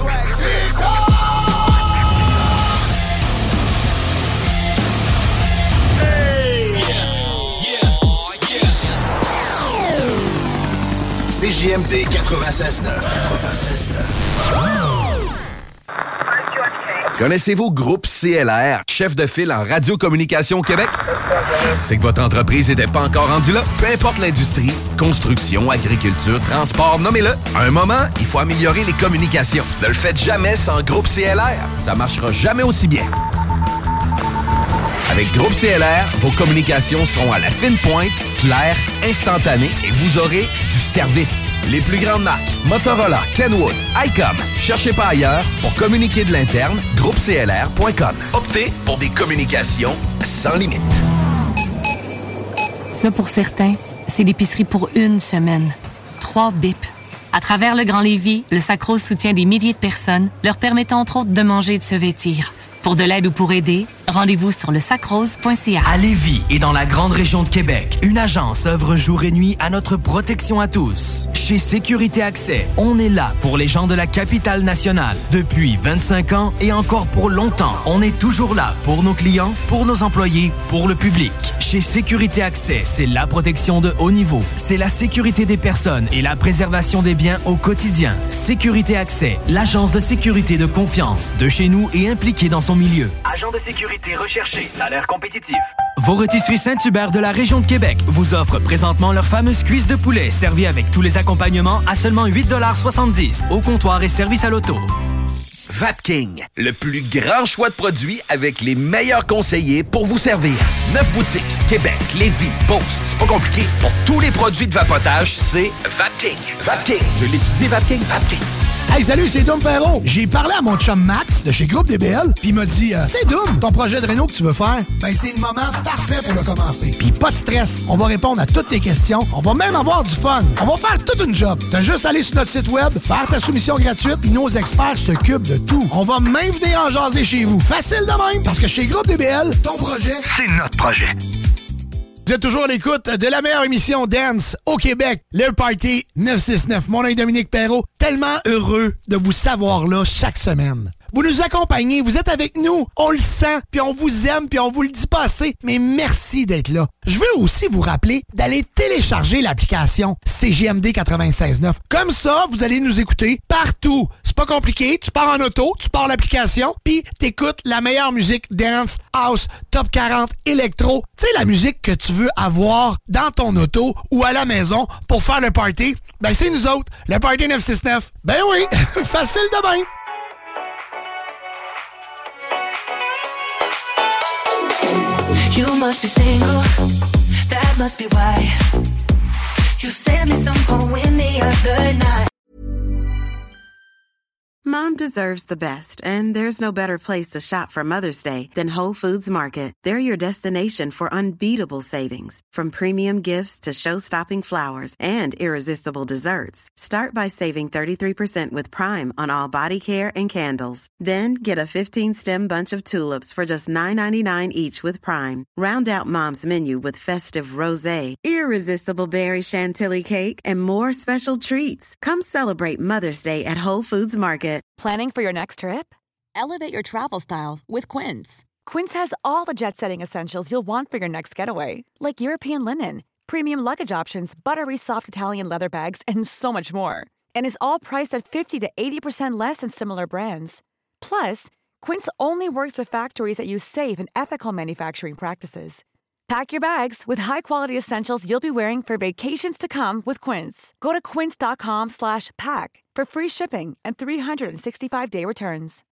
CJMD 96.9. Connaissez-vous Groupe CLR, chef de file en radiocommunication au Québec? C'est que votre entreprise n'était pas encore rendue là? Peu importe l'industrie, construction, agriculture, transport, nommez-le. À un moment, il faut améliorer les communications. Ne le faites jamais sans Groupe CLR. Ça marchera jamais aussi bien. Avec Groupe CLR, vos communications seront à la fine pointe, claires, instantanées et vous aurez du service. Les plus grandes marques, Motorola, Kenwood, ICOM. Cherchez pas ailleurs pour communiquer de l'interne, groupeclr.com. Optez pour des communications sans limite. Ça, pour certains, c'est l'épicerie pour une semaine. 3 bips. À travers le Grand Lévis, le Sacrose soutient des milliers de personnes, leur permettant entre autres de manger et de se vêtir. Pour de l'aide ou pour aider, rendez-vous sur lesacrose.ca. À Lévis et dans la grande région de Québec, une agence œuvre jour et nuit à notre protection à tous. Chez Sécurité Accès, on est là pour les gens de la capitale nationale. Depuis 25 ans et encore pour longtemps, on est toujours là pour nos clients, pour nos employés, pour le public. Chez Sécurité Accès, c'est la protection de haut niveau. C'est la sécurité des personnes et la préservation des biens au quotidien. Sécurité Accès, l'agence de sécurité de confiance de chez nous et impliquée dans son milieu. Agent de sécurité recherché, salaire compétitif. Vos rôtisseries Saint-Hubert de la région de Québec vous offrent présentement leur fameuse cuisse de poulet servie avec tous les accompagnements à seulement 8,70 $ au comptoir et service à l'auto. Vapking, le plus grand choix de produits avec les meilleurs conseillers pour vous servir. 9 boutiques, Québec, Lévis, Beauce. C'est pas compliqué. Pour tous les produits de vapotage, c'est Vapking. Vapking. Je l'étudie, Vapking. Vapking. Hey, salut, c'est Dom Perrault. J'ai parlé à mon chum Max de chez Groupe DBL, puis il m'a dit, tu sais, Dom, ton projet de réno que tu veux faire, ben c'est le moment parfait pour le commencer. Puis pas de stress, on va répondre à toutes tes questions, on va même avoir du fun. On va faire toute une job. T'as juste à aller sur notre site web, faire ta soumission gratuite, puis nos experts s'occupent de tout. On va même venir en jaser chez vous. Facile de même, parce que chez Groupe DBL, ton projet, c'est notre projet. Vous êtes toujours à l'écoute de la meilleure émission dance au Québec, le Party 969. Mon nom est Dominique Perrault, tellement heureux de vous savoir là chaque semaine. Vous nous accompagnez, vous êtes avec nous, on le sent, puis on vous aime, puis on vous le dit pas assez, mais merci d'être là. Je veux aussi vous rappeler d'aller télécharger l'application CJMD 96.9. Comme ça, vous allez nous écouter partout. C'est pas compliqué, tu pars en auto, tu pars l'application, puis t'écoutes la meilleure musique dance, house, top 40, électro. Tu sais, la musique que tu veux avoir dans ton auto ou à la maison pour faire le party, ben c'est nous autres, le Party 969. Ben oui, facile de même. You must be single, that must be why you sent me some poem the other night. Mom deserves the best, and there's no better place to shop for Mother's Day than Whole Foods Market. They're your destination for unbeatable savings, from premium gifts to show-stopping flowers and irresistible desserts. Start by saving 33% with Prime on all body care and candles. Then get a 15-stem bunch of tulips for just $9.99 each with Prime. Round out Mom's menu with festive rosé, irresistible berry chantilly cake, and more special treats. Come celebrate Mother's Day at Whole Foods Market. Planning for your next trip? Elevate your travel style with Quince. Quince has all the jet-setting essentials you'll want for your next getaway, like European linen, premium luggage options, buttery soft Italian leather bags, and so much more. And is all priced at 50 to 80% less than similar brands. Plus, Quince only works with factories that use safe and ethical manufacturing practices. Pack your bags with high-quality essentials you'll be wearing for vacations to come with Quince. Go to quince.com/pack for free shipping and 365-day returns.